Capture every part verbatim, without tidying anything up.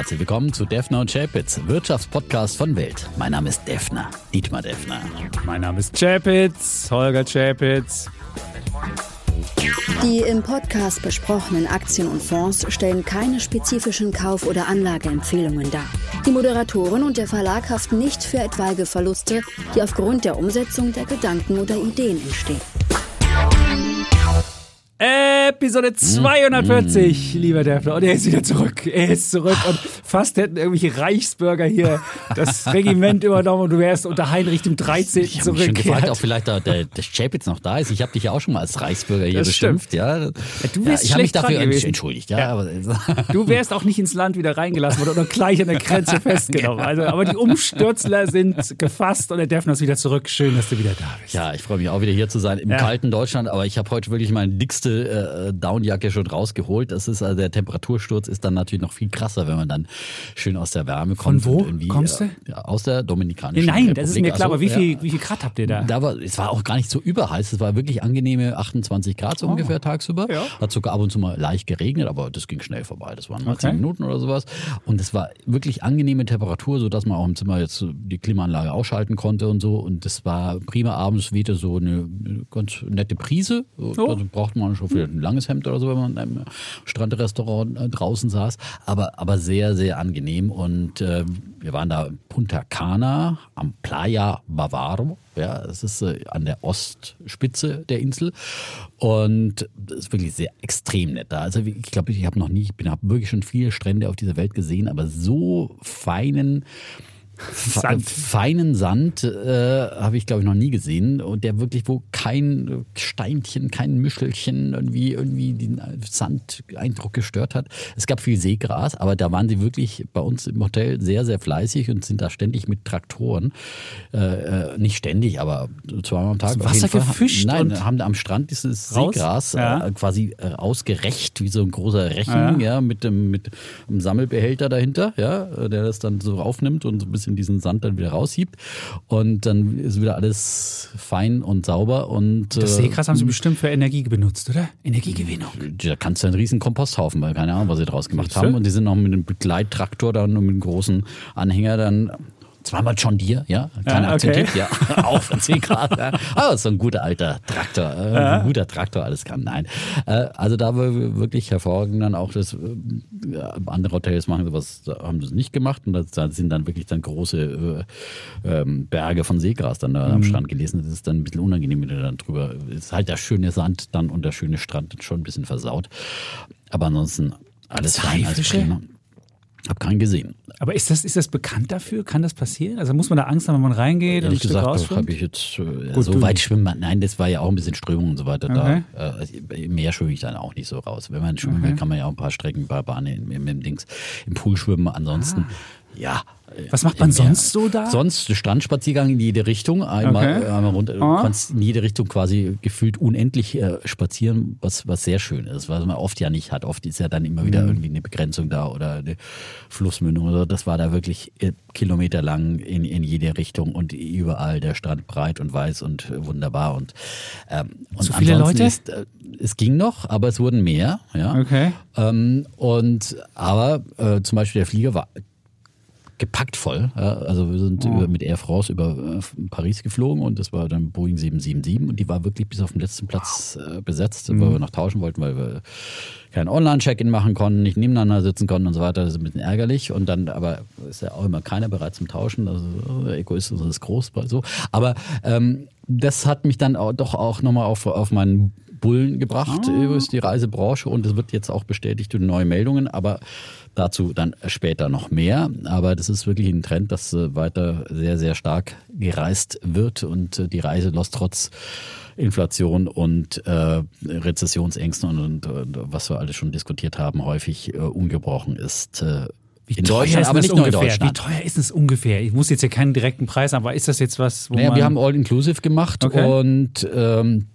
Herzlich willkommen zu Defner und Chapitz, Wirtschaftspodcast von Welt. Mein Name ist Defner, Dietmar Defner. Mein Name ist Chapitz, Holger Chapitz. Die im Podcast besprochenen Aktien und Fonds stellen keine spezifischen Kauf- oder Anlageempfehlungen dar. Die Moderatoren und der Verlag haften nicht für etwaige Verluste, die aufgrund der Umsetzung der Gedanken oder Ideen entstehen. Episode zweihundertvierzig, mm. lieber Defner. Und er ist wieder zurück. Er ist zurück. Und fast hätten irgendwelche Reichsbürger hier das Regiment übernommen und du wärst unter Heinrich dem dreizehnten Ich habe mich schon zurückgekehrt. gefragt, ob vielleicht der, der, der Chapitz noch da ist. Ich habe dich ja auch schon mal als Reichsbürger hier Das beschimpft. Ja. Ja, du Ja, wärst ich habe mich schlecht dran dafür gewesen. entschuldigt. Ja, Ja. Aber, Du wärst auch nicht ins Land wieder reingelassen worden oder gleich an der Grenze festgenommen. Also, aber die Umstürzler sind gefasst und der Defner ist wieder zurück. Schön, dass du wieder da bist. ja, ich freue mich auch wieder hier zu sein im Ja. kalten Deutschland. Aber ich habe heute wirklich meine dickste äh, Downjacke schon rausgeholt. Das ist also der Temperatursturz ist dann natürlich noch viel krasser, wenn man dann schön aus der Wärme kommt. Von wo und irgendwie, kommst du? Äh, ja, aus der Dominikanischen Nein, Republik. das ist mir klar. Also, Aber wie viel, ja, wie viel Grad habt ihr da? Da war, es war auch gar nicht so überheiß. Es war wirklich angenehme achtundzwanzig Grad so Oh. ungefähr tagsüber. Ja. Hat sogar ab und zu mal leicht geregnet, aber das ging schnell vorbei. Das waren mal Okay. zehn Minuten oder sowas. Und es war wirklich angenehme Temperatur, sodass man auch im Zimmer jetzt die Klimaanlage ausschalten konnte und so. Und das war prima. Abends wehte so eine ganz nette Brise. Oh. Also braucht man schon wieder ein langes Hemd oder so, wenn man im Strandrestaurant draußen saß. Aber, aber sehr, sehr angenehm. Und äh, wir waren da in Punta Cana am Playa Bavaro. Ja, es ist äh, an der Ostspitze der Insel und es ist wirklich sehr extrem nett da. Also ich glaube, ich habe noch nie, ich bin habe wirklich schon viele Strände auf dieser Welt gesehen, aber so feinen Sand. feinen Sand äh, habe ich, glaube ich, noch nie gesehen. Und der wirklich, wo kein Steinchen, kein Mischelchen irgendwie, irgendwie den Sandeindruck gestört hat. Es gab viel Seegras, aber da waren sie wirklich bei uns im Hotel sehr, sehr fleißig und sind da ständig mit Traktoren. Äh, nicht ständig, aber zweimal am Tag. Das auf jeden Wasser Fall. gefischt Nein, und haben da am Strand dieses raus? Seegras Ja. äh, quasi äh, ausgerecht, wie so ein großer Rechen, Ja. ja, mit dem mit einem Sammelbehälter dahinter, ja, der das dann so aufnimmt und so ein bisschen diesen Sand dann wieder raushiebt und dann ist wieder alles fein und sauber und Das äh, Seegras haben sie bestimmt für Energie benutzt, oder? Energiegewinnung. da kannst du einen riesen Komposthaufen, weil keine Ahnung, was sie draus gemacht Siehste? haben und die sind noch mit einem Begleittraktor dann und mit einem großen Anhänger dann zweimal John Deere, ja, kein Ja, okay. Aktientipp, ja, auch von zehn Grad, ja. Aber so ein guter alter Traktor, äh, Ja. ein guter Traktor, alles kann, nein. Äh, also da war wirklich hervorragend dann auch das, äh, ja, andere Hotels machen sowas, da haben sie es nicht gemacht und da sind dann wirklich dann große äh, ähm, Berge von Seegras dann da Mhm. am Strand gelesen, das ist dann ein bisschen unangenehm, wenn du dann drüber, ist halt der schöne Sand dann und der schöne Strand schon ein bisschen versaut, aber ansonsten alles Gibt's fein, alles Haifische? prima. Hab keinen gesehen. Aber ist das, ist das bekannt dafür? Kann das passieren? Also muss man da Angst haben, wenn man reingeht Ehrlich und ein Stück gesagt, rausschwimmt? habe ich jetzt äh, Gut, so du- weit schwimmen. Man- Nein, das war ja auch ein bisschen Strömung und so weiter. Okay. Da, äh, im Meer schwimme ich dann auch nicht so raus. Wenn man schwimmen Okay. will, kann man ja auch ein paar Strecken, ein paar Bahnen im, im, im Dings, im Pool schwimmen. Ansonsten, ja. äh, Was macht man im Meer. sonst so da? Sonst Strandspaziergang in jede Richtung. Einmal, Okay. äh, einmal runter. Du Ah. kannst in jede Richtung quasi gefühlt unendlich äh, spazieren, was, was sehr schön ist, was man oft ja nicht hat. Oft ist ja dann immer wieder Mhm. irgendwie eine Begrenzung da oder eine Flussmündung oder so. Das war da wirklich äh, kilometerlang in, in jede Richtung und überall der Strand breit und weiß und äh, wunderbar. Und, ähm, und So viele ansonsten Leute? Ist, äh, es ging noch, aber es wurden mehr. Ja. Okay. Ähm, und aber äh, zum Beispiel der Flieger war gepackt voll. Ja, also wir sind Oh. über, mit Air France über äh, Paris geflogen und das war dann Boeing sieben sieben sieben und die war wirklich bis auf den letzten Platz äh, besetzt, Mhm. weil wir noch tauschen wollten, weil wir kein Online-Check-In machen konnten, nicht nebeneinander sitzen konnten und so weiter. Das ist ein bisschen ärgerlich und dann, aber ist ja auch immer keiner bereit zum Tauschen. Also äh, Egoismus ist groß bei so. Aber ähm, das hat mich dann auch, doch auch nochmal auf, auf meinen Bullen gebracht, Ah. über die Reisebranche und es wird jetzt auch bestätigt durch neue Meldungen, aber dazu dann später noch mehr. Aber das ist wirklich ein Trend, dass äh, weiter sehr, sehr stark gereist wird und äh, die Reiselust trotz Inflation und äh, Rezessionsängsten und, und, und was wir alles schon diskutiert haben, häufig äh, ungebrochen ist. Äh, Wie in teuer Deutschland, ist aber das nicht nur in ungefähr? Wie Deutschland. teuer ist es ungefähr? Ich muss jetzt hier keinen direkten Preis haben, aber ist das jetzt was, wo Naja, man... wir haben All-Inclusive gemacht Okay. und ähm,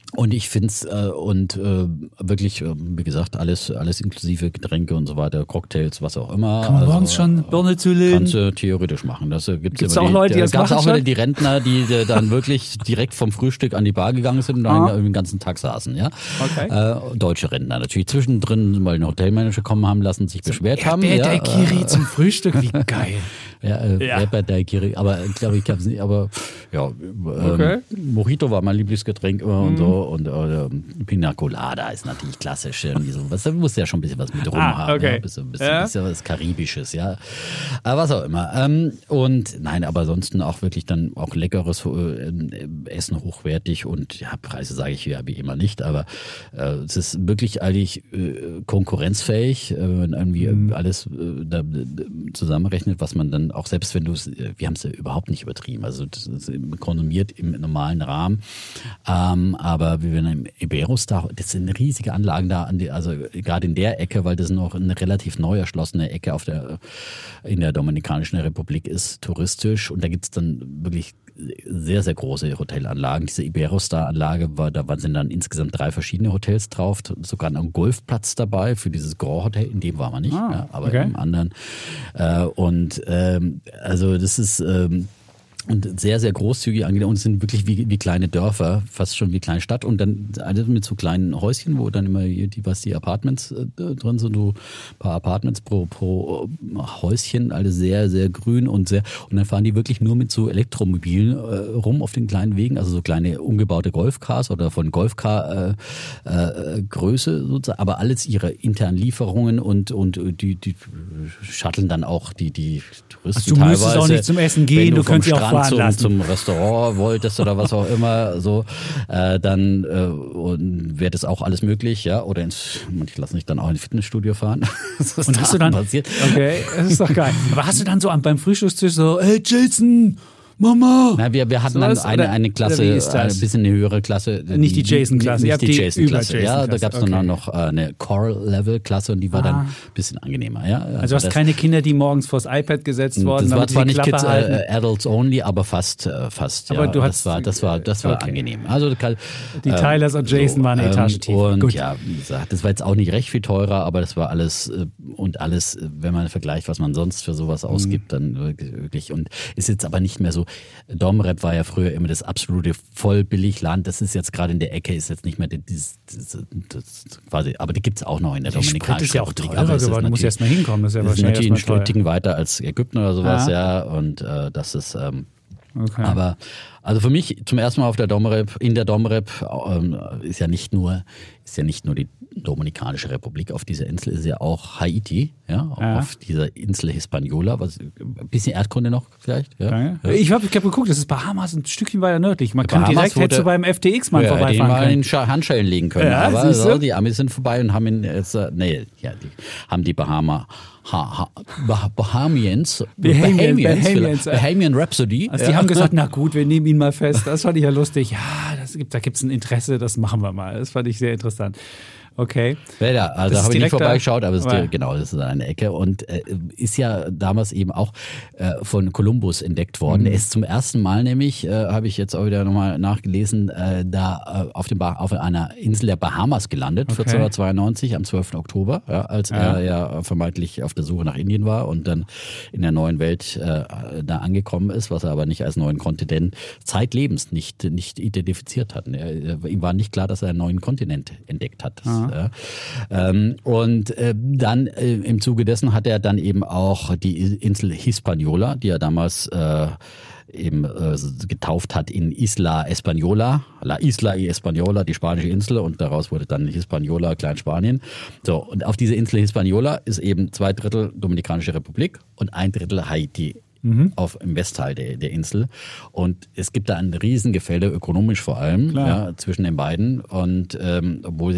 Und ich finde es äh, und äh, wirklich, äh, wie gesagt, alles alles inklusive Getränke und so weiter, Cocktails, was auch immer. Kann man also, morgens schon Birne zu legen? Kannst du theoretisch machen. Das äh, gibt's Gibt's immer auch die, Leute, die das gab's machen auch wieder schon? die Rentner, die, die dann wirklich direkt vom Frühstück an die Bar gegangen sind und dann Ah. den ganzen Tag saßen. Ja, Okay. äh, deutsche Rentner natürlich zwischendrin, weil ein Hotelmanager kommen haben lassen, sich beschwert haben. Der ja, Daiquiri äh, zum Frühstück, wie geil. Ja, äh, Ja. Rapper Daiquiri, aber ich glaube, ich habe es nicht, aber ja, ähm, Okay. Mojito war mein Lieblingsgetränk immer und so und äh, Pina Colada ist natürlich klassisch irgendwie so. Was, da muss ja schon ein bisschen was mit rum Ah, haben, okay. ja, ein bisschen, ein bisschen, Ja. bisschen was Karibisches, ja, aber was auch immer. Ähm, und nein, aber ansonsten auch wirklich dann auch leckeres äh, Essen, hochwertig und ja, Preise sage ich ja wie immer nicht, aber äh, es ist wirklich eigentlich äh, konkurrenzfähig, äh, wenn irgendwie Mhm. alles äh, da, da, zusammenrechnet, was man dann auch selbst wenn du es, wir haben es ja überhaupt nicht übertrieben, also das ist konsumiert im normalen Rahmen, ähm, aber wie wir im Iberostar, das sind riesige Anlagen da, an die, also gerade in der Ecke, weil das noch eine relativ neu erschlossene Ecke auf der, in der Dominikanischen Republik ist, touristisch und da gibt es dann wirklich sehr, sehr große Hotelanlagen. Diese Iberostar-Anlage, war, da sind dann insgesamt drei verschiedene Hotels drauf, sogar ein Golfplatz dabei für dieses Grand Hotel, in dem waren wir nicht, Ah, ja, aber okay. im anderen. Äh, und ähm, also das ist ähm, und sehr, sehr großzügig angelegt und es sind wirklich wie, wie kleine Dörfer, fast schon wie kleine Stadt und dann alles mit so kleinen Häuschen, wo dann immer die, was die Apartments äh, drin sind, so ein paar Apartments pro, pro Häuschen, alle sehr, sehr grün und sehr, und dann fahren die wirklich nur mit so Elektromobilen äh, rum auf den kleinen Wegen, also so kleine umgebaute Golfcars oder von Golfcar äh, äh, Größe sozusagen, aber alles ihre internen Lieferungen und, und die, die shutteln dann auch die, die Touristen Also du müsstest teilweise. auch nicht zum Essen gehen, wenn du vom könntest ja auch Strand fahren zum, lassen. zum Restaurant wolltest oder was auch immer, so, äh, dann äh, und wäre das auch alles möglich, ja, oder ins, ich lasse mich dann auch ins Fitnessstudio fahren. Das ist Und da hast du dann, passiert. okay, das ist doch geil. Aber hast du dann so am, beim Frühstückstisch so, hey Jason, Mama. Na, wir, wir hatten dann Sowas? eine, Oder- eine Klasse, oder wie ist das? ein bisschen eine höhere Klasse. Nicht die Jason-Klasse, ihr Nicht habt die die Jason-Klasse, ja. Da Über-Jason-Klasse, gab es dann okay. auch noch äh, eine Core-Level-Klasse und die war Ah. dann ein bisschen angenehmer, ja. Also du hast das, keine Kinder, die morgens vors iPad gesetzt worden, das war damit sie zwar die nicht Klappe Kids, halten. äh, Adults only, aber fast, äh, fast. Aber ja. du das hattest- war, das war, das war okay. angenehm. Also kann, Die Tylers und Jason waren eine Etage tiefer. Und Gut. ja, wie gesagt, das war jetzt auch nicht recht viel teurer, aber das war alles äh, und alles, äh, wenn man vergleicht, was man sonst für sowas Mhm. ausgibt, dann wirklich, wirklich und ist jetzt aber nicht mehr so. Domrep war ja früher immer das absolute Vollbilligland. Das ist jetzt gerade in der Ecke, ist jetzt nicht mehr dieses, dieses das quasi, aber die gibt es auch noch in der Der Sprit Dominikanischen ist ja auch Republik. teurer aber es ist geworden, du musst natürlich- erst mal hinkommen, das ist ja das ist wahrscheinlich natürlich ein erstmal teuer. Stückchen weiter als Ägypten oder sowas, Ah. ja. Und äh, das ist ähm, Okay. aber also für mich zum ersten Mal auf der Domrep, in der Domrep ähm, ist ja nicht nur ist ja nicht nur die Dominikanische Republik, auf dieser Insel ist ja auch Haiti, ja, auch Ja. auf dieser Insel Hispaniola, was ein bisschen Erdkunde noch vielleicht, ja. Danke. ja. Ich habe ich hab geguckt, das ist Bahamas ein Stückchen weiter nördlich. Man kann Bahamas direkt, hättest wurde- du beim F T X mal ja, den vorbeifahren mal können. in Scha- Handschellen legen können. Ja, aber siehst du? so, die Amis sind vorbei und haben ihn jetzt, äh, nee, ja, die haben die Bahama, ha, ha, bah, Bahamians, Bahamian- Bahamians, Bahamians, äh. Bahamian Rhapsody. Also die haben gesagt, na gut, wir nehmen ihn mal fest. Das fand ich ja lustig. Ja, das gibt, da gibt es ein Interesse, das machen wir mal. Das fand ich sehr interessant. Okay. Ja, ja, also Das ist habe ich nicht direkt da- vorbeigeschaut, aber es ist aber- die, genau, das ist eine Ecke und äh, ist ja damals eben auch äh, von Kolumbus entdeckt worden. Mhm. Er ist zum ersten Mal nämlich, äh, habe ich jetzt auch wieder nochmal nachgelesen, äh, da äh, auf, dem ba- auf einer Insel der Bahamas gelandet, Okay. vierzehnhundertzweiundneunzig am zwölften Oktober, ja, als Ja. er ja vermeintlich auf der Suche nach Indien war und dann in der neuen Welt äh, da angekommen ist, was er aber nicht als neuen Kontinent zeitlebens nicht, nicht identifiziert hat. Er, er, ihm war nicht klar, dass er einen neuen Kontinent entdeckt hat. Das, ja. Ähm, und äh, dann äh, im Zuge dessen hat er dann eben auch die Insel Hispaniola, die er damals äh, eben äh, getauft hat in Isla Española, La Isla y Española, die spanische Insel, und daraus wurde dann Hispaniola, Kleinspanien. So, und auf dieser Insel Hispaniola ist eben zwei Drittel Dominikanische Republik und ein Drittel Haiti. Auf, im Westteil der, der Insel. Und es gibt da ein Riesengefälle, ökonomisch vor allem, Klar. ja, zwischen den beiden. Und ähm, obwohl sie ja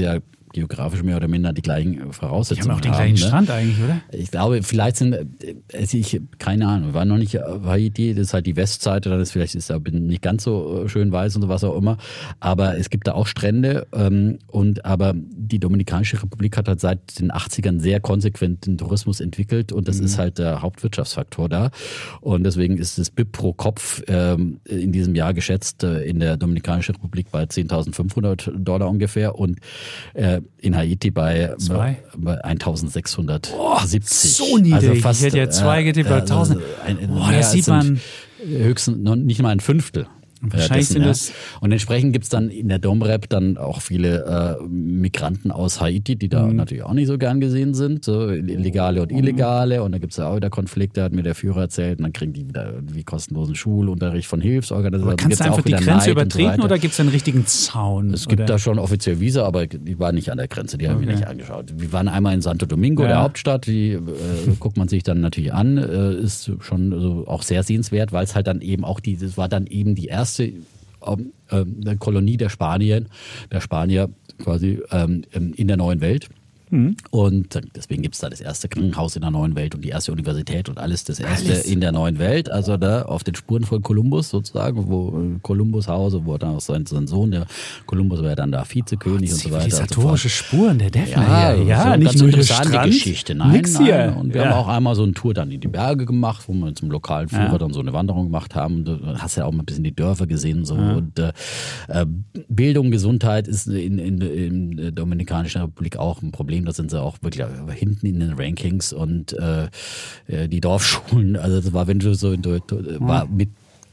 geografisch mehr oder minder die gleichen Voraussetzungen Die haben auch den haben, gleichen ne? Strand eigentlich, oder? Ich glaube, vielleicht sind, also ich, keine Ahnung, wir waren noch nicht auf Haiti, das ist halt die Westseite, dann ist vielleicht ist da nicht ganz so schön weiß und so was auch immer, aber es gibt da auch Strände ähm, und aber die Dominikanische Republik hat halt seit den achtzigern sehr konsequent den Tourismus entwickelt und das mhm. ist halt der Hauptwirtschaftsfaktor da und deswegen ist das B I P pro Kopf ähm, in diesem Jahr geschätzt äh, in der Dominikanischen Republik bei zehntausendfünfhundert Dollar ungefähr und äh, in Haiti bei, bei, bei eintausendsechshundertsiebzig. Oh, so niedrig. Also fast, ich hätte ja zwei getippt, äh, also tausend. Ein, Boah, das sieht man. Höchstens noch nicht mal ein Fünftel. Wahrscheinlich dessen, sind ja. das. Und entsprechend gibt's dann in der Domrep dann auch viele äh, Migranten aus Haiti, die da mhm. natürlich auch nicht so gern gesehen sind, so Legale und Illegale. Und da gibt's ja auch wieder Konflikte, hat mir der Führer erzählt. Und dann kriegen die wieder irgendwie kostenlosen Schulunterricht von Hilfsorganisationen. Kannst du einfach die Grenze übertreten so oder gibt's einen richtigen Zaun? Es gibt oder? da schon offiziell Visa, aber die waren nicht an der Grenze, die haben okay. wir nicht angeschaut. Wir waren einmal in Santo Domingo, ja. der Hauptstadt, die äh, guckt man sich dann natürlich an, äh, ist schon so auch sehr sehenswert, weil es halt dann eben auch die, das war dann eben die erste Ähm, äh, Kolonie der Spanier, der Spanier quasi ähm, in der neuen Welt. Mhm. Und deswegen gibt es da das erste Krankenhaus in der neuen Welt und die erste Universität und alles das erste alles. in der neuen Welt. Also da auf den Spuren von Kolumbus sozusagen, wo Kolumbus Hause, wo dann auch sein, sein Sohn, der Kolumbus war ja dann da Vizekönig oh, und so weiter. Zivilisatorische so Spuren, der Defner ja, hier. Ja, so nicht nur der Strand, Geschichte. Nein, nix nein. hier. Und wir ja. haben auch einmal so eine Tour dann in die Berge gemacht, wo wir zum lokalen Führer ja. dann so eine Wanderung gemacht haben. Du hast ja auch mal ein bisschen die Dörfer gesehen. So. Ja. Und äh, Bildung, Gesundheit ist in, in, in der Dominikanischen Republik auch ein Problem. Da sind sie auch wirklich hinten in den Rankings und äh, die Dorfschulen, also das war, wenn du so, du, du, war mit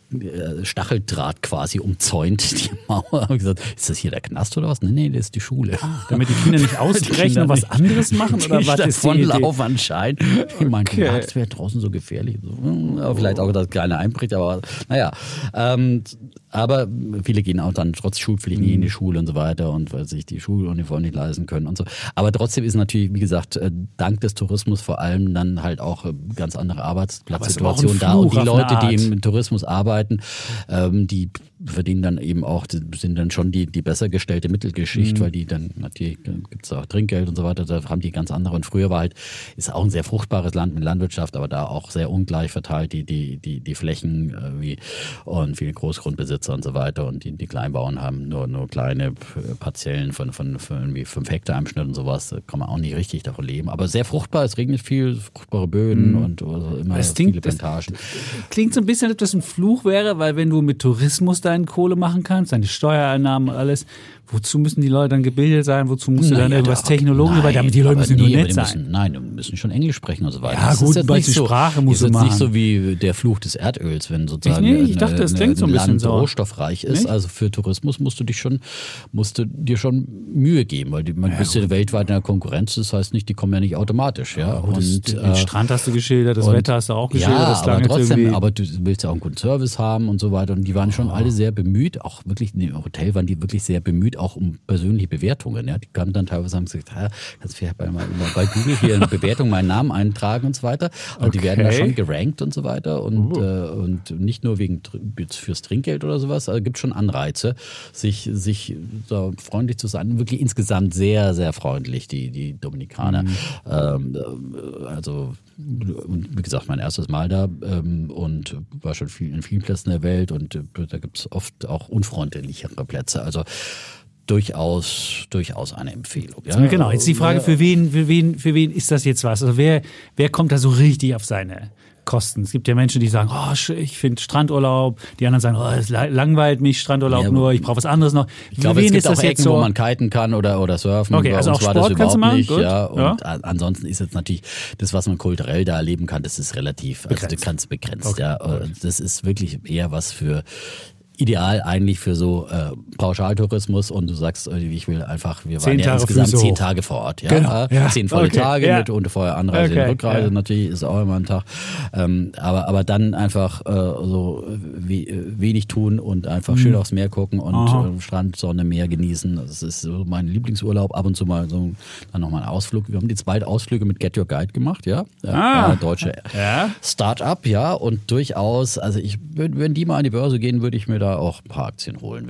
Stacheldraht quasi umzäunt, die Mauer. Hab ich gesagt, ist das hier der Knast oder was? Nee, nee, das ist die Schule. Damit die Kinder nicht ausbrechen und was anderes machen? Oder was ist die Idee? Davonlaufen anscheinend. Ich meinte, okay. ja, das wäre draußen so gefährlich. So, aber vielleicht auch das kleine Einbricht, aber naja. Ähm, aber viele gehen auch dann trotz Schulpflicht nie in die Schule und so weiter und weil sich die Schuluniform nicht leisten können und so. Aber trotzdem ist natürlich, wie gesagt, dank des Tourismus vor allem dann halt auch ganz andere Arbeitsplatzsituation da. Und die Leute, die im Tourismus arbeiten, ähm, die verdienen dann eben auch, sind dann schon die, die besser gestellte Mittelschicht, mhm. weil die dann, natürlich gibt es auch Trinkgeld und so weiter, da haben die ganz andere. Und früher war halt, ist auch ein sehr fruchtbares Land mit Landwirtschaft, aber da auch sehr ungleich verteilt, die, die, die, die Flächen äh, wie, und viele Großgrundbesitzer und so weiter. Und die, die Kleinbauern haben nur, nur kleine Parzellen von, von, von irgendwie fünf Hektar im Schnitt und sowas, da kann man auch nicht richtig davon leben. Aber sehr fruchtbar, es regnet viel, fruchtbare Böden mhm. und also immer das viele klingt, Plantagen. Das klingt so ein bisschen, als ob das ein Fluch wäre, weil wenn du mit Tourismus deine Kohle machen kannst, deine Steuereinnahmen und alles, wozu müssen die Leute dann gebildet sein? Wozu musst du naja, dann irgendwas Technologisches, weil damit die Leute müssen nee, nur nett sein. Müssen, nein, die müssen schon Englisch sprechen und so weiter. Ja das gut, ist weil nicht die so, Sprache musst du machen. Das ist nicht so wie der Fluch des Erdöls, wenn sozusagen ich, nee, ich dachte, das eine, klingt so ein bisschen Land so. rohstoffreich ist. Nicht? Also für Tourismus musst du dich schon, musst du dir schon Mühe geben, weil die, man ja, bist ja weltweit in der Konkurrenz. Das heißt nicht, die kommen ja nicht automatisch. Ja, ja und, und den äh, Strand hast du geschildert, das und, Wetter hast du auch geschildert. Ja, das aber trotzdem, aber du willst ja auch einen guten Service haben und so weiter. Und die waren schon oh. alle sehr bemüht, auch wirklich in dem Hotel waren die wirklich sehr bemüht, auch um persönliche Bewertungen. Ja, die kamen dann teilweise haben gesagt, ja, kannst du vielleicht bei, bei Google hier eine Bewertung, meinen Namen eintragen und so weiter. Und okay. die werden da schon gerankt und so weiter und, uh. äh, und nicht nur wegen fürs Trinkgeld oder sowas, also gibt schon Anreize, sich, sich so freundlich zu sein. Wirklich insgesamt sehr, sehr freundlich, die, die Dominikaner. Mhm. Ähm, also wie gesagt, mein erstes Mal da ähm, und war schon viel, in vielen Plätzen der Welt und äh, da gibt es oft auch unfreundlichere Plätze. Also durchaus, durchaus eine Empfehlung. Ja? Genau, jetzt die Frage, für wen, für wen, für wen ist das jetzt was? Also wer, wer kommt da so richtig auf seine Kosten? Es gibt ja Menschen, die sagen, oh, ich finde Strandurlaub. Die anderen sagen, oh, es langweilt mich, Strandurlaub ja, nur, ich brauche was anderes noch. Ich glaube, es gibt auch Ecken, so? wo man kiten kann oder, oder surfen. Okay, also auch Sport kannst du machen? Nicht, Gut. Ja. Und ja. ansonsten ist jetzt natürlich das, was man kulturell da erleben kann, das ist relativ, also begrenzt. du kannst begrenzt. Okay. Ja. Das ist wirklich eher was für ideal eigentlich für so äh, Pauschaltourismus und du sagst, ich will einfach, wir waren ja insgesamt zehn Tage vor Ort. Ja? Genau. Ja. Zehn volle okay. Tage ja. mit und vorher Anreise okay. und Rückreise ja. natürlich, ist auch immer ein Tag. Ähm, aber, aber dann einfach äh, so we, wenig tun und einfach mhm. schön aufs Meer gucken und äh, Strand, Sonne, Meer genießen. Das ist so mein Lieblingsurlaub. Ab und zu mal so dann nochmal einen Ausflug. Wir haben jetzt beide Ausflüge mit Get Your Guide gemacht, ja. Ah. Äh, deutsche ja. Start-up, ja. Und durchaus, also ich, wenn die mal an die Börse gehen, würde ich mir da auch ein paar Aktien holen, wenn die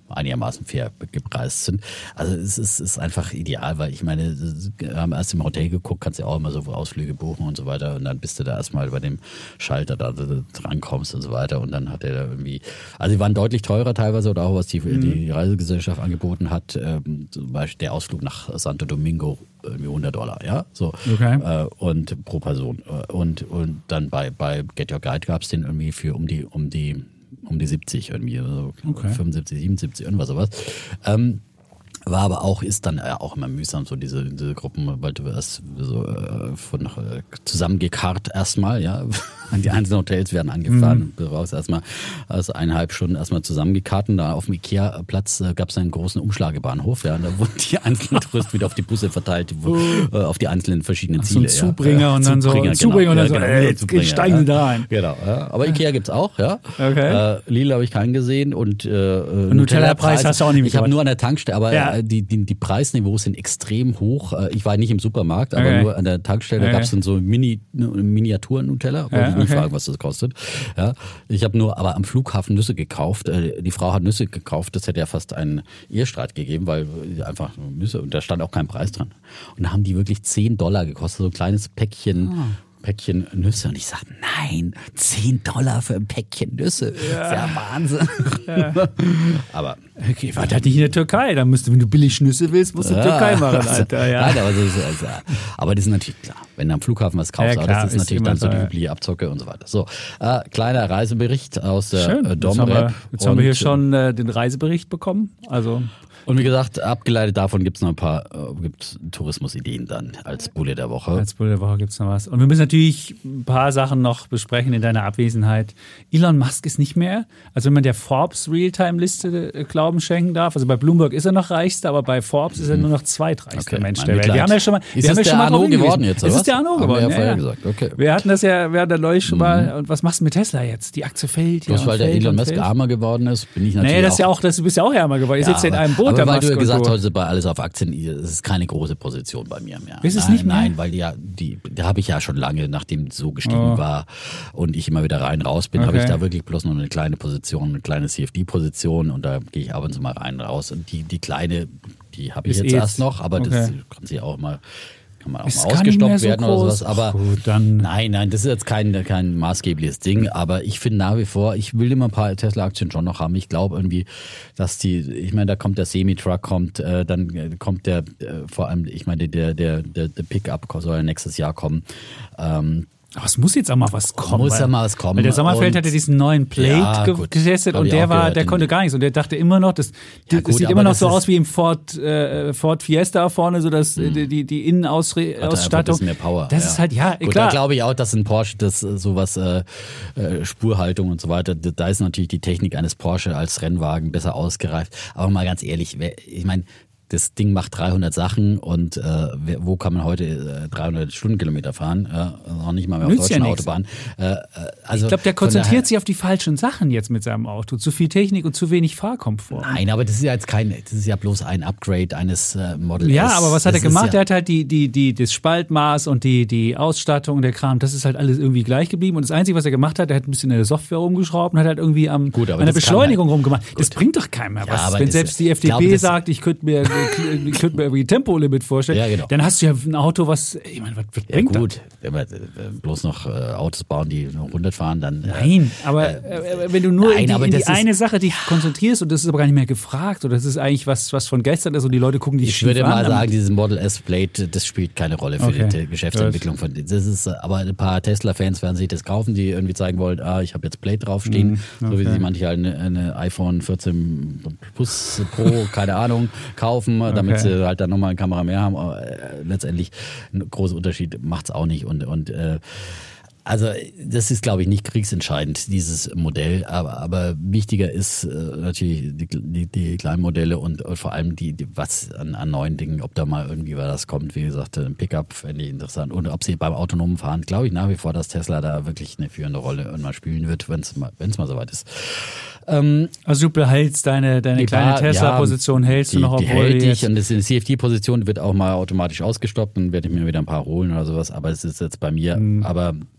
einigermaßen fair gepreist sind. Also es ist, ist einfach ideal, weil ich meine, wir haben erst im Hotel geguckt, kannst ja auch immer so Ausflüge buchen und so weiter und dann bist du da erstmal bei dem Schalter da, da drankommst und so weiter und dann hat er da irgendwie, also die waren deutlich teurer teilweise oder auch was die, mhm. die Reisegesellschaft angeboten hat, ähm, zum Beispiel der Ausflug nach Santo Domingo irgendwie hundert Dollar, ja, so okay. äh, und pro Person und, und dann bei, bei Get Your Guide gab es den irgendwie für um die, um die um die siebzig irgendwie, so okay. fünfundsiebzig, siebenundsiebzig, irgendwas sowas. Ähm, war aber auch, ist dann äh, auch immer mühsam, so diese, diese Gruppen, weil du wirst so äh, von äh, zusammengekarrt erstmal, ja. Die einzelnen Hotels werden angefahren. Mhm. Du brauchst erstmal also eineinhalb Stunden erstmal zusammengekarrt. Und da auf dem Ikea-Platz äh, gab es einen großen Umschlagebahnhof, ja. Und da wurden die einzelnen Touristen wieder auf die Busse verteilt, wo, uh. äh, auf die einzelnen verschiedenen Ziele. So ein Zubringer ja. und dann Zubringer, so Zubringer genau. und dann ja, so, genau, ey, jetzt Zubringer, steigen ja. sie da ein. Genau, ja. Aber Ikea gibt's auch, ja. Okay. Äh, Lidl habe ich keinen gesehen und, äh, und Nutella-Preis hast du auch nicht Ich habe nur an der Tankstelle, aber ja. äh, die, die, die Preisniveaus sind extrem hoch. Ich war nicht im Supermarkt, aber okay. nur an der Tankstelle okay. gab es dann so Mini, Miniatur-Nutella. Wollte ja, ich nie okay. fragen, was das kostet. Ja, ich habe nur aber am Flughafen Nüsse gekauft. Die Frau hat Nüsse gekauft. Das hätte ja fast einen Ehestreit gegeben, weil einfach Nüsse, und da stand auch kein Preis dran. Und da haben die wirklich zehn Dollar gekostet, so ein kleines Päckchen. Oh. Päckchen Nüsse und ich sage, nein, zehn Dollar für ein Päckchen Nüsse. Ja. Das ist ja Wahnsinn. Ja. Aber okay, war das nicht in der Türkei? Da müsst du, wenn du billig Nüsse willst, musst du ja. Türkei machen, Alter. Ja. Nein, aber, das ist, also, aber die sind natürlich klar, wenn du am Flughafen was kaufst, ja, klar, das ist, ist natürlich dann so die ja. übliche Abzocke und so weiter. So, äh, kleiner Reisebericht aus der Schön. äh, Jetzt, haben wir, jetzt haben wir hier und, schon äh, den Reisebericht bekommen. Also Und wie gesagt, abgeleitet davon gibt es noch ein paar äh, gibt's Tourismusideen dann als Bulle der Woche. Als Bulle der Woche gibt es noch was. Und wir müssen natürlich ein paar Sachen noch besprechen in deiner Abwesenheit. Elon Musk ist nicht mehr, also wenn man der Forbes Realtime-Liste Glauben schenken darf, also bei Bloomberg ist er noch reichster, aber bei Forbes ist er nur noch zweitreichster okay, Mensch der Welt. Wir haben ja schon mal, ist wir haben ja der schon mal Arnaud geworden jetzt, oder Es ist der Arnaud geworden, haben wir ja, ja, vorher ja. gesagt. Okay. Wir hatten das ja, wir hatten da neulich schon mhm. mal. Und was machst du mit Tesla jetzt? Die Aktie fällt. Bloß weil der Elon Musk armer geworden ist, bin ich natürlich nee, das ist ja auch, auch, das, du bist ja auch ärmer geworden. Ihr ja, sitzt ja in einem Boot. Aber der weil Musk du ja gesagt so. hast, bei alles auf Aktien, das ist keine große Position bei mir mehr. Ist es nein, nicht mehr? Nein, weil ja, die, da habe ich ja schon lange, nachdem es so gestiegen oh. war und ich immer wieder rein raus bin, okay. habe ich da wirklich bloß noch eine kleine Position, eine kleine C F D-Position und da gehe ich ab und zu mal rein raus. Und die, die kleine, die habe ich ist jetzt eh erst noch, aber okay. das kann sie auch mal. Kann man auch ist mal ausgestoppt so werden groß. oder sowas. Aber Ach gut, dann nein, nein, das ist jetzt kein, kein maßgebliches Ding. Aber ich finde nach wie vor, ich will immer ein paar Tesla-Aktien schon noch haben. Ich glaube irgendwie, dass die, ich meine, da kommt der Semi-Truck, kommt, äh, dann kommt der, äh, vor allem, ich meine, der, der, der, der Pickup soll ja nächstes Jahr kommen. Ähm, Aber es muss jetzt auch mal was kommen. Muss ja mal was kommen. Weil der Sommerfeld hatte diesen neuen Plate ja, ge- gut. getestet Hab und ich der auch war, gehört. der konnte gar nichts und der dachte immer noch, das, Ja, das gut, sieht aber immer noch das so ist- aus wie im Ford, äh, Ford Fiesta vorne, so das, die, die, die Innenausstattung. Hat einfach ein bisschen mehr Power. Das ja. ist halt, ja, Gut, klar. da glaube ich auch, dass ein Porsche, das äh, sowas, äh, äh, Spurhaltung und so weiter, da da ist natürlich die Technik eines Porsche als Rennwagen besser ausgereift. Aber mal ganz ehrlich, wer, ich meine, das Ding macht dreihundert Sachen und äh, wer- wo kann man heute äh, dreihundert Stundenkilometer fahren? Äh, noch nicht mal mehr auf Nützt ja deutschen nichts. Autobahnen. Äh, äh, also Ich glaube, der von konzentriert daher- sich auf die falschen Sachen jetzt mit seinem Auto. Zu viel Technik und zu wenig Fahrkomfort. Nein, aber das ist ja jetzt kein, das ist ja bloß ein Upgrade eines äh, Model Ja, S. aber was hat Das er ist gemacht? Ja, Er hat halt die, die, die, das Spaltmaß und die, die Ausstattung, der Kram, das ist halt alles irgendwie gleich geblieben. Und das Einzige, was er gemacht hat, er hat ein bisschen an der Software rumgeschraubt und hat halt irgendwie am, Gut, aber an der das kann Beschleunigung rumgemacht. Das bringt doch keinem mehr Ja, was. aber Wenn das- selbst die ich F D P glaube, das- sagt, ich könnte mir, ich könnte mir irgendwie Tempolimit vorstellen, Ja, genau. dann hast du ja ein Auto, was, ich meine, was, was ja bringt gut, wenn wir äh, bloß noch äh, Autos bauen, die nur hundert fahren, dann... das? Äh, Nein, aber äh, wenn du nur nein, in die, aber in die das ist- eine Sache dich konzentrierst und das ist aber gar nicht mehr gefragt oder das ist eigentlich was, was von gestern ist und die Leute gucken dich Ich schief würde mal an. sagen, dieses Model S Plate, das spielt keine Rolle für Okay. die Te- Geschäftsentwicklung von das ist, äh, aber ein paar Tesla-Fans werden sich das kaufen, die irgendwie zeigen wollen, ah, ich habe jetzt Plate draufstehen, Mhm, so wie okay. sie manche halt eine, eine iPhone vierzehn Plus Pro, keine Ahnung, kaufen, damit Okay. sie halt dann nochmal eine Kamera mehr haben. Aber äh, letztendlich ein großer Unterschied macht's auch nicht und und äh, also das ist, glaube ich, nicht kriegsentscheidend, dieses Modell, aber, aber wichtiger ist äh, natürlich die, die, die kleinen Modelle und, und vor allem die, die was an, an neuen Dingen, ob da mal irgendwie was kommt, wie gesagt, ein Pickup fände ich interessant und ob sie beim autonomen Fahren, glaube ich nach wie vor, dass Tesla da wirklich eine führende Rolle irgendwann spielen wird, wenn es mal, wenn's mal soweit ist. Ähm, Also du behältst deine, deine die kleine paar- Tesla-Position, ja, hältst die, du noch, die obwohl hält du ich jetzt... und das in C F D-Position wird auch mal automatisch ausgestoppt, dann werde ich mir wieder ein paar holen oder sowas, aber es ist jetzt bei mir, Mhm. aber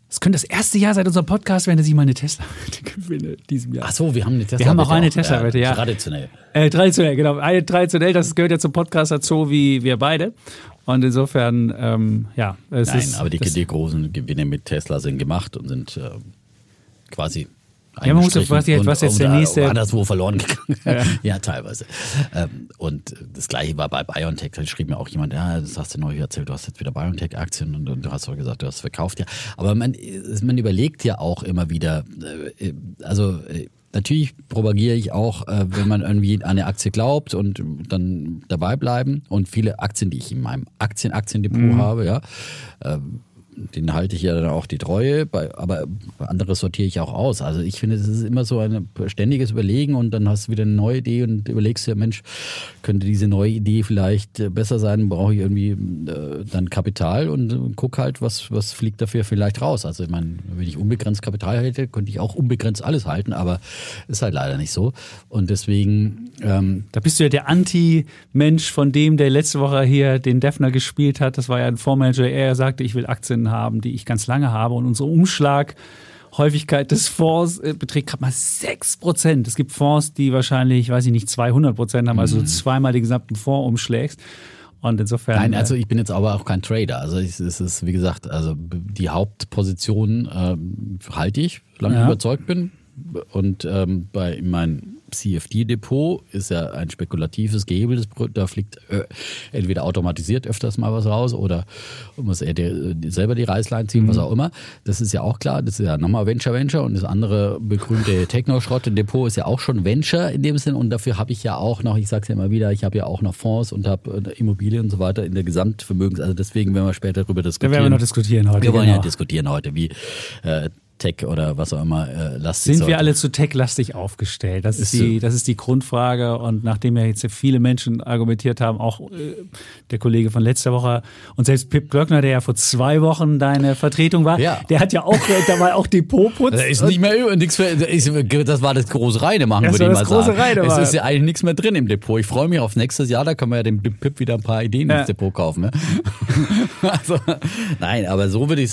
Es könnte das erste Jahr seit unserem Podcast werden, dass ich mal eine Tesla-Wette gewinne in diesem Jahr. Ach so, wir haben eine Tesla-Wette. Wir haben auch eine Tesla-Wette, ja. Traditionell. Äh, traditionell, genau. Eine traditionell, das gehört ja zum Podcast dazu, wie wir beide. Und insofern, ähm, ja. Es Nein, ist, aber die, die großen Gewinne mit Tesla sind gemacht und sind äh, quasi ja, man muss ja, was jetzt, was jetzt der nächste... anderswo verloren gegangen. Ja, ja teilweise. Ähm, und das Gleiche war bei BioNTech. Da schrieb mir auch jemand, ja, das hast du neulich erzählt, du hast jetzt wieder BioNTech-Aktien und, und du hast doch gesagt, du hast verkauft. Ja. Aber man, man überlegt ja auch immer wieder, äh, also... Äh, Natürlich propagiere ich auch, äh, wenn man irgendwie an eine Aktie glaubt und dann dabei bleiben. Und viele Aktien, die ich in meinem Aktien-Aktiendepot mhm. habe, ja, äh, denen halte ich ja dann auch die Treue, bei, aber andere sortiere ich auch aus. Also ich finde, es ist immer so ein ständiges Überlegen und dann hast du wieder eine neue Idee und überlegst dir, Mensch, könnte diese neue Idee vielleicht besser sein, brauche ich irgendwie äh, dann Kapital und äh, guck halt, was, was fliegt dafür vielleicht raus. Also ich meine, wenn ich unbegrenzt Kapital hätte, könnte ich auch unbegrenzt alles halten, aber ist halt leider nicht so. Und deswegen... Ähm, da bist du ja der Anti-Mensch von dem, der letzte Woche hier den Defner gespielt hat. Das war ja ein Fondsmanager, er sagte, ich will Aktien haben, die ich ganz lange habe. Und unsere Umschlaghäufigkeit des Fonds äh, beträgt gerade mal sechs Prozent. Es gibt Fonds, die wahrscheinlich, weiß ich nicht, zweihundert Prozent haben, also zweimal den gesamten Fonds umschlägst. Und insofern. Nein, also ich bin jetzt aber auch kein Trader. Also es ist, wie gesagt, also die Hauptposition äh, halte ich, solange ja. ich überzeugt bin. Und ähm, bei meinem C F D-Depot ist ja ein spekulatives gehebeltes Produkt, da fliegt äh, entweder automatisiert öfters mal was raus oder muss er die, die, selber die Reißleine ziehen, mhm. was auch immer. Das ist ja auch klar, das ist ja nochmal Venture Venture und das andere begrünte Techno-Schrott-Depot ist ja auch schon Venture in dem Sinn und dafür habe ich ja auch noch, ich sage es ja immer wieder, ich habe ja auch noch Fonds und habe äh, Immobilien und so weiter in der Gesamtvermögens, also deswegen werden wir später darüber diskutieren. Da werden wir noch diskutieren heute. Wir wollen genau. ja diskutieren heute, wie äh, Tech oder was auch immer äh, lastig Sind sollte. wir alle zu tech-lastig aufgestellt? Das ist, ist die, das ist die Grundfrage. Und nachdem ja jetzt viele Menschen argumentiert haben, auch äh, der Kollege von letzter Woche und selbst Pip Glöckner, der ja vor zwei Wochen deine Vertretung war, ja. der hat ja auch dabei auch Depotputz. Da ist nicht mehr nichts mehr. Das war das große Reine machen, das würde ich mal sagen. Reine es ist ja eigentlich nichts mehr drin im Depot. Ich freue mich auf nächstes Jahr, da können wir ja dem Pip wieder ein paar Ideen ja. ins Depot kaufen. Ne? also, nein, aber so würde ich es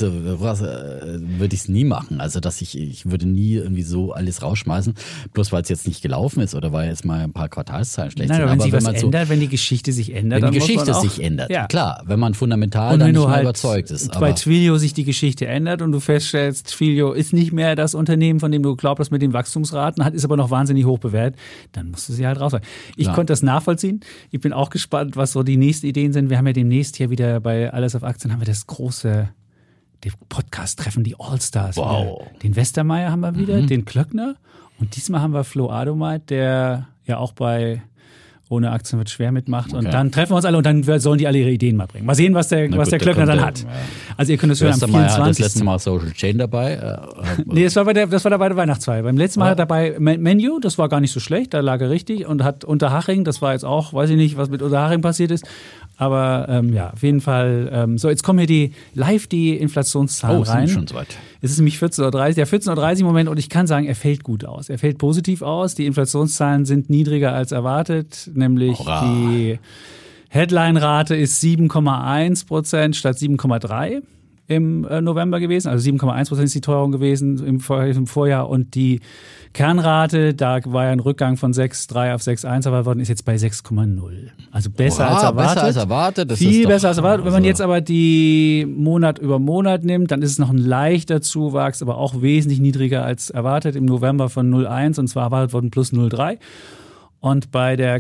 würde ich es nie machen. Also dass ich ich würde nie irgendwie so alles rausschmeißen, bloß weil es jetzt nicht gelaufen ist oder weil jetzt mal ein paar Quartalszahlen schlecht Nein, sind. Aber wenn aber sich wenn was man ändert, so, wenn die Geschichte sich ändert, wenn dann die Geschichte muss man auch, sich ändert, ja. klar, wenn man fundamental und dann wenn nicht du mehr halt überzeugt ist. Bei aber Twilio sich die Geschichte ändert und du feststellst, Twilio ist nicht mehr das Unternehmen, von dem du glaubst, das mit den Wachstumsraten hat, ist aber noch wahnsinnig hoch bewertet, dann musst du sie halt raus. Ich ja. konnte das nachvollziehen. Ich bin auch gespannt, was so die nächsten Ideen sind. Wir haben ja demnächst hier wieder bei Alles auf Aktien haben wir das große die Podcast-Treffen, die Allstars. Wow. Wieder. Den Westermeier haben wir wieder, mhm. den Klöckner und diesmal haben wir Flo Adomait, der ja auch bei Ohne Aktien wird schwer mitmacht. Okay. Und dann treffen wir uns alle und dann sollen die alle ihre Ideen mal bringen. Mal sehen, was der, Na was gut, der Klöckner dann der, hat. Ja. Also ihr könnt es hören am vierundzwanzigsten hat das letzte Mal Social Chain dabei. Äh, nee, das war bei der, das war dabei der Weihnachtsfeier. Beim letzten Mal ja. hat er dabei Menu, das war gar nicht so schlecht, da lag er richtig und hat Unterhaching, das war jetzt auch, weiß ich nicht, was mit Unterhaching passiert ist. Aber ähm, ja, auf jeden Fall. Ähm, so, jetzt kommen hier die live die Inflationszahlen oh, rein. Sind schon so weit. Es ist nämlich vierzehn Uhr dreißig, ja vierzehn Uhr dreißig im Moment und ich kann sagen, er fällt gut aus. Er fällt positiv aus. Die Inflationszahlen sind niedriger als erwartet, nämlich Hurra. Die Headline-Rate ist sieben Komma eins Prozent statt sieben Komma drei im November gewesen. Also sieben Komma eins Prozent ist die Teuerung gewesen im, Vor- im Vorjahr und die Kernrate, da war ja ein Rückgang von sechs Komma drei auf sechs Komma eins erwartet worden, ist jetzt bei sechs Komma null. Also besser Hurra, als erwartet. Besser als erwartet. Das Viel ist doch, besser als erwartet. Wenn man also jetzt aber die Monat über Monat nimmt, dann ist es noch ein leichter Zuwachs, aber auch wesentlich niedriger als erwartet. Im November von null Komma eins und zwar erwartet worden plus null Komma drei. Und bei der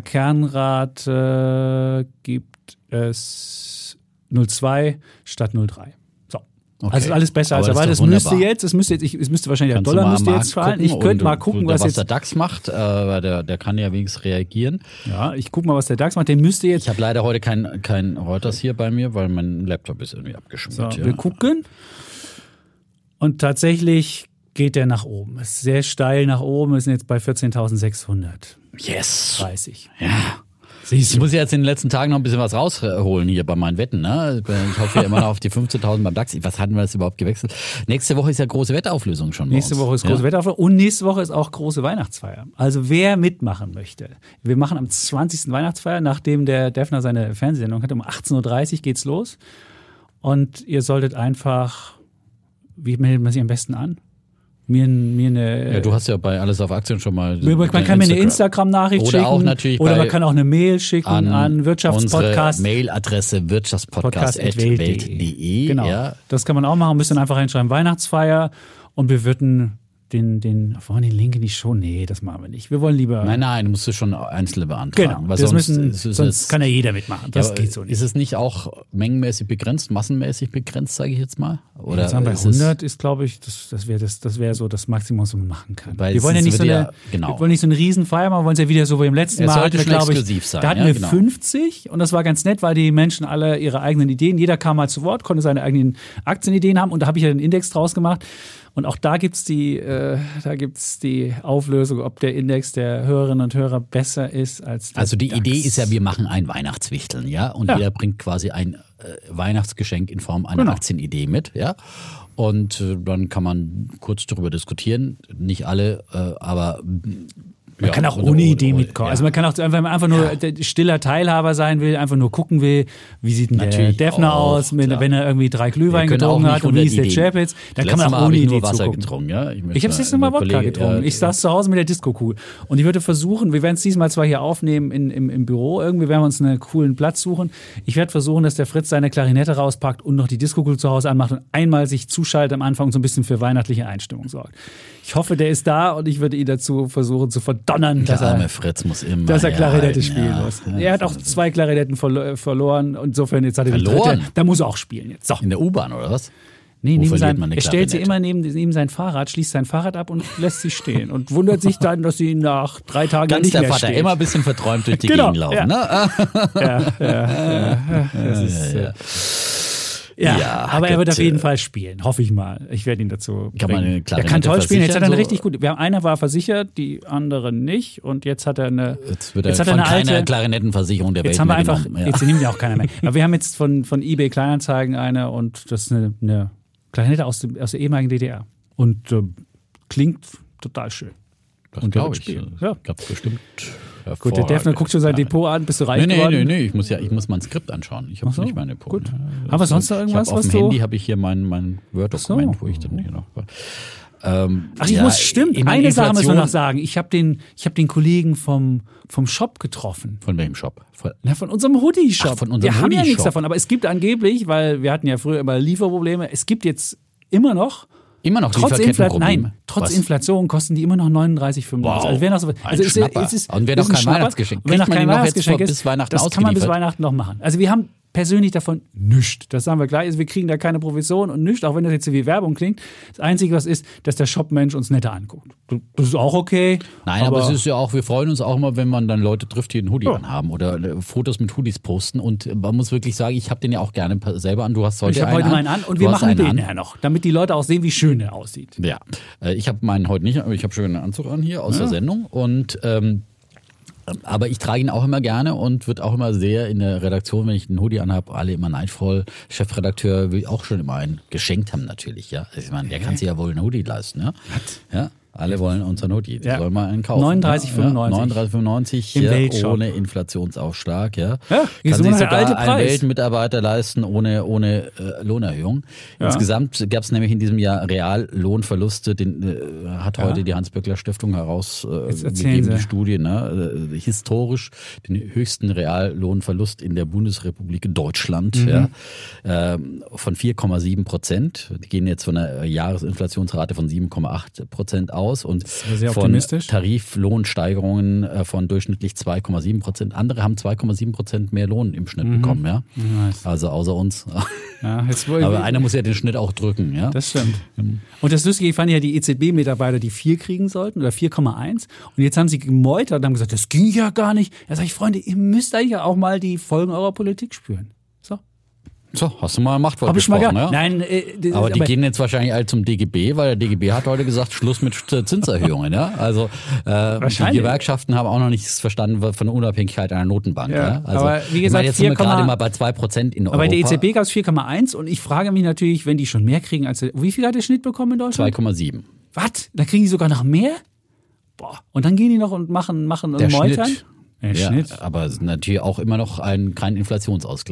Kernrate gibt es null Komma zwei statt null Komma drei. Okay. Also alles besser Aber als erwartet. Es müsste jetzt, es müsste jetzt, ich, es müsste wahrscheinlich Kannst der Dollar du müsste jetzt fallen. Ich könnte mal gucken, und, was was jetzt der DAX macht, äh, weil der, der kann ja wenigstens reagieren. Ja, ich gucke mal, was der DAX macht. Der müsste jetzt. Ich habe leider heute kein, kein Reuters hier bei mir, weil mein Laptop ist irgendwie abgeschmiert. So, ja. wir gucken. Und tatsächlich geht der nach oben. Ist sehr steil nach oben. Wir sind jetzt bei vierzehntausendsechshundert. Yes. dreißig. Ja. Ich muss ja jetzt in den letzten Tagen noch ein bisschen was rausholen hier bei meinen Wetten. Ne? Ich hoffe ja immer noch auf die fünfzehntausend beim DAX. Was hatten wir das überhaupt gewechselt? Nächste Woche ist ja große Wettauflösung schon. Nächste Woche ist große ja. Wettauflösung und nächste Woche ist auch große Weihnachtsfeier. Also wer mitmachen möchte. Wir machen am zwanzigsten Weihnachtsfeier, nachdem der Defner seine Fernsehsendung hat. Um achtzehn Uhr dreißig geht's los. Und ihr solltet einfach wie meldet man sich am besten an? Mir, mir eine, ja, du hast ja bei Alles auf Aktien schon mal. Man kann mir eine Instagram-Nachricht oder schicken. Auch natürlich oder man kann auch eine Mail schicken an, an Wirtschaftspodcast. Unsere Mailadresse wirtschaftspodcast punkt welt punkt de. Genau. Ja. Das kann man auch machen. Müssen einfach reinschreiben Weihnachtsfeier und wir würden den, den, wollen den Link in die Show? Nee, das machen wir nicht. Wir wollen lieber. Nein, nein, musst du schon einzelne beantragen. Genau. Weil das sonst, müssen, ist, sonst ist, kann ja jeder mitmachen. Das ja, geht so nicht. Ist es nicht auch mengenmäßig begrenzt, massenmäßig begrenzt, sage ich jetzt mal? Oder jetzt haben wir ist hundert ist, glaube ich, das, das wäre das, das wär so das Maximum, was man machen kann. Weil wir wollen ja nicht so eine, ja, genau. wir wollen nicht so eine Riesenfeier machen, wir wollen es ja wieder so wie im letzten es Mal. Sollte hatten schon wir, exklusiv ich, sein. Da hatten ja, wir genau. fünfzig und das war ganz nett, weil die Menschen alle ihre eigenen Ideen, jeder kam mal zu Wort, konnte seine eigenen Aktienideen haben und da habe ich ja den Index draus gemacht. Und auch da gibt es die, äh, da gibt's die Auflösung, ob der Index der Hörerinnen und Hörer besser ist als der Also die DAX. Idee ist ja, wir machen ein Weihnachtswichteln, ja, und ja. jeder bringt quasi ein äh, Weihnachtsgeschenk in Form einer genau. Aktienidee mit, ja. Und äh, dann kann man kurz darüber diskutieren. Nicht alle, äh, aber Man ja, kann auch oder, ohne oder, Idee oder, mitkommen. Ja. Also man kann auch einfach, wenn man einfach nur ja. stiller Teilhaber sein will, einfach nur gucken will, wie sieht denn Natürlich der Defner auch, aus, wenn, wenn er irgendwie drei Glühwein getrunken hat und wie ist der Chapitz, dann kann man auch ohne Idee zugucken. Ja? Ich, ich habe es jetzt Mal Wodka getrunken. Ich saß zu Hause mit der Disco-Kugel. Und ich würde versuchen, wir werden es diesmal zwar hier aufnehmen in, im, im Büro, irgendwie werden wir uns einen coolen Platz suchen. Ich werde versuchen, dass der Fritz seine Klarinette rauspackt und noch die Disco-Kugel zu Hause anmacht und einmal sich zuschaltet am Anfang und so ein bisschen für weihnachtliche Einstimmung sorgt. Ich hoffe, der ist da und ich würde ihn dazu versuchen zu verdonnern, dass der arme er, Fritz muss immer dass er Klarinette ja, spielen ja, muss. Ja, er hat auch zwei Klarinetten verlo- verloren und insofern jetzt hat er die verloren? dritte. Da muss er auch spielen jetzt. So. In der U-Bahn oder was? Nee, Wo neben verliert sein, man eine er stellt sie Klarinette? immer neben, neben sein Fahrrad, schließt sein Fahrrad ab und lässt sie stehen und wundert sich dann, dass sie nach drei Tagen Ganz nicht der mehr Vater, steht. immer ein bisschen verträumt durch die Genau, Gegend laufen. ja. Ne? Ja, ja, ja. Das ist, ja, ja, ja. ja, Ja, aber er wird gut, auf jeden äh, Fall spielen, hoffe ich mal. Ich werde ihn dazu Kann man bringen. eine Er Klarinette kann toll spielen, jetzt hat er eine versichern, richtig gute. Wir haben, einer war versichert, die andere nicht und jetzt hat er eine. Jetzt wird er jetzt hat von er eine keiner alte. Klarinettenversicherung der Jetzt Welt haben wir mehr einfach, genommen. Ja. jetzt nimmt ja auch keiner mehr. Aber wir haben jetzt von, von eBay Kleinanzeigen eine und das ist eine, eine Klarinette aus, dem, aus der ehemaligen D D R. Und äh, klingt total schön. Das Und der glaube wird ich. spielen. Ich Ja. glaube bestimmt. Gut, der Defner guckt schon sein ja. Depot an, bist du reich Nee, nee, geworden? nee, nee, ich muss ja, ich muss mein Skript anschauen. Ich habe Ach so, nicht mein Depot. gut. Ja, Aber das- sonst noch irgendwas, ich hab was auf dem du- Handy habe ich hier mein, mein Word-Dokument, Ach so. wo ich dann hier noch. Ähm, Ach, ich ja, muss, stimmt, ich meine, eine Sache müssen wir Inflation- noch sagen. Ich habe den, ich hab den Kollegen vom, vom Shop getroffen. Von welchem Shop? Von, Na, von unserem Hoodie-Shop. Ach, von unserem wir haben ja Hoodie-Shop. nichts davon, aber es gibt angeblich, weil wir hatten ja früher immer Lieferprobleme, es gibt jetzt immer noch immer noch Trotz, Infla- Lieferkettenprobleme. nein, trotz Was? Inflation kosten die immer noch neununddreißig fünfundneunzig. Wow, Also wäre noch so, ein also ist, Schnapper. ist, ist, Und wäre ist noch ein kein Schnapper. Weihnachtsgeschenk. Wenn noch Kriegt man kein den noch jetzt Weihnachtsgeschenk vor- ist, bis Weihnachten das kann man bis ausgeliefert? Weihnachten noch machen. Also wir haben persönlich davon nichts. Das sagen wir gleich. Also wir kriegen da keine Provision und nichts, auch wenn das jetzt wie Werbung klingt. Das Einzige, was ist, dass der Shopmensch uns netter anguckt. Das ist auch okay. Nein, aber, es ist ja auch, wir freuen uns auch immer, wenn man dann Leute trifft, die einen Hoodie Ja. anhaben oder äh, Fotos mit Hoodies posten. Und man muss wirklich sagen, ich habe den ja auch gerne selber an. Du hast heute ich habe einen heute an. meinen an und Du wir hast machen ein einen Bild an. nachher noch, damit die Leute auch sehen, wie schön er aussieht. Ja, äh, ich habe meinen heute nicht, aber ich habe schon einen Anzug an hier aus Ja. der Sendung. Und ähm, aber ich trage ihn auch immer gerne und wird auch immer sehr in der Redaktion, wenn ich einen Hoodie anhabe, alle immer neidvoll. Chefredakteur will auch schon immer einen geschenkt haben natürlich, ja. Also ich meine, der kann sich ja wohl einen Hoodie leisten, ja. Ja. Alle wollen unseren Hoodie. Ja. Soll mal einen kaufen. neununddreißig fünfundneunzig. Ja, neununddreißig fünfundneunzig Im ja, Weltshop. ohne Inflationsaufschlag. Ja. Ja, Kann ist sich immer noch der sogar alte ein Preis. Weltmitarbeiter leisten ohne, ohne äh, Lohnerhöhung. Ja. Insgesamt gab es nämlich in diesem Jahr Reallohnverluste. Den äh, hat Ja. heute die Hans-Böckler-Stiftung herausgegeben, Jetzt äh, erzählen gegeben, die Sie. Studie. Ne? Äh, historisch den höchsten Reallohnverlust in der Bundesrepublik Deutschland. Mhm. Ja. Ähm, von vier Komma sieben Prozent. Die gehen jetzt von einer Jahresinflationsrate von sieben Komma acht Prozent aus. Und ist sehr von optimistisch. Tariflohnsteigerungen äh, von durchschnittlich zwei Komma sieben Prozent. Andere haben zwei Komma sieben Prozent mehr Lohn im Schnitt bekommen, ja. Nice. Also außer uns. Ja, jetzt, Aber einer muss ja den Schnitt auch drücken, ja. Das stimmt. Und das Lustige, ich fand ja die E Z B-Mitarbeiter, die vier kriegen sollten oder vier Komma eins. Und jetzt haben sie gemeutert und haben gesagt, das ging ja gar nicht. Da sage ich, Freunde, ihr müsst eigentlich ja auch mal die Folgen eurer Politik spüren. So. So, hast du mal Machtwort Hab ich mal gesprochen, gehabt. ja? Nein, äh, das- Aber die gehen jetzt wahrscheinlich alle zum D G B, weil der D G B hat heute gesagt, Schluss mit Zinserhöhungen. Ja? Also äh, die Wahrscheinlich. Gewerkschaften haben auch noch nichts verstanden von der Unabhängigkeit einer Notenbank. Ja, Ja? Also, aber wie ich gesagt, meine, jetzt sind wir vier, gerade mal bei zwei Prozent in Aber Europa. bei der E Z B gab es vier Komma eins und ich frage mich natürlich, wenn die schon mehr kriegen als der, wie viel hat der Schnitt bekommen in zwei Deutschland? Komma sieben. Was? Da kriegen die sogar noch mehr? Boah. Und dann gehen die noch und machen, machen und Der meutern? Schnitt. Der Ja, Schnitt. aber es ist natürlich auch immer noch ein, kein Inflationsausgleich.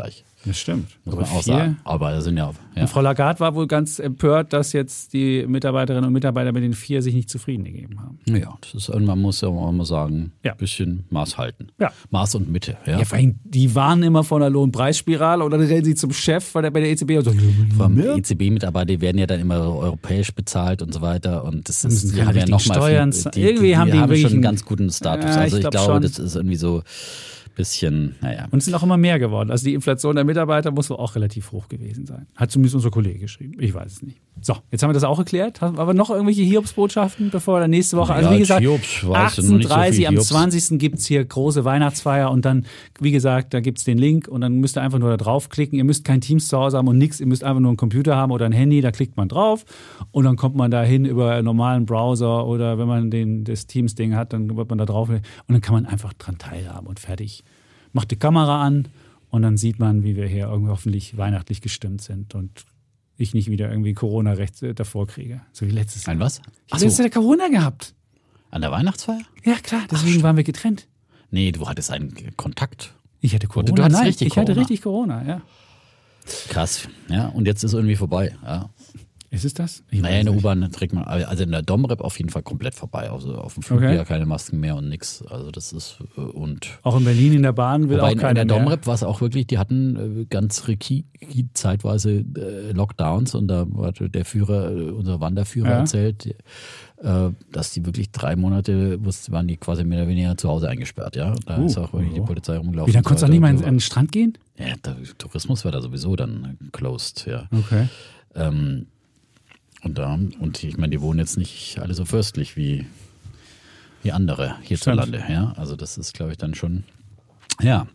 Das stimmt. Muss man Aber auch vier- sagen. Aber da sind ja, ja. Und Frau Lagarde war wohl ganz empört, dass jetzt die Mitarbeiterinnen und Mitarbeiter mit den vier sich nicht zufrieden gegeben haben. Ja, das ist irgendwann, muss ja auch mal sagen, Ja. ein bisschen Maß halten. Ja. Maß und Mitte. Ja. Ja, vor allem, die warnen immer vor einer Lohnpreisspirale und dann rennen sie zum Chef bei der, bei der E Z B und sagen, Vom ja. E Z B-Mitarbeiter, die werden ja dann immer europäisch bezahlt und so weiter. Und das Müssen ist, die keine haben ja richtigen noch mal Steuern viel, zahlen. die, Irgendwie die, die haben die haben wirklich schon einen einen- ganz guten Status. Ja, also ich ich, glaub glaube, schon. das ist irgendwie so ein bisschen, naja. Und es sind auch immer mehr geworden. Also die Inflation der Mitarbeiter muss wohl auch relativ hoch gewesen sein. Hat zumindest unser Kollege geschrieben. Ich weiß es nicht. So, jetzt haben wir das auch erklärt. Haben wir aber noch irgendwelche Hiobsbotschaften, bevor wir dann nächste Woche. Also Ja, wie gesagt, Hiobs, weiß ich noch nicht so viel achtzehn Uhr dreißig am Hiobs. zwanzigsten gibt es hier große Weihnachtsfeier und dann, wie gesagt, da gibt es den Link und dann müsst ihr einfach nur da draufklicken. Ihr müsst kein Teams zu Hause haben und nichts. Ihr müsst einfach nur einen Computer haben oder ein Handy. Da klickt man drauf und dann kommt man da hin über einen normalen Browser oder wenn man den, das Teams-Ding hat, dann wird man da drauf und dann kann man einfach dran teilhaben und fertig. Macht die Kamera an und dann sieht man, wie wir hier irgendwie hoffentlich weihnachtlich gestimmt sind und ich nicht wieder irgendwie Corona-Recht davor kriege. So wie letztes Jahr. Ein was? Ich habe letztes Jahr Corona gehabt. An der Weihnachtsfeier? Ja, klar, deswegen waren wir getrennt. Nee, du hattest einen Kontakt. Ich hatte Corona. Du hattest Nein, richtig ich hatte Corona. richtig Corona, ja. Krass. Ja, und jetzt ist irgendwie vorbei. Ja. Ist es das? Ich Naja, weiß in der nicht. U-Bahn trägt man, also in der Domrep auf jeden Fall komplett vorbei. Also auf dem Flug Okay. ja keine Masken mehr und nix. Also das ist, äh, und Auch in Berlin in der Bahn will wobei auch in, keiner in der mehr. Domrep war es auch wirklich, die hatten äh, ganz rigid zeitweise äh, Lockdowns und da hatte der Führer, äh, unser Wanderführer Ja. erzählt, äh, dass die wirklich drei Monate, wussten, waren die quasi mehr oder weniger zu Hause eingesperrt. Ja, da Uh, ist auch wirklich die Polizei rumgelaufen. Wie, dann und so konntest du auch weiter nicht mal und an so an den Strand gehen? weiter. Ja, der Tourismus war da sowieso dann closed, ja. Okay. Ähm, und da, und ich meine, die wohnen jetzt nicht alle so fürstlich wie, wie andere hierzulande. Ja? Also das ist, glaube ich, dann schon, ja.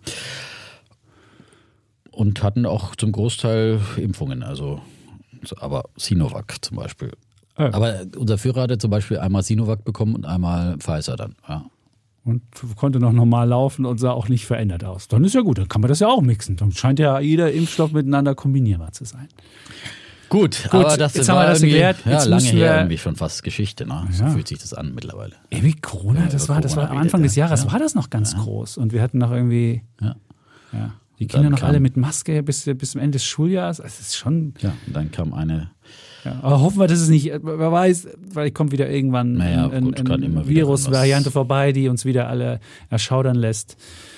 Und hatten auch zum Großteil Impfungen, also aber Sinovac zum Beispiel. Ah, ja. Aber unser Führer hatte zum Beispiel einmal Sinovac bekommen und einmal Pfizer dann. Ja. Und konnte noch normal laufen und sah auch nicht verändert aus. Dann ist ja gut, dann kann man das ja auch mixen. Dann scheint ja jeder Impfstoff miteinander kombinierbar zu sein. Gut, Gut, aber das jetzt war haben wir das irgendwie, geklärt. ja, Jetzt lange müssen her wir- irgendwie schon fast Geschichte. Ne? So Ja. fühlt sich das an mittlerweile. Ewig Corona, Ja, das über war, das war Corona am Anfang redet des er. Jahres, Ja. war das noch ganz groß. Und wir hatten noch irgendwie, Ja. ja, die Und Kinder dann noch kam- alle mit Maske bis, bis zum Ende des Schuljahres. Es ist schon, Ja, und dann kam eine. ja. Aber hoffen wir, dass es nicht, wer weiß, vielleicht kommt wieder irgendwann Naja, ein, gut, ein, kann ein immer wieder Virusvariante was- vorbei, die uns wieder alle erschaudern lässt.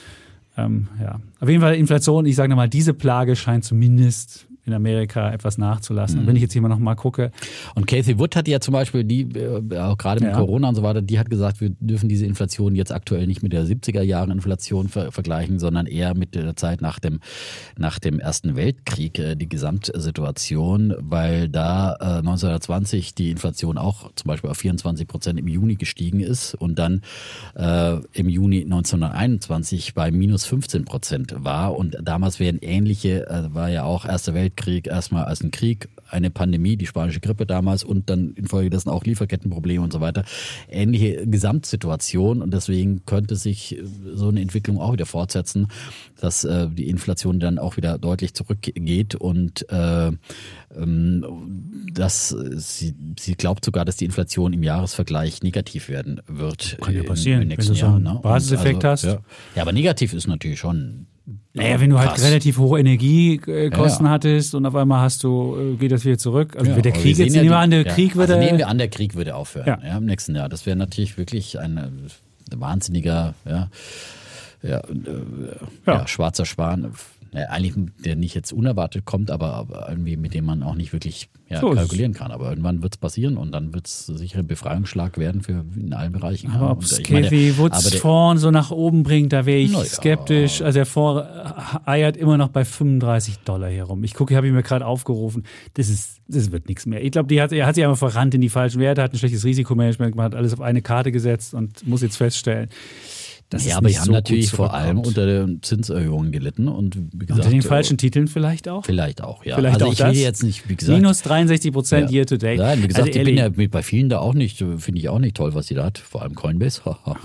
Ähm, ja. Auf jeden Fall Inflation, ich sage nochmal, diese Plage scheint zumindest in Amerika etwas nachzulassen. Mhm. Und wenn ich jetzt hier mal noch mal gucke, Und Cathy Wood hat ja zum Beispiel, die, äh, auch gerade mit Ja. Corona und so weiter, die hat gesagt, wir dürfen diese Inflation jetzt aktuell nicht mit der siebziger Jahre Inflation ver vergleichen, sondern eher mit der Zeit nach dem, nach dem Ersten Weltkrieg, äh, die Gesamtsituation, weil da äh, neunzehnhundertzwanzig die Inflation auch zum Beispiel auf vierundzwanzig Prozent im Juni gestiegen ist und dann äh, im Juni neunzehnhunderteinundzwanzig bei minus fünfzehn Prozent war. Und damals wären ähnliche, äh, war ja auch Erster Weltkrieg erstmal als ein Krieg, eine Pandemie, die spanische Grippe damals und dann infolgedessen auch Lieferkettenprobleme und so weiter. Ähnliche Gesamtsituation und deswegen könnte sich so eine Entwicklung auch wieder fortsetzen, dass äh, die Inflation dann auch wieder deutlich zurückgeht und äh, ähm, dass sie, sie glaubt sogar, dass die Inflation im Jahresvergleich negativ werden wird. Kann ja im- passieren, im nächsten wenn du so Jahr, einen ne? Und Basiseffekt hast. Ja. ja, aber negativ ist natürlich schon. naja, wenn du halt krass. relativ hohe Energiekosten Ja, ja. hattest und auf einmal hast du, äh, geht das wieder zurück. Also Ja, wird der aber Krieg wir jetzt, sehen nehmen wir ja an, der die- Krieg ja, würde. also nehmen wir an, der Krieg würde aufhören Ja. ja. im nächsten Jahr. Das wäre natürlich wirklich ein äh, wahnsinniger, ja, ja, äh, Ja. ja. schwarzer Schwan. Ja, eigentlich, der nicht jetzt unerwartet kommt, aber, aber irgendwie mit dem man auch nicht wirklich ja, So ist kalkulieren kann. Aber irgendwann wird es passieren und dann wird es sicher ein Befreiungsschlag werden für in allen Bereichen. Aber ja. ob Und es ich meine, Cathy Woods aber der- Fonds so nach oben bringt, da wäre ich Na ja. skeptisch. Also der Fonds eiert immer noch bei fünfunddreißig Dollar herum. Ich gucke, habe ich mir gerade aufgerufen. Das ist, das wird nichts mehr. Ich glaube, die hat, er hat sich einfach verrannt in die falschen Werte, hat ein schlechtes Risikomanagement gemacht, hat alles auf eine Karte gesetzt und muss jetzt feststellen, dass ja, es aber nicht die haben so gut natürlich vor allem zurückkommt. unter den Zinserhöhungen gelitten und wie gesagt, Unter den äh, falchen Titeln vielleicht auch. vielleicht auch, ja. Vielleicht also auch ich will das. jetzt nicht, wie gesagt, Minus dreiundsechzig Prozent Ja. year to date. Nein, wie gesagt, Also ich bin ja ehrlich, mit bei vielen da auch nicht, finde ich auch nicht toll, was sie da hat, vor allem Coinbase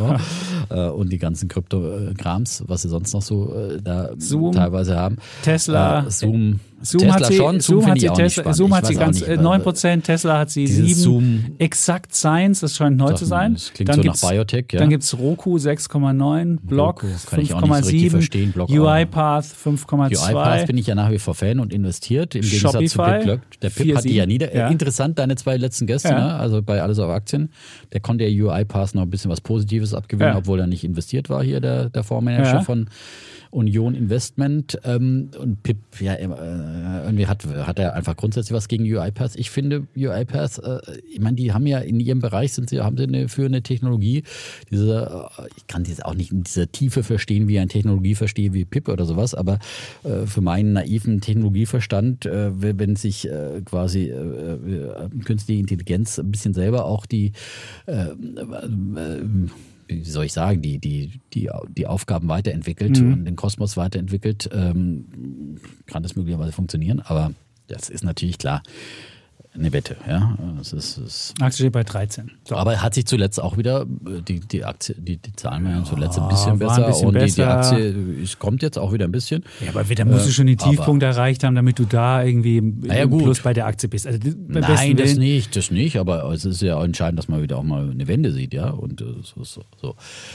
Äh, und die ganzen Krypto-Krams, was sie sonst noch so äh, da Zoom, teilweise haben. Tesla, Äh, Zoom, Zoom Tesla hat sie, schon, Zoom, Zoom hat finde sie, ich auch nicht Tesla, spannend. Zoom Ich hat sie weiß auch ganz nicht, äh, weil- neun Prozent, Tesla hat sie Dieses sieben. Zoom- Exact Science, das scheint neu Sag zu mal, sein. das klingt dann so gibt's, nach Biotech, ja. Dann gibt es Roku sechs Komma neun, Block Roku, das kann ich fünf auch nicht Komma so richtig sieben, verstehen, Block UiPath fünf Komma zwei. UiPath bin ich ja nach wie vor Fan und investiert, im Gegensatz zu Shopify, Pip Glöck. Der Pip vier hat die ja sieben. nieder. Ja. Interessant, deine zwei letzten Gäste, Ja. ne? Also bei Alles auf Aktien. Der konnte ja UiPath noch ein bisschen was Positives abgewinnen, Ja. obwohl er nicht investiert war hier, der, der Fondsmanager Ja. von Union Investment. Ähm, und Pip, ja, äh, irgendwie hat, hat er einfach grundsätzlich was gegen UiPath. Ich finde UiPath, äh, ich meine, die haben ja in ihrem Bereich, sind sie, haben sie eine führende Technologie. Diese, äh, ich kann diese auch nicht in dieser Tiefe verstehen, wie ich eine Technologie verstehe, wie Pip oder sowas, aber äh, für meinen naiven Technologieverstand, äh, wenn sich äh, quasi äh, äh, künstliche Intelligenz ein bisschen selber auch die äh, äh, wie soll ich sagen, die, die, die, die Aufgaben weiterentwickelt Mhm. und den Kosmos weiterentwickelt, ähm, kann das möglicherweise funktionieren. Aber das ist natürlich klar eine Wette. Ja? Es ist, es Aktie steht bei dreizehn. So. aber hat sich zuletzt auch wieder, die, die Aktie, die, die Zahlen waren ja zuletzt ein Ja, bisschen war ein besser bisschen und die, die besser. Aktie es kommt jetzt auch wieder ein bisschen. Ja, aber da musst du schon den aber- Tiefpunkt erreicht haben, damit du da irgendwie im ja, im gut. Plus bei der Aktie bist. Also, beim Nein, besten das Willen- nicht, das nicht, aber es ist ja entscheidend, dass man wieder auch mal eine Wende sieht, ja. Und äh, so, so, so.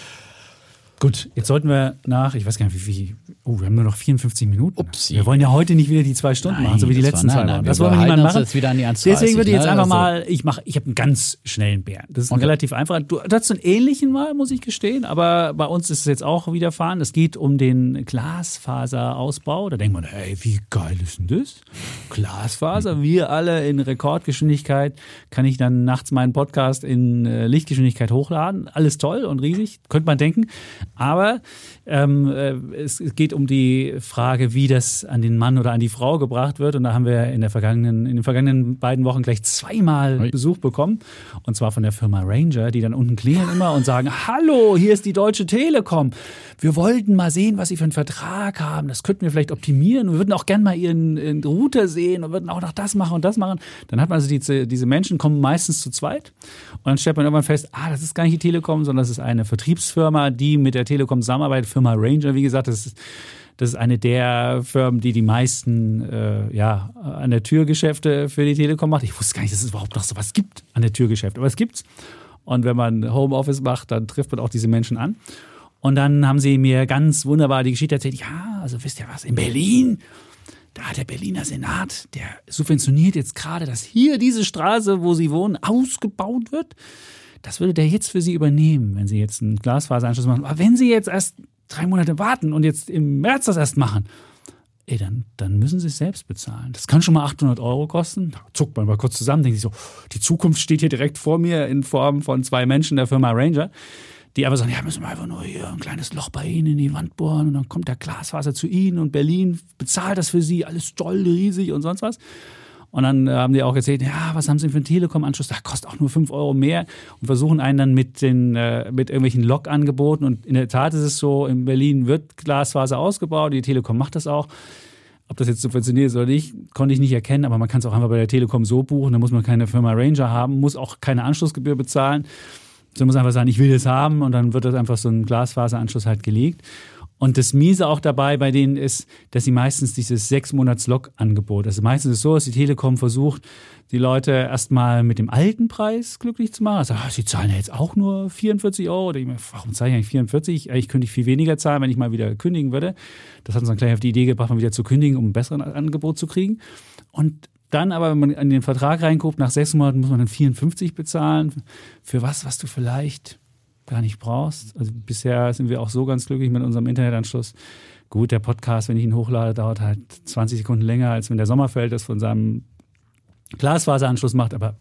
Gut, jetzt sollten wir nach, ich weiß gar nicht, wie viel, oh, wir haben nur noch vierundfünfzig Minuten. Upsi. Wir wollen ja heute nicht wieder die zwei Stunden Nein, machen, so wie die das letzten war- zwei nein, Mal. nein, Das wir wollen wir halten niemand uns machen. jetzt wieder an die eins Deswegen dreißig, würde ich jetzt ne? einfach Also- mal, ich mache, ich habe einen ganz schnellen Bären. Das ist ein Okay. relativ einfacher. Du hast so einen ähnlichen mal, muss ich gestehen, aber bei uns ist es jetzt auch widerfahren. Es geht um den Glasfaserausbau. Da denkt man, hey, wie geil ist denn das? Glasfaser, wir alle in Rekordgeschwindigkeit. Kann ich dann nachts meinen Podcast in äh, Lichtgeschwindigkeit hochladen? Alles toll und riesig, könnte man denken. Aber ähm, äh, es, es geht um die Frage, wie das an den Mann oder an die Frau gebracht wird. Und da haben wir in, der vergangenen, in den vergangenen beiden Wochen gleich zweimal Ui. Besuch bekommen. Und zwar von der Firma Ranger, die dann unten klingeln immer und sagen, hallo, hier ist die Deutsche Telekom. Wir wollten mal sehen, was Sie für einen Vertrag haben. Das könnten wir vielleicht optimieren. Wir würden auch gerne mal Ihren, Ihren Router sehen und würden auch noch das machen und das machen. Dann hat man also diese, diese Menschen kommen meistens zu zweit. Und dann stellt man irgendwann fest, ah, das ist gar nicht die Telekom, sondern das ist eine Vertriebsfirma, die mit der Telekom zusammenarbeitet. Firma Ranger, wie gesagt, das ist Das ist eine der Firmen, die die meisten äh, ja, an der Türgeschäfte für die Telekom macht. Ich wusste gar nicht, dass es überhaupt noch sowas gibt an der Türgeschäft. Aber es gibt's. Und wenn man Homeoffice macht, dann trifft man auch diese Menschen an. Und dann haben sie mir ganz wunderbar die Geschichte erzählt. Ja, also wisst ihr was, in Berlin, da hat der Berliner Senat, der subventioniert jetzt gerade, dass hier diese Straße, wo sie wohnen, ausgebaut wird. Das würde der jetzt für sie übernehmen, wenn sie jetzt einen Glasfaseranschluss machen. Aber wenn sie jetzt erst drei Monate warten und jetzt im März das erst machen, ey, dann, dann müssen sie es selbst bezahlen. Das kann schon mal achthundert Euro kosten. Da zuckt man mal kurz zusammen, denkt sich so, die Zukunft steht hier direkt vor mir in Form von zwei Menschen der Firma Ranger, die aber sagen, ja, müssen wir einfach nur hier ein kleines Loch bei Ihnen in die Wand bohren und dann kommt der Glasfaser zu Ihnen und Berlin bezahlt das für Sie, alles toll, riesig und sonst was. Und dann haben die auch erzählt, ja, was haben Sie denn für einen Telekom-Anschluss? Da kostet auch nur fünf Euro mehr und versuchen einen dann mit den äh, mit irgendwelchen Log-Angeboten. Und in der Tat ist es so, in Berlin wird Glasfaser ausgebaut, die Telekom macht das auch. Ob das jetzt subventioniert ist oder nicht, konnte ich nicht erkennen, aber man kann es auch einfach bei der Telekom so buchen, da muss man keine Firma Ranger haben, muss auch keine Anschlussgebühr bezahlen. So muss einfach sagen, ich will das haben und dann wird das einfach so ein Glasfaseranschluss halt gelegt. Und das Miese auch dabei bei denen ist, dass sie meistens dieses sechs Monats Log-Angebot, also meistens ist es so, dass die Telekom versucht, die Leute erstmal mit dem alten Preis glücklich zu machen. Also, ah, sie zahlen ja jetzt auch nur vierundvierzig Euro. Oder ich meine, warum zahle ich eigentlich vierundvierzig? Eigentlich könnte ich viel weniger zahlen, wenn ich mal wieder kündigen würde. Das hat uns dann gleich auf die Idee gebracht, mal wieder zu kündigen, um ein besseres Angebot zu kriegen. Und dann aber, wenn man in den Vertrag reinguckt, nach sechs Monaten muss man dann vierundfünfzig bezahlen. Für was, was du vielleicht gar nicht brauchst. Also bisher sind wir auch so ganz glücklich mit unserem Internetanschluss. Gut, der Podcast, wenn ich ihn hochlade, dauert halt zwanzig Sekunden länger, als wenn der Sommerfeld das von seinem Glasfaseranschluss macht. Aber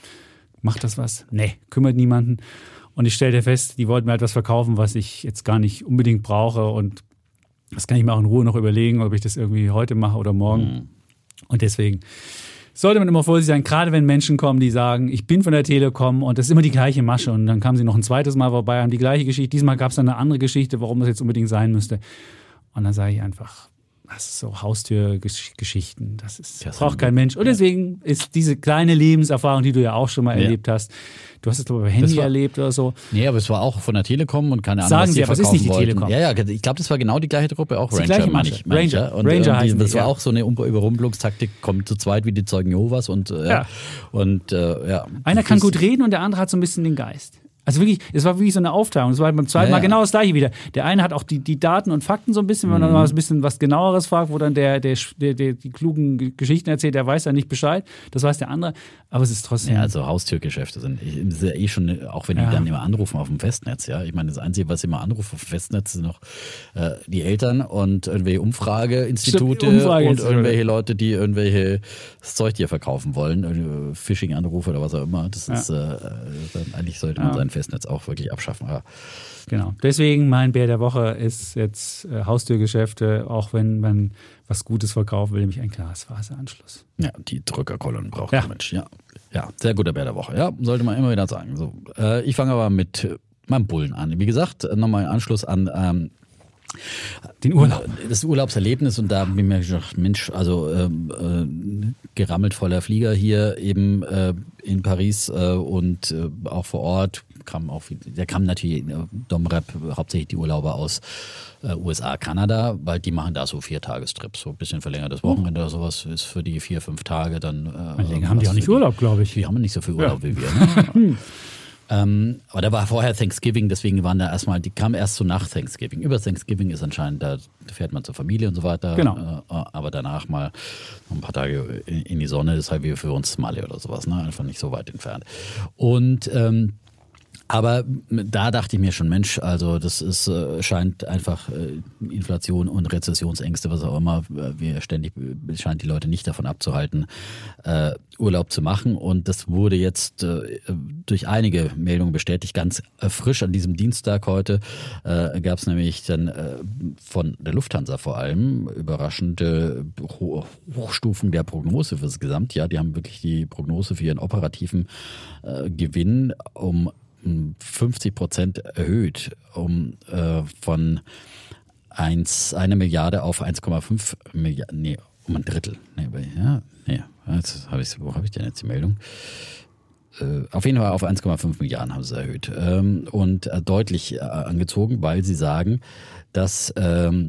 macht das was? Nee, kümmert niemanden. Und ich stellte fest, die wollten mir etwas verkaufen, was ich jetzt gar nicht unbedingt brauche. Und das kann ich mir auch in Ruhe noch überlegen, ob ich das irgendwie heute mache oder morgen. Mhm. Und deswegen sollte man immer vorsichtig sein, gerade wenn Menschen kommen, die sagen, ich bin von der Telekom und das ist immer die gleiche Masche. Und dann kamen sie noch ein zweites Mal vorbei, haben die gleiche Geschichte. Diesmal gab es dann eine andere Geschichte, warum das jetzt unbedingt sein müsste. Und dann sage ich einfach, Das ist so Haustürgeschichten, das ist, Das braucht sind- kein Mensch. Und deswegen ist diese kleine Lebenserfahrung, die du ja auch schon mal Ja. erlebt hast, du hast es glaube ich bei Handy war- erlebt oder so. Nee, aber es war auch von der Telekom und keine Ahnung, Sagen was Sie, die aber es ist verkaufen nicht die wollten. Telekom. Ja, ja, ich glaube, das war genau die gleiche Truppe, auch ist die Ranger, gleiche meine Mannschaft. ich. meine ich, Ranger. ja. Und, Ranger und heißen das die, war ja. auch so eine Über- Überrumpelungstaktik, kommt zu zweit wie die Zeugen Jehovas und äh, Ja. und äh, ja. Einer kann Das- gut reden und der andere hat so ein bisschen den Geist. Also wirklich, es war wirklich so eine Aufteilung. Es war beim zweiten Ja, Mal ja. genau das gleiche wieder. Der eine hat auch die, die Daten und Fakten so ein bisschen, wenn man Mhm. dann mal ein bisschen was genaueres fragt, wo dann der, der, der, der die klugen G- Geschichten erzählt, der weiß ja nicht Bescheid. Das weiß der andere. Aber es ist trotzdem. Ja, also Haustürgeschäfte sind ist ja eh schon, auch wenn die Ja. dann immer anrufen auf dem Festnetz, ja. Ich meine, das Einzige, was immer anrufen auf dem Festnetz, sind noch äh, die Eltern und irgendwelche Umfrageinstitute Stimmt, Umfrageinstitute. und irgendwelche Leute, die irgendwelche das Zeug dir verkaufen wollen, irgendwelche Phishing-Anrufe oder was auch immer. Das Ja. ist äh, dann eigentlich sollte man Ja. sein Festnetz auch wirklich abschaffen. Ja. Genau. Deswegen mein Bär der Woche ist jetzt äh, Haustürgeschäfte, auch wenn man was Gutes verkaufen will, nämlich ein Glasfaseranschluss. Ja, die Drückerkolonnen braucht Ja. der Mensch. Ja. ja, sehr guter Bär der Woche. Ja, sollte man immer wieder sagen. So, äh, ich fange aber mit äh, meinem Bullen an. Wie gesagt, nochmal im Anschluss an ähm, Den Urlaub. das Urlaubserlebnis und da bin ich mir gedacht, Mensch, also ähm, äh, gerammelt voller Flieger hier eben äh, in Paris äh, und äh, auch vor Ort kam auch viel, da kamen natürlich äh, Domrep hauptsächlich die Urlauber aus äh, U S A, Kanada, weil die machen da so Viertagestrips, so ein bisschen verlängertes Wochenende oder sowas ist für die vier, fünf Tage dann. Äh, Länger haben die auch was nicht für die- Urlaub, glaube ich. Die haben nicht so viel Urlaub wie wir. Ne? Ähm, aber da war vorher Thanksgiving, deswegen waren da erstmal, die kamen erst so nach Thanksgiving. Über Thanksgiving ist anscheinend, da fährt man zur Familie und so weiter. Genau. Äh, aber danach mal noch ein paar Tage in, in die Sonne, das ist halt wie für uns Mali oder sowas, ne? Einfach nicht so weit entfernt. Und ähm, aber da dachte ich mir schon, Mensch, also das ist äh, scheint einfach äh, Inflation und Rezessionsängste, was auch immer, äh, wir ständig scheint die Leute nicht davon abzuhalten, äh, Urlaub zu machen. Und das wurde jetzt äh, durch einige Meldungen bestätigt, ganz äh, frisch an diesem Dienstag heute äh, gab es nämlich dann äh, von der Lufthansa vor allem überraschende Ho- Hochstufen der Prognose fürs Gesamtjahr. Die haben wirklich die Prognose für ihren operativen äh, Gewinn um fünfzig Prozent erhöht, um äh, von eins, eine Milliarde auf eins Komma fünf Milliarden, nee, um ein Drittel. Nee, ja, nee, jetzt hab ich, wo habe ich denn jetzt die Meldung? Äh, auf jeden Fall auf eins Komma fünf Milliarden haben sie erhöht ähm, und äh, deutlich äh, angezogen, weil sie sagen, dass ähm,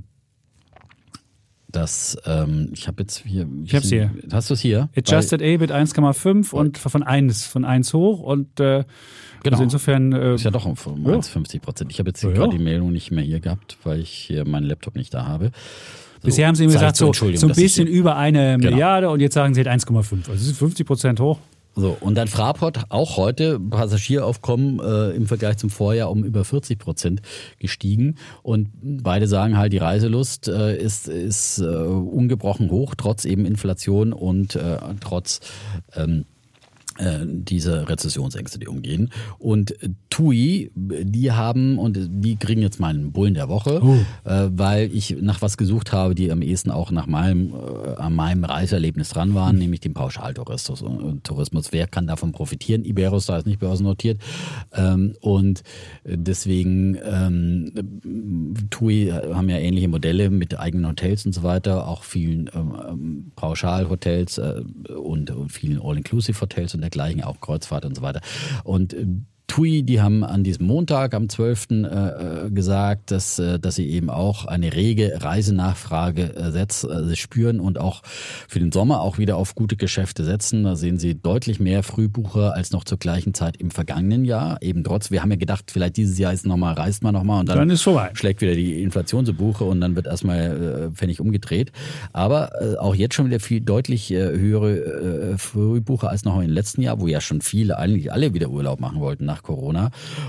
dass ähm, ich habe jetzt hier, Ich hab's hier. Hast du es hier? Adjusted E B I T eins Komma fünf und von eins, von eins hoch und äh, Genau. also insofern äh, Ist ja doch um Ja. fünfzig Prozent. Ich habe jetzt hier Ja, gerade ja. die Meldung nicht mehr hier gehabt, weil ich hier meinen Laptop nicht da habe. So, bisher haben sie ihm sag ich gesagt, zur so, Entschuldigung, so ein dass ich bisschen hier- über eine Genau. Milliarde und jetzt sagen sie halt eins Komma fünf. Also es ist fünfzig Prozent hoch. So, und dann Fraport auch heute Passagieraufkommen äh, im Vergleich zum Vorjahr um über vierzig Prozent gestiegen. Und beide sagen halt, die Reiselust äh, ist, ist äh, ungebrochen hoch, trotz eben Inflation und äh, trotz ähm, äh, diese Rezessionsängste, die umgehen. Und äh, T U I, die haben, und die kriegen jetzt meinen Bullen der Woche, Oh. äh, weil ich nach was gesucht habe, die am ehesten auch nach meinem, äh, an meinem Reiseerlebnis dran waren, nämlich dem Pauschaltourismus und Tourismus. Wer kann davon profitieren? Iberostar ist nicht börsennotiert. Ähm, und deswegen ähm, T U I haben ja ähnliche Modelle mit eigenen Hotels und so weiter, auch vielen ähm, Pauschalhotels äh, und, und vielen All-Inclusive-Hotels und dergleichen, auch Kreuzfahrt und so weiter. Und äh, T U I, die haben an diesem Montag, am zwölften Äh, gesagt, dass, äh, dass sie eben auch eine rege Reisenachfrage äh, setz, äh, spüren und auch für den Sommer auch wieder auf gute Geschäfte setzen. Da sehen sie deutlich mehr Frühbucher als noch zur gleichen Zeit im vergangenen Jahr. Eben trotz, wir haben ja gedacht, vielleicht dieses Jahr ist nochmal, reist man nochmal und dann, Dann ist vorbei. schlägt wieder die Inflation zu Buche und dann wird erstmal äh, Pfennig umgedreht. Aber äh, auch jetzt schon wieder viel deutlich äh, höhere äh, Frühbucher als noch im letzten Jahr, wo ja schon viele, eigentlich alle wieder Urlaub machen wollten nach Corona.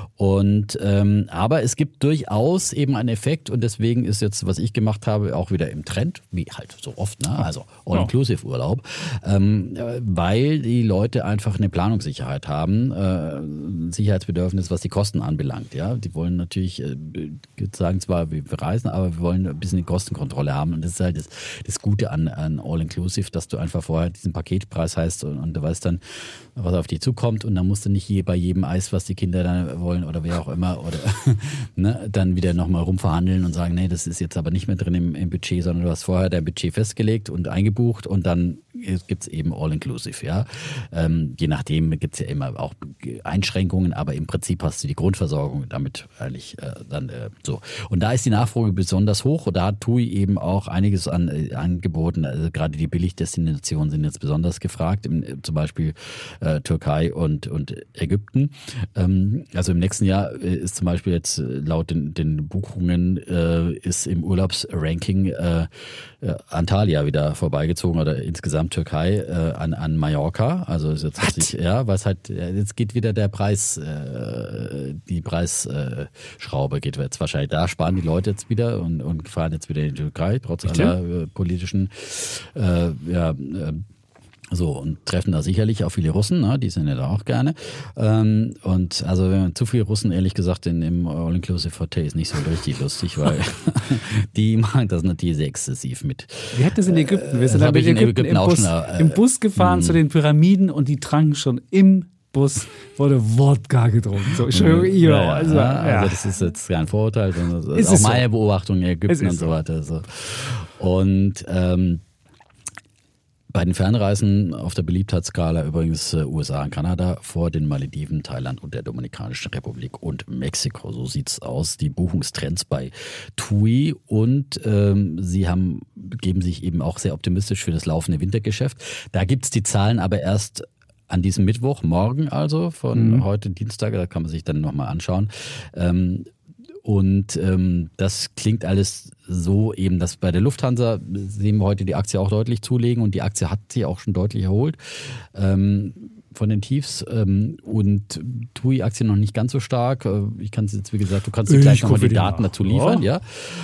Und ähm, aber es gibt durchaus eben einen Effekt und deswegen ist jetzt, was ich gemacht habe, auch wieder im Trend, wie halt so oft, ne? Also All-Inclusive-Urlaub, ähm, weil die Leute einfach eine Planungssicherheit haben, äh, Sicherheitsbedürfnis, was die Kosten anbelangt. Ja, die wollen natürlich äh, sagen zwar, wir reisen, aber wir wollen ein bisschen die Kostenkontrolle haben und das ist halt das, das Gute an, an All-Inclusive, dass du einfach vorher diesen Paketpreis hast und, und du weißt dann, was auf dich zukommt und dann musst du nicht je, bei jedem Eis, was was die Kinder dann wollen oder wer auch immer, oder ne, dann wieder nochmal rumverhandeln und sagen, nee, das ist jetzt aber nicht mehr drin im, im Budget, sondern du hast vorher dein Budget festgelegt und eingebucht und dann gibt's eben All-Inclusive, ja. Ähm, je nachdem gibt's ja immer auch Einschränkungen, aber im Prinzip hast du die Grundversorgung damit eigentlich äh, dann äh, so. Und da ist die Nachfrage besonders hoch und da hat TUI eben auch einiges an äh, angeboten. Also gerade die Billigdestinationen sind jetzt besonders gefragt, im, zum Beispiel äh, Türkei und, und Ägypten. Ähm, also im nächsten Jahr ist zum Beispiel jetzt laut den, den Buchungen äh, ist im Urlaubsranking äh, äh, Antalya wieder vorbeigezogen oder insgesamt Türkei äh, an, an Mallorca. Also ist jetzt richtig, ja, was halt, jetzt geht wieder der Preis, äh, die Preisschraube äh, geht jetzt wahrscheinlich. Da sparen die Leute jetzt wieder und, und fahren jetzt wieder in die Türkei, trotz Bitte? aller äh, politischen äh, ja, äh, so, und treffen da sicherlich auch viele Russen, ne? Die sind ja da auch gerne. Ähm, und also wenn man zu viele Russen, ehrlich gesagt, in, im All-Inclusive Hotel ist nicht so richtig lustig, weil die machen das natürlich sehr exzessiv mit. Wir hatten das in Ägypten. Wir sind Das da habe mit ich in Ägypten, Ägypten im, auch Bus, schon, äh, im Bus gefahren zu den Pyramiden und die tranken schon im Bus, wurde Wodka getrunken. So, ja, ja, also, ja, ja. also das ist jetzt kein Vorurteil, sondern das Ist ist auch es meine so. Beobachtung in Ägypten Es ist und so so. weiter. So. Und ähm, bei den Fernreisen auf der Beliebtheitsskala übrigens äh, U S A und Kanada vor den Malediven, Thailand und der Dominikanischen Republik und Mexiko. So sieht's aus. Die Buchungstrends bei TUI und ähm, sie haben geben sich eben auch sehr optimistisch für das laufende Wintergeschäft. Da gibt's die Zahlen aber erst an diesem Mittwoch, morgen also, von mhm. heute Dienstag, da kann man sich dann nochmal anschauen. Ähm, Und ähm, das klingt alles so eben, dass bei der Lufthansa sehen wir heute die Aktie auch deutlich zulegen und die Aktie hat sich auch schon deutlich erholt ähm, von den Tiefs ähm, und TUI-Aktie noch nicht ganz so stark. Ich kann es jetzt, wie gesagt, du kannst dir gleich nochmal die Daten nach. dazu liefern, oh. ja.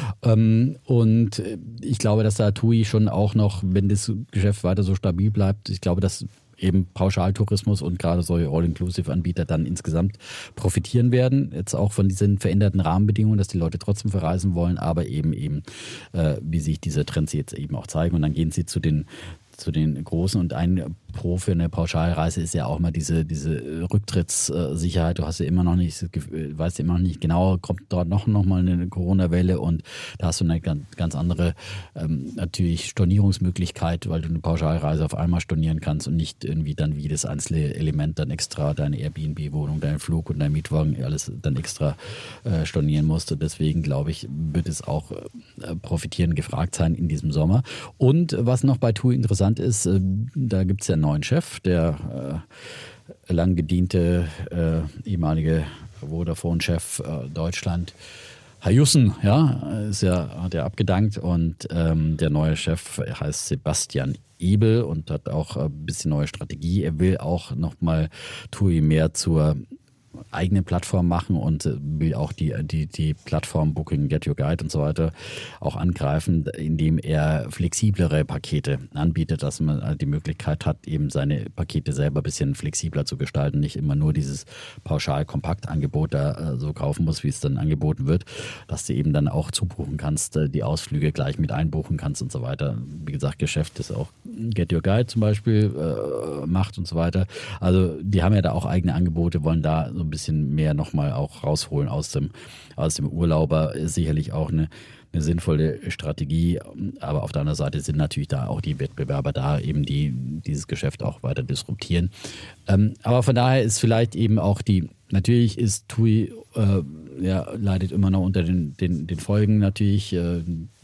Ähm, und ich glaube, dass da TUI schon auch noch, wenn das Geschäft weiter so stabil bleibt, ich glaube, dass eben Pauschaltourismus und gerade solche All-Inclusive-Anbieter dann insgesamt profitieren werden. Jetzt auch von diesen veränderten Rahmenbedingungen, dass die Leute trotzdem verreisen wollen, aber eben eben, äh, wie sich diese Trends jetzt eben auch zeigen. Und dann gehen sie zu den zu den Großen und ein Pro für eine Pauschalreise ist ja auch mal diese, diese Rücktrittssicherheit. Du hast ja immer noch nicht, weißt ja immer noch nicht genau, kommt dort noch, noch mal eine Corona-Welle und da hast du eine ganz, ganz andere ähm, natürlich Stornierungsmöglichkeit, weil du eine Pauschalreise auf einmal stornieren kannst und nicht irgendwie dann wie das einzelne Element dann extra deine Airbnb-Wohnung, deinen Flug und dein Mietwagen alles dann extra äh, stornieren musst. Und deswegen glaube ich, wird es auch äh, profitieren, gefragt sein in diesem Sommer. Und was noch bei TUI interessant ist, äh, da gibt es ja einen neuen Chef, der äh, lang gediente äh, ehemalige Vodafone-Chef äh, Deutschland, Herr Jussen, ja, ist ja, hat er abgedankt und ähm, der neue Chef heißt Sebastian Ebel und hat auch ein bisschen neue Strategie. Er will auch nochmal TUI mehr zur eigene Plattform machen und will auch die, die, die Plattform Booking, Get Your Guide und so weiter auch angreifen, indem er flexiblere Pakete anbietet, dass man die Möglichkeit hat, eben seine Pakete selber ein bisschen flexibler zu gestalten, nicht immer nur dieses Pauschal-Kompakt-Angebot da so kaufen muss, wie es dann angeboten wird, dass du eben dann auch zubuchen kannst, die Ausflüge gleich mit einbuchen kannst und so weiter. Wie gesagt, Geschäft ist auch Get Your Guide zum Beispiel äh, macht und so weiter. Also die haben ja da auch eigene Angebote, wollen da so ein bisschen mehr nochmal auch rausholen aus dem, aus dem Urlauber. Ist sicherlich auch eine, eine sinnvolle Strategie. Aber auf der anderen Seite sind natürlich da auch die Wettbewerber da, eben die dieses Geschäft auch weiter disruptieren. Ähm, aber von daher ist vielleicht eben auch die, natürlich ist TUI, äh, ja, leidet immer noch unter den, den, den Folgen natürlich, äh,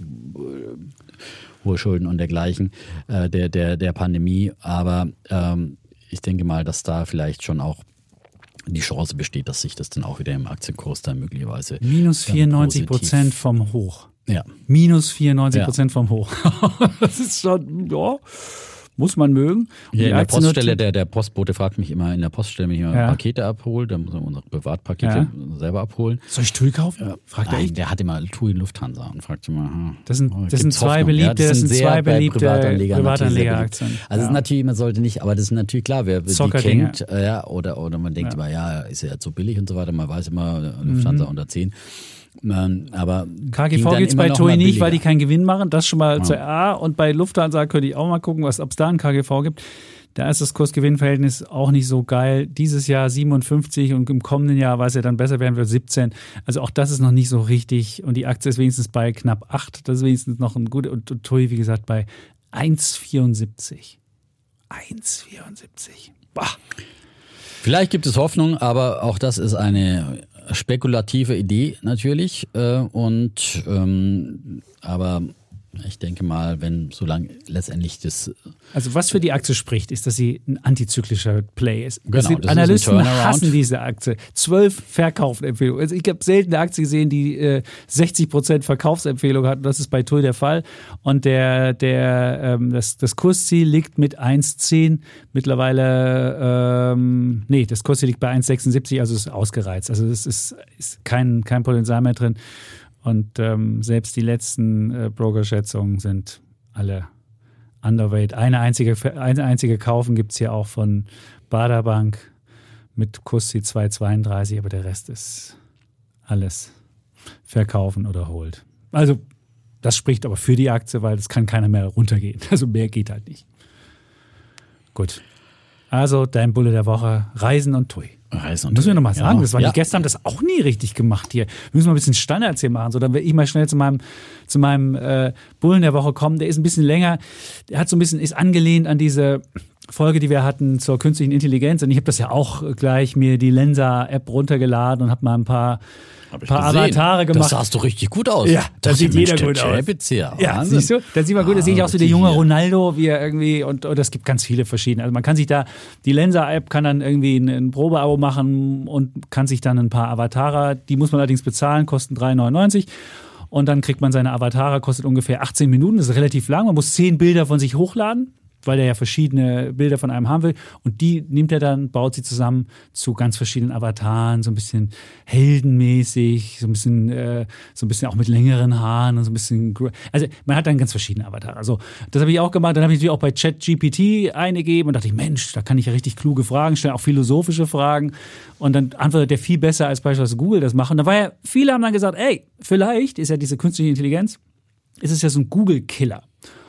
hohe Schulden und dergleichen, äh, der, der, der Pandemie. Aber ähm, ich denke mal, dass da vielleicht schon auch die Chance besteht, dass sich das dann auch wieder im Aktienkurs dann möglicherweise minus vierundneunzig Prozent vom Hoch. Ja. Minus vierundneunzig Prozent ja. vom Hoch. Das ist schon, ja, muss man mögen. Und ja, in der Poststelle, der, der Postbote fragt mich immer in der Poststelle, wenn ich mal ja. Pakete abhole, dann muss man unsere Privatpakete ja. selber abholen. Soll ich TUI kaufen? Ja. Fragt Nein, er der hat immer TUI Lufthansa und fragt immer, hm, das sind, oh, das sind zwei Hoffnung? beliebte, ja, das sind das sind sehr zwei beliebte Privatanleger Privatanlegeraktien. Also ja. es ist natürlich, man sollte nicht, aber das ist natürlich klar, wer die kennt, ja, oder, oder man denkt ja. immer, ja, ist ja zu billig und so weiter, man weiß immer, Lufthansa mhm. unter zehn. Aber K G V gibt es bei TUI nicht, weil die keinen Gewinn machen. Das schon mal ja. zur A. Und bei Lufthansa könnte ich auch mal gucken, was ob es da ein K G V gibt. Da ist das Kurs-Gewinn-Verhältnis auch nicht so geil. Dieses Jahr siebenundfünfzig und im kommenden Jahr, weil es ja dann besser werden wird, siebzehn. Also auch das ist noch nicht so richtig. Und die Aktie ist wenigstens bei knapp acht. Das ist wenigstens noch ein guter. Und T U I, wie gesagt, bei eins Komma vierundsiebzig. eins Komma vierundsiebzig. Bah. Vielleicht gibt es Hoffnung, aber auch das ist eine spekulative Idee natürlich. Und ähm, aber ich denke mal, wenn solange letztendlich das... Also was für die Aktie spricht, ist, dass sie ein antizyklischer Play ist. Genau, die Analysten hassen diese Aktie. Zwölf Verkaufsempfehlungen. Also ich habe selten eine Aktie gesehen, die äh, sechzig Prozent Verkaufsempfehlung hat. Das ist bei T U I der Fall. Und der, der, ähm, das, das Kursziel liegt mit eins Komma zehn mittlerweile, ähm, nee, das Kursziel liegt bei eins Komma sechsundsiebzig, also ist ausgereizt. Also es ist, ist kein, kein Potenzial mehr drin. Und ähm, selbst die letzten äh, Broker-Schätzungen sind alle underweight. Eine einzige, eine einzige Kaufen gibt es hier auch von Baader Bank mit Kursziel zwei Komma zweiunddreißig, aber der Rest ist alles verkaufen oder hold. Also das spricht aber für die Aktie, weil das kann keiner mehr runtergehen. Also mehr geht halt nicht. Gut. Also dein Bulle der Woche, Reisen und T U I. Reisen und Müssen wir nochmal sagen, ja. das war ja. die gestern haben das auch nie richtig gemacht hier. Wir müssen mal ein bisschen Standards hier machen, so dann will ich mal schnell zu meinem, zu meinem äh, Bullen der Woche kommen. Der ist ein bisschen länger, der hat so ein bisschen, ist angelehnt an diese Folge, die wir hatten zur künstlichen Intelligenz. Und ich habe das ja auch gleich mir die Lensa-App runtergeladen und habe mal ein paar, paar Avatare gemacht. Das sahst du richtig gut aus. Ja, da sieht Mensch, jeder gut aus. Ja, ja, siehst du? Da sieht man gut, da sehe ich auch so der junge Ronaldo, wie er irgendwie, und, und es gibt ganz viele verschiedene. Also man kann sich da, die Lensa-App kann dann irgendwie ein, ein Probeabo machen und kann sich dann ein paar Avatare, die muss man allerdings bezahlen, kosten drei neunundneunzig. Und dann kriegt man seine Avatare, kostet ungefähr achtzehn Minuten, das ist relativ lang. Man muss zehn Bilder von sich hochladen, weil der ja verschiedene Bilder von einem haben will. Und die nimmt er dann, baut sie zusammen zu ganz verschiedenen Avataren, so ein bisschen heldenmäßig, so ein bisschen, äh, so ein bisschen auch mit längeren Haaren und so ein bisschen. Also man hat dann ganz verschiedene Avatare. Also das habe ich auch gemacht. Dann habe ich natürlich auch bei ChatGPT eingegeben und dachte ich, Mensch, da kann ich ja richtig kluge Fragen stellen, auch philosophische Fragen. Und dann antwortet der viel besser als beispielsweise Google das machen. Da war ja, viele haben dann gesagt, ey, vielleicht ist ja diese künstliche Intelligenz, ist es ja so ein Google-Killer.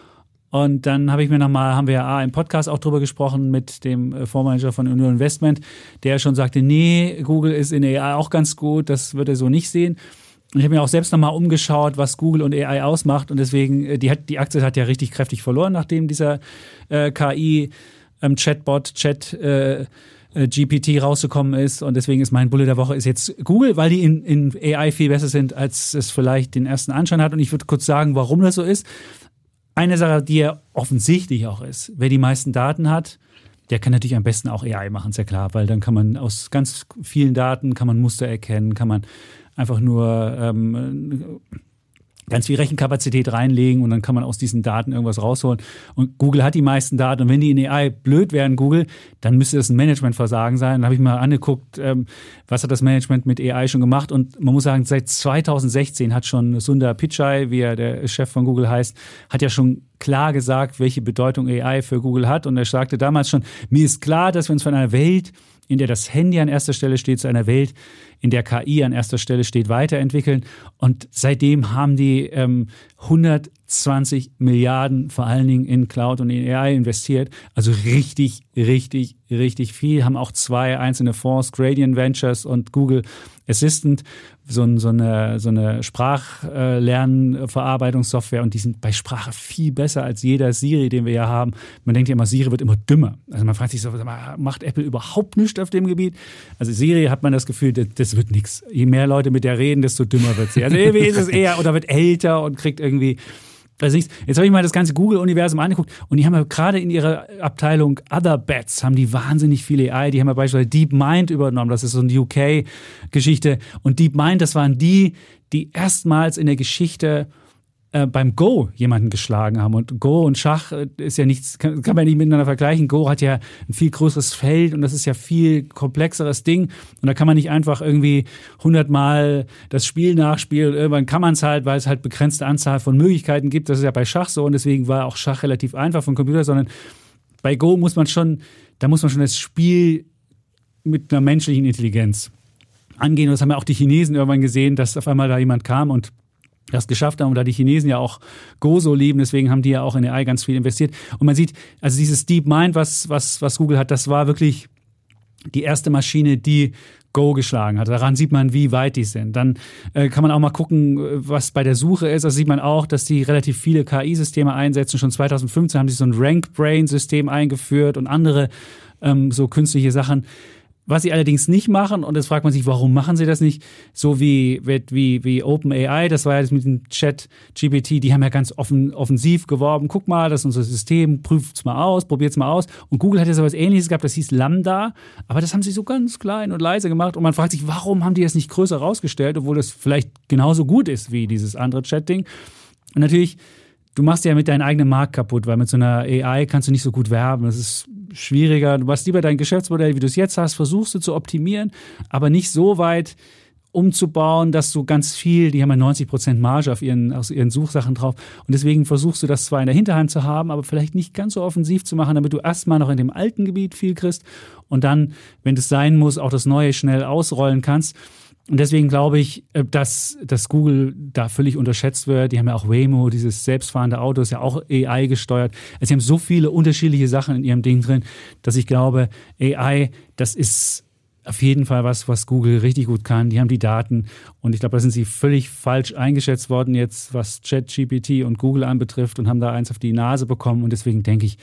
Und dann habe ich mir nochmal, haben wir ja im Podcast auch drüber gesprochen mit dem Fondsmanager von Union Investment, der schon sagte, nee, Google ist in A I auch ganz gut, das wird er so nicht sehen. Und ich habe mir auch selbst nochmal umgeschaut, was Google und A I ausmacht. Und deswegen, die, hat, die Aktie hat ja richtig kräftig verloren, nachdem dieser äh, K I-Chatbot, Chat äh, G P T rausgekommen ist. Und deswegen ist mein Bulle der Woche ist jetzt Google, weil die in, in A I viel besser sind, als es vielleicht den ersten Anschein hat. Und ich würde kurz sagen, warum das so ist. Eine Sache, die ja offensichtlich auch ist, wer die meisten Daten hat, der kann natürlich am besten auch A I machen, ist ja klar, weil dann kann man aus ganz vielen Daten, kann man Muster erkennen, kann man einfach nur ähm, ganz viel Rechenkapazität reinlegen und dann kann man aus diesen Daten irgendwas rausholen. Und Google hat die meisten Daten und wenn die in A I blöd wären, Google, dann müsste das ein Managementversagen sein. Dann habe ich mal angeguckt, ähm, was hat das Management mit A I schon gemacht und man muss sagen, seit zweitausendsechzehn hat schon Sundar Pichai, wie er der Chef von Google heißt, hat ja schon klar gesagt, welche Bedeutung A I für Google hat und er sagte damals schon, mir ist klar, dass wir uns von einer Welt, in der das Handy an erster Stelle steht, zu einer Welt, in der K I an erster Stelle steht, weiterentwickeln. Und seitdem haben die ähm, hundertzwanzig Milliarden vor allen Dingen in Cloud und in A I investiert. Also richtig, richtig, richtig viel. Haben auch zwei einzelne Fonds, Gradient Ventures und Google Assistant, so, so eine, so eine Sprachlernverarbeitungssoftware. Und die sind bei Sprache viel besser als jeder Siri, den wir ja haben. Man denkt ja immer, Siri wird immer dümmer. Also man fragt sich so, macht Apple überhaupt nichts auf dem Gebiet? Also Siri hat man das Gefühl, das, das wird nichts. Je mehr Leute mit der reden, desto dümmer wird sie. Also irgendwie ist es eher, oder wird älter und kriegt irgendwie, weiß nichts. Jetzt habe ich mal das ganze Google-Universum angeguckt und die haben ja gerade in ihrer Abteilung Other Bets, haben die wahnsinnig viele A I. Die haben ja beispielsweise DeepMind übernommen. Das ist so eine U K-Geschichte. Und DeepMind, das waren die, die erstmals in der Geschichte äh, beim Go jemanden geschlagen haben. Und Go und Schach ist ja nichts, kann, kann man nicht miteinander vergleichen. Go hat ja ein viel größeres Feld und das ist ja viel komplexeres Ding. Und da kann man nicht einfach irgendwie hundertmal das Spiel nachspielen. Irgendwann kann man es halt, weil es halt begrenzte Anzahl von Möglichkeiten gibt. Das ist ja bei Schach so und deswegen war auch Schach relativ einfach vom Computer, sondern bei Go muss man schon, da muss man schon das Spiel mit einer menschlichen Intelligenz angehen. Und das haben ja auch die Chinesen irgendwann gesehen, dass auf einmal da jemand kam und das geschafft haben, und da die Chinesen ja auch Go so lieben, deswegen haben die ja auch in A I ganz viel investiert. Und man sieht, also dieses DeepMind, was, was, was Google hat, das war wirklich die erste Maschine, die Go geschlagen hat. Daran sieht man, wie weit die sind. Dann äh, kann man auch mal gucken, was bei der Suche ist. Da sieht man auch, dass die relativ viele K I-Systeme einsetzen. Schon zwanzig fünfzehn haben sie so ein Rank-Brain-System eingeführt und andere ähm, so künstliche Sachen. Was sie allerdings nicht machen, und jetzt fragt man sich, warum machen sie das nicht, so wie, wie, wie OpenAI, das war ja das mit dem Chat G P T, die haben ja ganz offen, offensiv geworben, guck mal, das ist unser System, prüft's mal aus, probiert's mal aus. Und Google hat ja so was Ähnliches gehabt, das hieß Lambda, aber das haben sie so ganz klein und leise gemacht und man fragt sich, warum haben die das nicht größer rausgestellt, obwohl das vielleicht genauso gut ist wie dieses andere Chat-Ding. Und natürlich, du machst ja mit deinem eigenen Markt kaputt, weil mit so einer A I kannst du nicht so gut werben. Das ist schwieriger. Du machst lieber dein Geschäftsmodell, wie du es jetzt hast, versuchst du zu optimieren, aber nicht so weit umzubauen, dass du ganz viel, die haben ja neunzig Prozent Marge auf ihren, auf ihren Suchsachen drauf. Und deswegen versuchst du das zwar in der Hinterhand zu haben, aber vielleicht nicht ganz so offensiv zu machen, damit du erstmal noch in dem alten Gebiet viel kriegst und dann, wenn es sein muss, auch das Neue schnell ausrollen kannst. Und deswegen glaube ich, dass, dass Google da völlig unterschätzt wird. Die haben ja auch Waymo, dieses selbstfahrende Auto, ist ja auch A I gesteuert. Also sie haben so viele unterschiedliche Sachen in ihrem Ding drin, dass ich glaube, A I, das ist auf jeden Fall was, was Google richtig gut kann. Die haben die Daten und ich glaube, da sind sie völlig falsch eingeschätzt worden jetzt, was ChatGPT und Google anbetrifft und haben da eins auf die Nase bekommen. Und deswegen denke ich,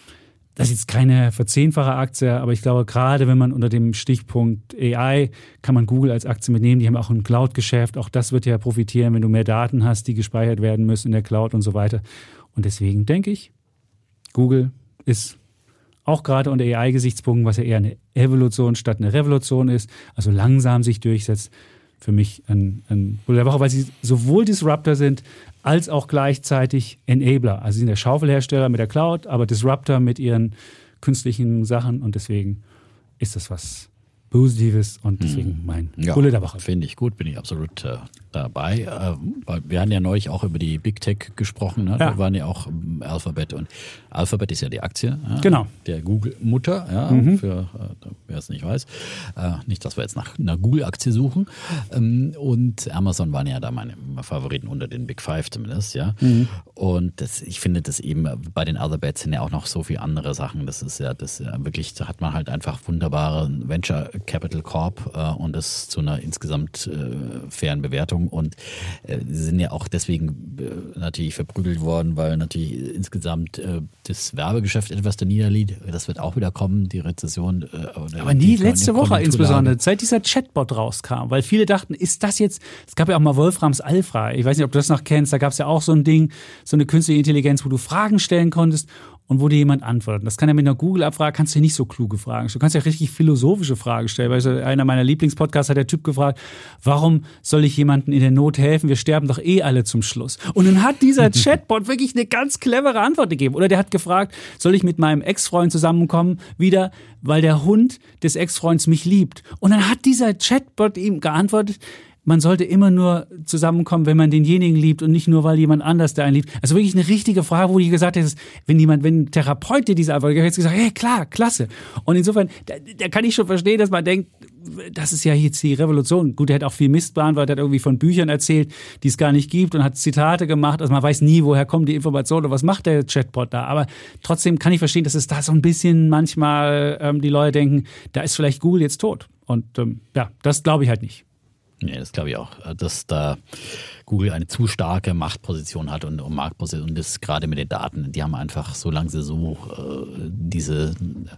das ist jetzt keine verzehnfache Aktie, aber ich glaube, gerade wenn man unter dem Stichpunkt A I, kann man Google als Aktie mitnehmen. Die haben auch ein Cloud-Geschäft. Auch das wird ja profitieren, wenn du mehr Daten hast, die gespeichert werden müssen in der Cloud und so weiter. Und deswegen denke ich, Google ist auch gerade unter A I-Gesichtspunkten, was ja eher eine Evolution statt eine Revolution ist, also langsam sich durchsetzt, für mich ein, ein Bull der Woche, weil sie sowohl Disruptor sind, als auch gleichzeitig Enabler. Also sie sind der Schaufelhersteller mit der Cloud, aber Disruptor mit ihren künstlichen Sachen und deswegen ist das was Positives und deswegen mein ja, Bulle der Woche. Finde ich gut, bin ich absolut äh, dabei. Äh, weil wir haben ja neulich auch über die Big Tech gesprochen. Ne? Ja. Da waren ja auch ähm, Alphabet und Alphabet ist ja die Aktie. Ja? Genau. Der Google-Mutter, ja, mhm. für äh, wer es nicht weiß. Äh, nicht, dass wir jetzt nach einer Google-Aktie suchen. Ähm, und Amazon waren ja da meine Favoriten unter den Big Five zumindest, ja. Mhm. Und das, ich finde das eben, bei den Other Bets sind ja auch noch so viele andere Sachen. Das ist ja, das ja wirklich, da hat man halt einfach wunderbare Venture Capital Corp äh, und das zu einer insgesamt äh, fairen Bewertung und äh, sie sind ja auch deswegen äh, natürlich verprügelt worden, weil natürlich insgesamt äh, das Werbegeschäft etwas da niederliegt. Das wird auch wieder kommen, die Rezession. Äh, Aber nie letzte Woche insbesondere, seit dieser Chatbot rauskam, weil viele dachten, ist das jetzt, es gab ja auch mal Wolframs Alpha, ich weiß nicht, ob du das noch kennst, da gab es ja auch so ein Ding, so eine künstliche Intelligenz, wo du Fragen stellen konntest und wo dir jemand antwortet. Das kann ja mit einer Google-Abfrage, kannst du ja nicht so kluge Fragen stellen. Du kannst ja richtig philosophische Fragen stellen. Weil einer meiner Lieblingspodcasts hat der Typ gefragt, warum soll ich jemandem in der Not helfen? Wir sterben doch eh alle zum Schluss. Und dann hat dieser Chatbot wirklich eine ganz clevere Antwort gegeben. Oder der hat gefragt, soll ich mit meinem Ex-Freund zusammenkommen? Wieder, weil der Hund des Ex-Freunds mich liebt. Und dann hat dieser Chatbot ihm geantwortet, man sollte immer nur zusammenkommen, wenn man denjenigen liebt und nicht nur, weil jemand anders der einen liebt. Also wirklich eine richtige Frage, wo ich gesagt hätte, wenn jemand, wenn ein Therapeut dir diese Antwort hätte gesagt, hey, klar, klasse. Und insofern, da, da kann ich schon verstehen, dass man denkt, das ist ja jetzt die Revolution. Gut, er hat auch viel Mist beantwortet, hat irgendwie von Büchern erzählt, die es gar nicht gibt und hat Zitate gemacht. Also man weiß nie, woher kommen die Informationen oder was macht der Chatbot da. Aber trotzdem kann ich verstehen, dass es da so ein bisschen manchmal ähm, die Leute denken, da ist vielleicht Google jetzt tot. Und ähm, ja, das glaube ich halt nicht. Nee, das glaube ich auch, dass da Google eine zu starke Machtposition hat und, und Marktposition und das gerade mit den Daten, die haben einfach, solange sie so äh, diese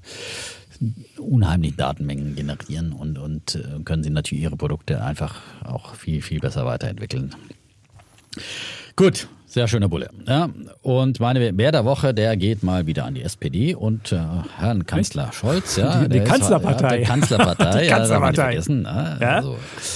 unheimlichen Datenmengen generieren und, und äh, können sie natürlich ihre Produkte einfach auch viel, viel besser weiterentwickeln. Gut, sehr schöner Bulle. Ja, und meine Bär der Woche, der geht mal wieder an die S P D und äh, Herrn Kanzler Scholz. Ja, die, die Kanzlerpartei. Ist, ja, die Kanzlerpartei. Die Kanzlerpartei. Ja, ne? Ja? Also,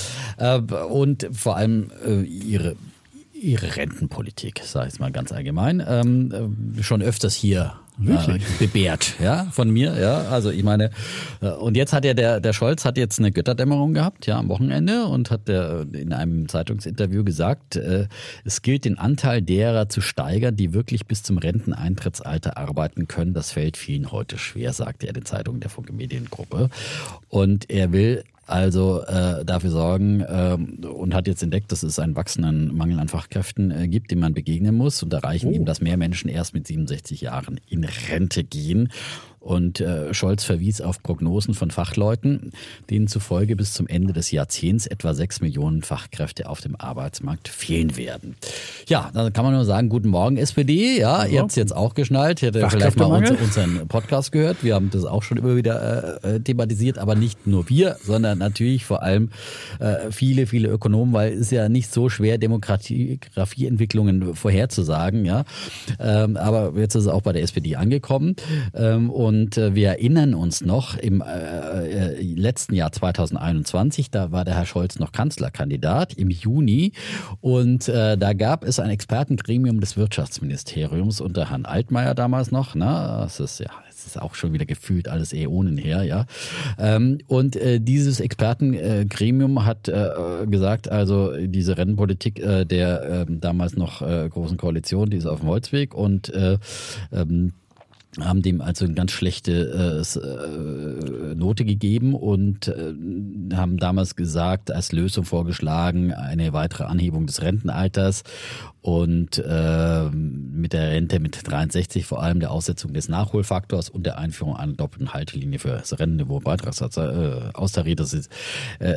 und vor allem äh, ihre, ihre Rentenpolitik, sage ich es mal ganz allgemein, ähm, schon öfters hier äh, gebärt, ja, von mir, ja, also ich meine, äh, und jetzt hat ja der, der Scholz hat jetzt eine Götterdämmerung gehabt, ja, am Wochenende und hat der, in einem Zeitungsinterview gesagt, äh, es gilt den Anteil derer zu steigern, die wirklich bis zum Renteneintrittsalter arbeiten können, das fällt vielen heute schwer, sagte er den Zeitungen der Funke Mediengruppe und er will also äh, dafür sorgen äh, und hat jetzt entdeckt, dass es einen wachsenden Mangel an Fachkräften äh, gibt, dem man begegnen muss und erreichen oh. eben, dass mehr Menschen erst mit siebenundsechzig Jahren in Rente gehen. Und äh, Scholz verwies auf Prognosen von Fachleuten, denen zufolge bis zum Ende des Jahrzehnts etwa sechs Millionen Fachkräfte auf dem Arbeitsmarkt fehlen werden. Ja, da kann man nur sagen, guten Morgen S P D. Ja, ja. Ihr habt es jetzt auch geschnallt. Ihr hättet vielleicht mal uns, unseren Podcast gehört. Wir haben das auch schon immer wieder äh, thematisiert, aber nicht nur wir, sondern natürlich vor allem äh, viele, viele Ökonomen, weil es ist ja nicht so schwer, Demografieentwicklungen vorherzusagen. Ja, ähm, aber jetzt ist es auch bei der S P D angekommen. Ähm, und Und wir erinnern uns noch, im äh, letzten Jahr zweitausendeinundzwanzig, da war der Herr Scholz noch Kanzlerkandidat im Juni und äh, da gab es ein Expertengremium des Wirtschaftsministeriums unter Herrn Altmaier damals noch. Ne? Das ist ja das ist auch schon wieder gefühlt alles Äonen her, ja. Ähm, und äh, dieses Expertengremium hat äh, gesagt, also diese Rennpolitik äh, der äh, damals noch äh, Großen Koalition, die ist auf dem Holzweg und äh, ähm, haben dem also eine ganz schlechte äh, Note gegeben und äh, haben damals gesagt, als Lösung vorgeschlagen, eine weitere Anhebung des Rentenalters und äh, mit der Rente mit dreiundsechzig vor allem der Aussetzung des Nachholfaktors und der Einführung einer doppelten Haltelinie für das Rentenniveau Beitragssatz äh, austariert. Das ist, äh,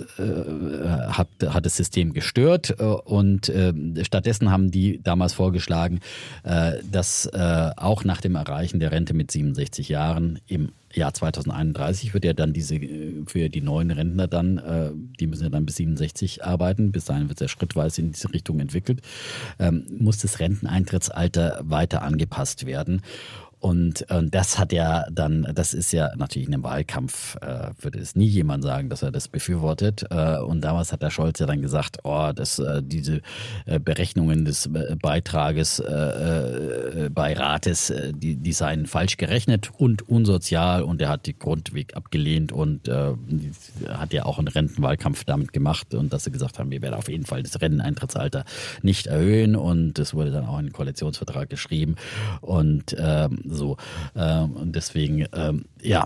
äh, hat, hat das System gestört äh, und äh, stattdessen haben die damals vorgeschlagen, äh, dass äh, auch nach dem Erreichen der Rente mit siebenundsechzig Jahren im Jahr zweitausendeinunddreißig wird ja dann diese für die neuen Rentner dann, äh, die müssen ja dann bis siebenundsechzig arbeiten, bis dahin wird es ja schrittweise in diese Richtung entwickelt, ähm, muss das Renteneintrittsalter weiter angepasst werden. Und, und das hat ja dann, das ist ja natürlich in einem Wahlkampf, äh, würde es nie jemand sagen, dass er das befürwortet. Äh, und damals hat der Scholz ja dann gesagt, oh, dass äh, diese äh, Berechnungen des äh, Beitrages äh, äh, bei Rates, äh, die, die seien falsch gerechnet und unsozial. Und er hat die Grundweg abgelehnt und äh, hat ja auch einen Rentenwahlkampf damit gemacht. Und dass sie gesagt haben, wir werden auf jeden Fall das Renteneintrittsalter nicht erhöhen. Und das wurde dann auch in den Koalitionsvertrag geschrieben. Und ähm, so, ähm, und deswegen, ähm, ja,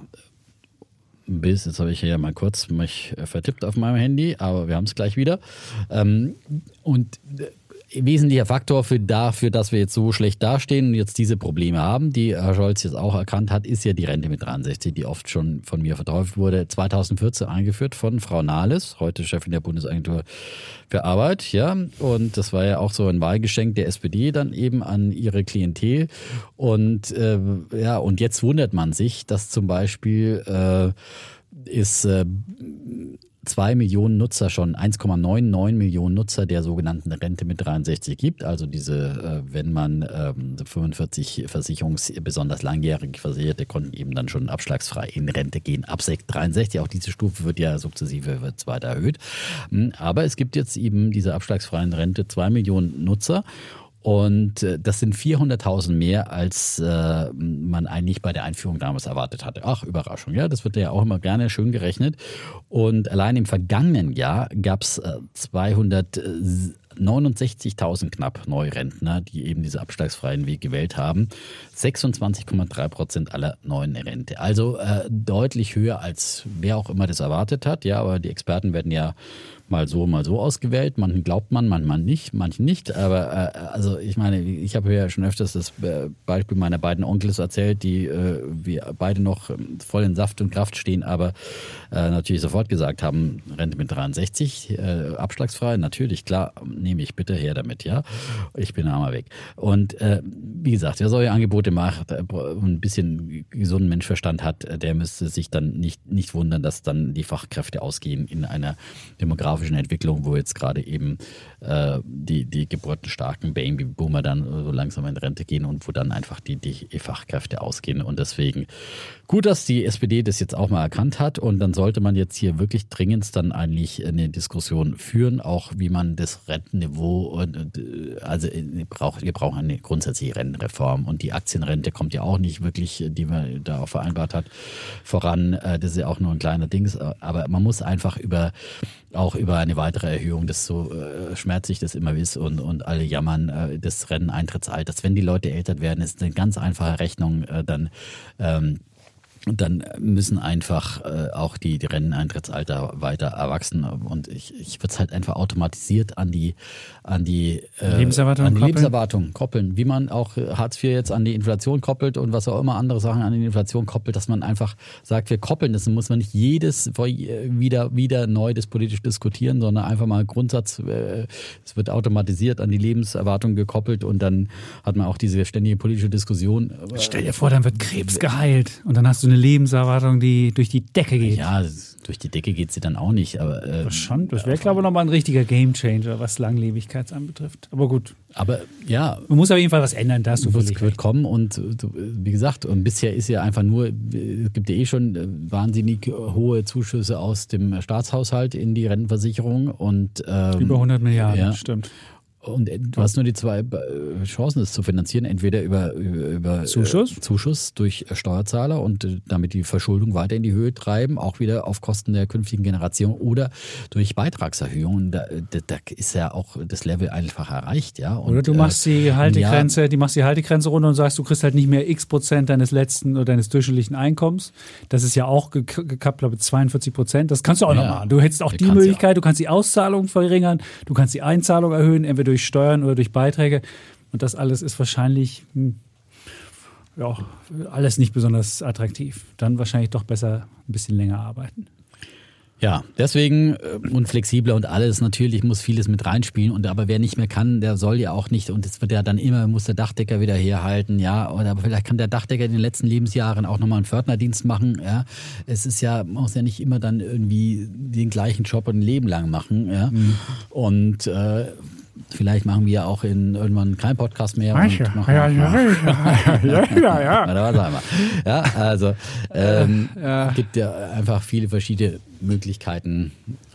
bis, jetzt habe ich hier mal kurz mich vertippt auf meinem Handy, aber wir haben es gleich wieder. Ähm, und wesentlicher Faktor für dafür, dass wir jetzt so schlecht dastehen und jetzt diese Probleme haben, die Herr Scholz jetzt auch erkannt hat, ist ja die Rente mit dreiundsechzig, die oft schon von mir verteufelt wurde, zweitausendvierzehn eingeführt von Frau Nahles, heute Chefin der Bundesagentur für Arbeit, ja, und das war ja auch so ein Wahlgeschenk der S P D dann eben an ihre Klientel und äh, ja, und jetzt wundert man sich, dass zum Beispiel äh, ist äh, zwei Millionen Nutzer schon, eins Komma neunundneunzig Millionen Nutzer der sogenannten Rente mit dreiundsechzig gibt. Also diese, wenn man fünfundvierzig Versicherungs-, besonders langjährig Versicherte konnten eben dann schon abschlagsfrei in Rente gehen. Ab dreiundsechzig, auch diese Stufe wird ja sukzessive wird's weiter erhöht. Aber es gibt jetzt eben diese abschlagsfreien Rente, zwei Millionen Nutzer. Und das sind vierhunderttausend mehr, als äh, man eigentlich bei der Einführung damals erwartet hatte. Ach, Überraschung, ja, das wird ja auch immer gerne schön gerechnet. Und allein im vergangenen Jahr gab es äh, zweihundertneunundsechzigtausend knapp Neurentner, die eben diesen abschlagsfreien Weg gewählt haben. sechsundzwanzig Komma drei Prozent aller neuen Rente. Also äh, deutlich höher, als wer auch immer das erwartet hat. Ja, aber die Experten werden ja mal so, mal so ausgewählt. Manchen glaubt man, manchen nicht, manchen nicht. Aber äh, also ich meine, ich habe ja schon öfters das Beispiel meiner beiden Onkels erzählt, die äh, wir beide noch voll in Saft und Kraft stehen, aber äh, natürlich sofort gesagt haben, Rente mit dreiundsechzig, äh, abschlagsfrei, natürlich, klar, nehme ich bitte her damit, ja. Ich bin einmal weg. Und äh, wie gesagt, wer solche Angebote macht und ein bisschen gesunden Menschenverstand hat, der müsste sich dann nicht, nicht wundern, dass dann die Fachkräfte ausgehen in einer demografischen Entwicklung, wo jetzt gerade eben äh, die, die geburtenstarken Babyboomer dann so langsam in Rente gehen und wo dann einfach die, die Fachkräfte ausgehen. Und deswegen gut, dass die S P D das jetzt auch mal erkannt hat. Und dann sollte man jetzt hier wirklich dringend dann eigentlich eine Diskussion führen, auch wie man das Rentenniveau, also wir brauchen eine grundsätzliche Rentenreform. Und die Aktienrente kommt ja auch nicht wirklich, die man da auch vereinbart hat, voran. Das ist ja auch nur ein kleiner Dings. Aber man muss einfach über auch über eine weitere Erhöhung, das so äh, schmerzlich das immer ist und, und alle jammern äh, des Renteneintrittsalters. Wenn die Leute älter werden, ist eine ganz einfache Rechnung, äh, dann ähm, Und dann müssen einfach äh, auch die, die Renteneintrittsalter weiter erwachsen. Und ich, ich würde es halt einfach automatisiert an die, an die, äh, Lebenserwartung, an die koppeln? Lebenserwartung koppeln. Wie man auch Hartz vier jetzt an die Inflation koppelt und was auch immer andere Sachen an die Inflation koppelt, dass man einfach sagt, wir koppeln das. Dann muss man nicht jedes wieder, wieder neu das politisch diskutieren, sondern einfach mal Grundsatz, äh, es wird automatisiert an die Lebenserwartung gekoppelt und dann hat man auch diese ständige politische Diskussion. Stell dir vor, dann wird Krebs geheilt und dann hast du eine Lebenserwartung, die durch die Decke geht. Ja, durch die Decke geht sie dann auch nicht. Aber, äh, das schon, das wäre, glaube ich, nochmal ein richtiger Gamechanger, was Langlebigkeit anbetrifft. Aber gut. Aber ja. Man muss auf jeden Fall was ändern, da hast du völlig recht. Wird kommen und wie gesagt, und bisher ist ja einfach nur, es gibt ja eh schon wahnsinnig hohe Zuschüsse aus dem Staatshaushalt in die Rentenversicherung. Und, ähm, über hundert Milliarden, ja. stimmt. Und du hast nur die zwei Chancen, das zu finanzieren. Entweder über, über Zuschuss? Äh, Zuschuss durch Steuerzahler und damit die Verschuldung weiter in die Höhe treiben, auch wieder auf Kosten der künftigen Generation, oder durch Beitragserhöhungen. Da, da, da ist ja auch das Level einfach erreicht. Ja. Und, oder du machst die Haltegrenze, ja, die machst die Haltegrenze runter und sagst, du kriegst halt nicht mehr x Prozent deines letzten oder deines durchschnittlichen Einkommens. Das ist ja auch gekappt, glaube ich, zweiundvierzig Prozent. Das kannst du auch ja, noch machen. Du hättest auch die Möglichkeit, auch. Du kannst die Auszahlung verringern, du kannst die Einzahlung erhöhen, entweder durch durch Steuern oder durch Beiträge. Und das alles ist wahrscheinlich hm, ja, alles nicht besonders attraktiv. Dann wahrscheinlich doch besser ein bisschen länger arbeiten. Ja, deswegen und flexibler und alles, natürlich muss vieles mit reinspielen. Und aber wer nicht mehr kann, der soll ja auch nicht. Und es wird ja dann immer, muss der Dachdecker wieder herhalten, ja. Oder aber vielleicht kann der Dachdecker in den letzten Lebensjahren auch nochmal einen Pförtnerdienst machen, ja. Es ist ja, man muss ja nicht immer dann irgendwie den gleichen Job ein Leben lang machen, ja. Mhm. Und äh, vielleicht machen wir ja auch in irgendwann keinen Podcast mehr. Und ja, machen ja, ja, ja, ja, ja, ja. Oder was einmal. Ja, also ähm, ja. gibt ja einfach viele verschiedene Möglichkeiten,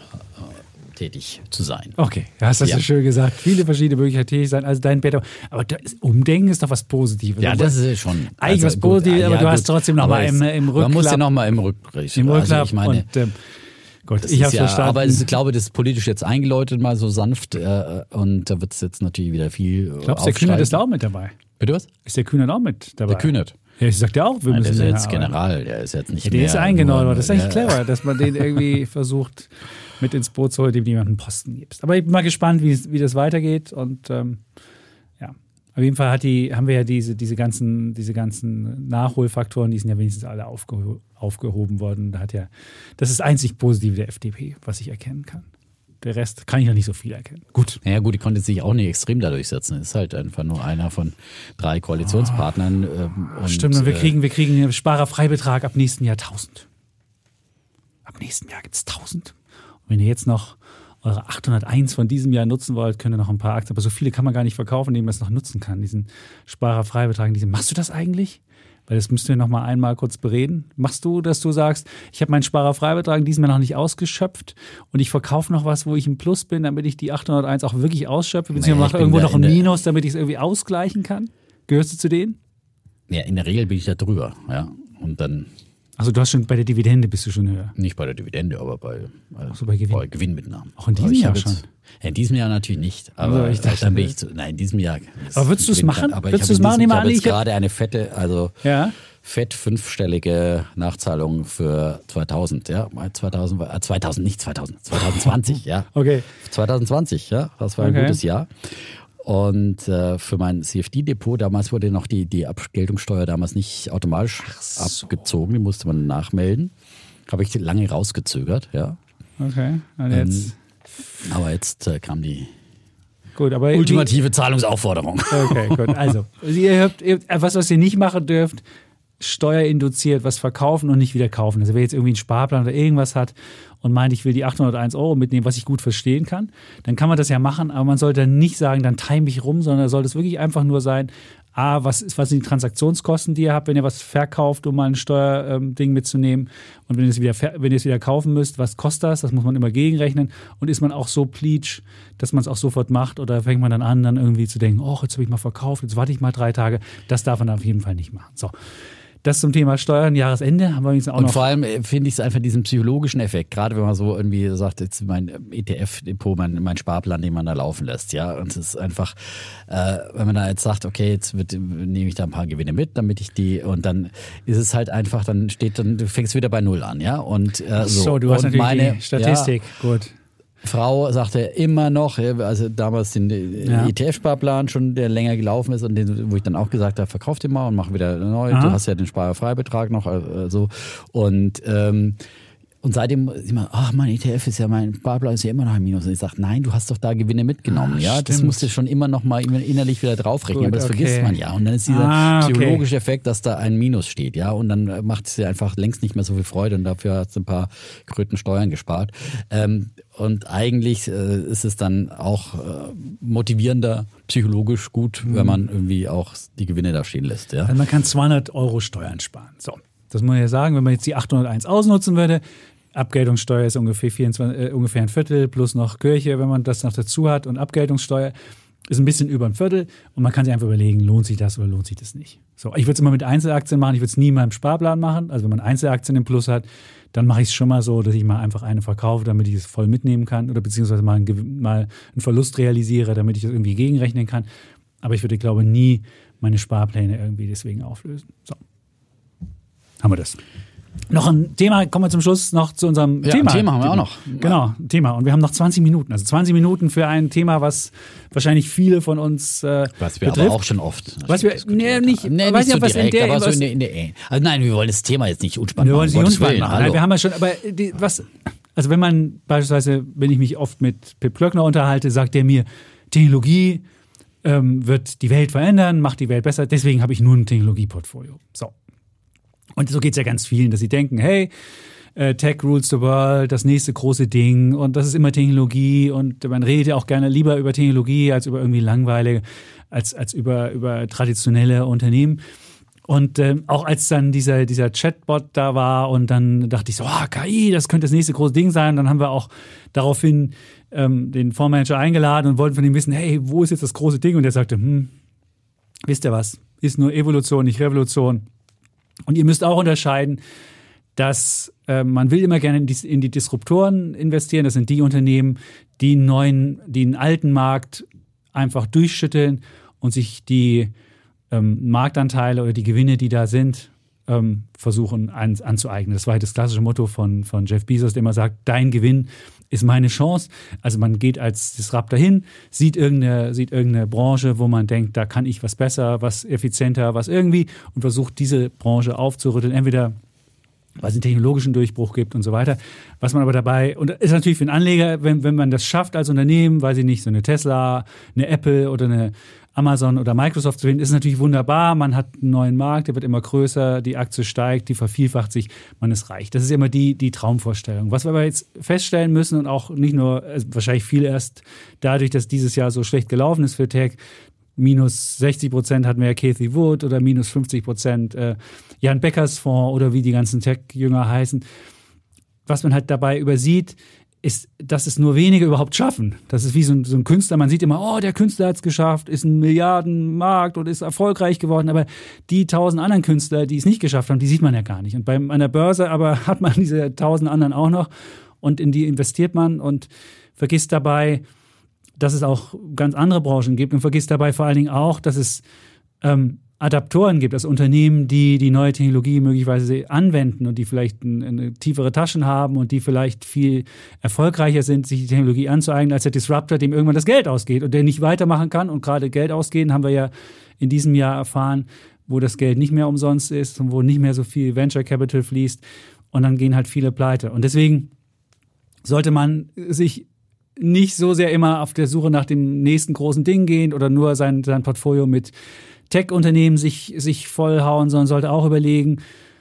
äh, tätig zu sein. Okay, das hast ja. du schön gesagt. Viele verschiedene Möglichkeiten tätig sein. Also dein Bett. Aber das Umdenken ist doch was Positives. Ja, das ist schon. Eigentlich also was Positives, aber ja, du gut, hast trotzdem noch mal im, im Rückklapp. Man muss ja noch mal im Rückklapp. Im Rückklapp also ich meine, und, ähm, Gut, das ich habe ja, verstanden. Aber ich glaube, das ist politisch jetzt eingeläutet, mal so sanft. Äh, und da wird es jetzt natürlich wieder viel. Ich glaube, der Kühnert ist da auch mit dabei. Bitte was? Ist der Kühnert auch mit dabei? Der Kühnert. Ja, ich sag ja auch, wir Nein, müssen der ist länger jetzt arbeiten. General, der ist jetzt nicht ja, mehr. Der ist eingenordet. Das ist echt ja. clever, dass man den irgendwie versucht, mit ins Boot zu holen, dem jemanden einen Posten gibst. Aber ich bin mal gespannt, wie, wie das weitergeht. Und ähm, ja, auf jeden Fall hat die, haben wir ja diese, diese, ganzen, diese ganzen Nachholfaktoren, die sind ja wenigstens alle aufgeho- aufgehoben worden. Da hat ja, das ist das einzig Positive der F D P, was ich erkennen kann. Der Rest kann ich noch nicht so viel erkennen. Gut. Ja gut, die konnte sich auch nicht extrem dadurch setzen. Ist halt einfach nur einer von drei Koalitionspartnern. Ähm, und, Stimmt, und wir kriegen, wir kriegen einen Sparerfreibetrag ab nächsten Jahr tausend. Ab nächsten Jahr gibt es tausend. Und wenn ihr jetzt noch eure achthunderteins von diesem Jahr nutzen wollt, könnt ihr noch ein paar Aktien, aber so viele kann man gar nicht verkaufen, indem man es noch nutzen kann, diesen Sparerfreibetrag. Diesen, machst du das eigentlich? Weil das müssten wir noch mal einmal kurz bereden. Machst du, dass du sagst, ich habe meinen Sparerfreibetrag diesem Jahr noch nicht ausgeschöpft und ich verkaufe noch was, wo ich im Plus bin, damit ich die achthunderteins auch wirklich ausschöpfe, beziehungsweise mache irgendwo noch ein Minus, damit ich es irgendwie ausgleichen kann? Gehörst du zu denen? Ja, in der Regel bin ich da drüber, ja. Und dann. Also du hast schon bei der Dividende bist du schon höher. Nicht bei der Dividende, aber bei, Ach so, bei, Gewinn. bei Gewinnmitnahmen. Auch in diesem Jahr schon? Jetzt, ja, in diesem Jahr natürlich nicht. Aber also ich dachte, dann bin ich zu, nein, in diesem Jahr. Aber würdest du es machen? Aber würdest ich habe machen? ich habe jetzt gerade eine fette, also ja? fett fünfstellige Nachzahlung für zweitausend, ja, zweitausend, äh, zweitausend, nicht zweitausend, zwanzig zwanzig, ja. Okay. zwanzig zwanzig, ja, das war ein okay. gutes Jahr. Und äh, für mein C F D-Depot, damals wurde noch die, die Abgeltungssteuer damals nicht automatisch so. abgezogen, die musste man nachmelden. Habe ich lange rausgezögert, ja. Okay, und jetzt? Ähm, aber jetzt äh, kam die gut, aber ultimative wie, Zahlungsaufforderung. Okay, gut. Also, ihr habt, ihr, was, was ihr nicht machen dürft, steuerinduziert was verkaufen und nicht wieder kaufen. Also wer jetzt irgendwie einen Sparplan oder irgendwas hat und meint, ich will die achthunderteins Euro mitnehmen, was ich gut verstehen kann, dann kann man das ja machen, aber man sollte dann nicht sagen, dann time ich rum, sondern sollte es wirklich einfach nur sein, A, was, ist, was sind die Transaktionskosten, die ihr habt, wenn ihr was verkauft, um mal ein Steuerding ähm, mitzunehmen, und wenn ihr, es wieder, wenn ihr es wieder kaufen müsst, was kostet das? Das muss man immer gegenrechnen, und ist man auch so pleatsch, dass man es auch sofort macht, oder fängt man dann an, dann irgendwie zu denken, oh, jetzt habe ich mal verkauft, jetzt warte ich mal drei Tage, das darf man auf jeden Fall nicht machen. So. Das zum Thema Steuern, Jahresende haben wir übrigens auch und noch. Und vor allem finde ich es einfach diesen psychologischen Effekt, gerade wenn man so irgendwie sagt, jetzt mein E T F-Depot, mein, mein Sparplan, den man da laufen lässt, ja. Und es ist einfach, äh, wenn man da jetzt sagt, okay, jetzt wird, nehme ich da ein paar Gewinne mit, damit ich die, und dann ist es halt einfach, dann steht, dann du fängst wieder bei Null an, ja. Und äh, so. so, du und hast natürlich meine die Statistik, ja, gut. Frau sagte immer noch, also damals den ja. E T F-Sparplan schon, der länger gelaufen ist und den, wo ich dann auch gesagt habe, verkauf den mal und mach wieder neu. Aha. Du hast ja den Sparfreibetrag noch, also und ähm, und seitdem ist immer, ach, mein E T F ist ja, mein Sparplan ist ja immer noch ein Minus. Und ich sage, nein, du hast doch da Gewinne mitgenommen. Ah, ja, stimmt. Das musst du schon immer noch mal innerlich wieder draufrechnen. Gut, aber das okay. vergisst man ja. Und dann ist dieser ah, okay. psychologische Effekt, dass da ein Minus steht. Ja, und dann macht es dir einfach längst nicht mehr so viel Freude und dafür hast du ein paar Kröten Steuern gespart. Ähm, und eigentlich äh, ist es dann auch äh, motivierender, psychologisch gut, mhm. wenn man irgendwie auch die Gewinne da stehen lässt. Ja? Also man kann zweihundert Euro Steuern sparen. So. Das muss ich ja sagen, wenn man jetzt die achthunderteins ausnutzen würde, Abgeltungssteuer ist ungefähr, vierundzwanzig, äh, ungefähr ein Viertel plus noch Kirche, wenn man das noch dazu hat, und Abgeltungssteuer ist ein bisschen über ein Viertel, und man kann sich einfach überlegen, lohnt sich das oder lohnt sich das nicht. So, ich würde es immer mit Einzelaktien machen, ich würde es nie in meinem Sparplan machen, also wenn man Einzelaktien im Plus hat, dann mache ich es schon mal so, dass ich mal einfach eine verkaufe, damit ich es voll mitnehmen kann, oder beziehungsweise mal einen, mal einen Verlust realisiere, damit ich das irgendwie gegenrechnen kann, aber ich würde, glaube ich, nie meine Sparpläne irgendwie deswegen auflösen. So. Haben wir das. Noch ein Thema, kommen wir zum Schluss noch zu unserem ja, Thema. Ein Thema haben wir auch noch. Genau, ein Thema. Und wir haben noch zwanzig Minuten. Also zwanzig Minuten für ein Thema, was wahrscheinlich viele von uns äh, Was wir betrifft. aber auch schon oft. Was wir, nee, nicht, nee, weiß nicht nicht, so was direkt, in der, aber was, so in der, in der, also nein, wir wollen das Thema jetzt nicht unspannend wir wollen machen. es nicht unspannend Willen, machen. Nein, wir haben ja schon, aber die, was, also wenn man beispielsweise, wenn ich mich oft mit Pip Klöckner unterhalte, sagt er mir, Technologie ähm, wird die Welt verändern, macht die Welt besser, deswegen habe ich nur ein Technologieportfolio. So. Und so geht es ja ganz vielen, dass sie denken, hey, äh, Tech rules the world, das nächste große Ding, und das ist immer Technologie, und man redet ja auch gerne lieber über Technologie als über irgendwie langweilige, als, als über, über traditionelle Unternehmen. Und ähm, auch als dann dieser, dieser Chatbot da war, und dann dachte ich so, ah, K I, das könnte das nächste große Ding sein. Und dann haben wir auch daraufhin ähm, den Fondsmanager eingeladen und wollten von ihm wissen, hey, wo ist jetzt das große Ding? Und er sagte, hm, wisst ihr was, ist nur Evolution, nicht Revolution. Und ihr müsst auch unterscheiden, dass äh, man will immer gerne in die, in die Disruptoren investieren. Das sind die Unternehmen, die einen neuen, die einen alten Markt einfach durchschütteln und sich die ähm, Marktanteile oder die Gewinne, die da sind, ähm, versuchen an, anzueignen. Das war halt das klassische Motto von, von Jeff Bezos, der immer sagt, dein Gewinn ist meine Chance. Also man geht als Disruptor hin, sieht irgendeine, sieht irgendeine Branche, wo man denkt, da kann ich was besser, was effizienter, was irgendwie, und versucht, diese Branche aufzurütteln. Entweder, weil es einen technologischen Durchbruch gibt und so weiter. Was man aber dabei, und ist natürlich für einen Anleger, wenn, wenn man das schafft als Unternehmen, weiß ich nicht, so eine Tesla, eine Apple oder eine Amazon oder Microsoft zu finden, ist natürlich wunderbar. Man hat einen neuen Markt, der wird immer größer, die Aktie steigt, die vervielfacht sich, man ist reich. Das ist immer die, die Traumvorstellung. Was wir aber jetzt feststellen müssen, und auch nicht nur, also wahrscheinlich viel erst dadurch, dass dieses Jahr so schlecht gelaufen ist für Tech, minus sechzig Prozent hatten wir ja Cathie Wood oder minus fünfzig Prozent äh, Jan Beckers Fonds oder wie die ganzen Tech-Jünger heißen. Was man halt dabei übersieht, ist, dass es nur wenige überhaupt schaffen. Das ist wie so ein, so ein Künstler, man sieht immer, oh, der Künstler hat es geschafft, ist ein Milliardenmarkt und ist erfolgreich geworden, aber die tausend anderen Künstler, die es nicht geschafft haben, die sieht man ja gar nicht. Und bei einer Börse aber hat man diese tausend anderen auch noch, und in die investiert man und vergisst dabei, dass es auch ganz andere Branchen gibt, und vergisst dabei vor allen Dingen auch, dass es ähm, Adaptoren gibt, also Unternehmen, die die neue Technologie möglicherweise anwenden und die vielleicht eine, eine tiefere Taschen haben und die vielleicht viel erfolgreicher sind, sich die Technologie anzueignen, als der Disruptor, dem irgendwann das Geld ausgeht und der nicht weitermachen kann. Und gerade Geld ausgehen haben wir ja in diesem Jahr erfahren, wo das Geld nicht mehr umsonst ist und wo nicht mehr so viel Venture Capital fließt, und dann gehen halt viele pleite. Und deswegen sollte man sich nicht so sehr immer auf der Suche nach dem nächsten großen Ding gehen oder nur sein, sein Portfolio mit Tech-Unternehmen sich, sich vollhauen, sondern sollte auch überlegen,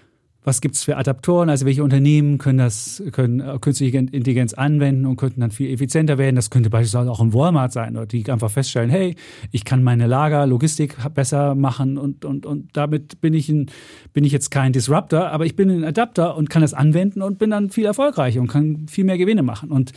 was gibt es für Adaptoren, also welche Unternehmen können das, können künstliche Intelligenz anwenden und könnten dann viel effizienter werden. Das könnte beispielsweise auch ein Walmart sein, oder die einfach feststellen, hey, ich kann meine Lager, Logistik besser machen, und, und, und damit bin ich, ein, bin ich jetzt kein Disruptor, aber ich bin ein Adapter und kann das anwenden und bin dann viel erfolgreicher und kann viel mehr Gewinne machen. Und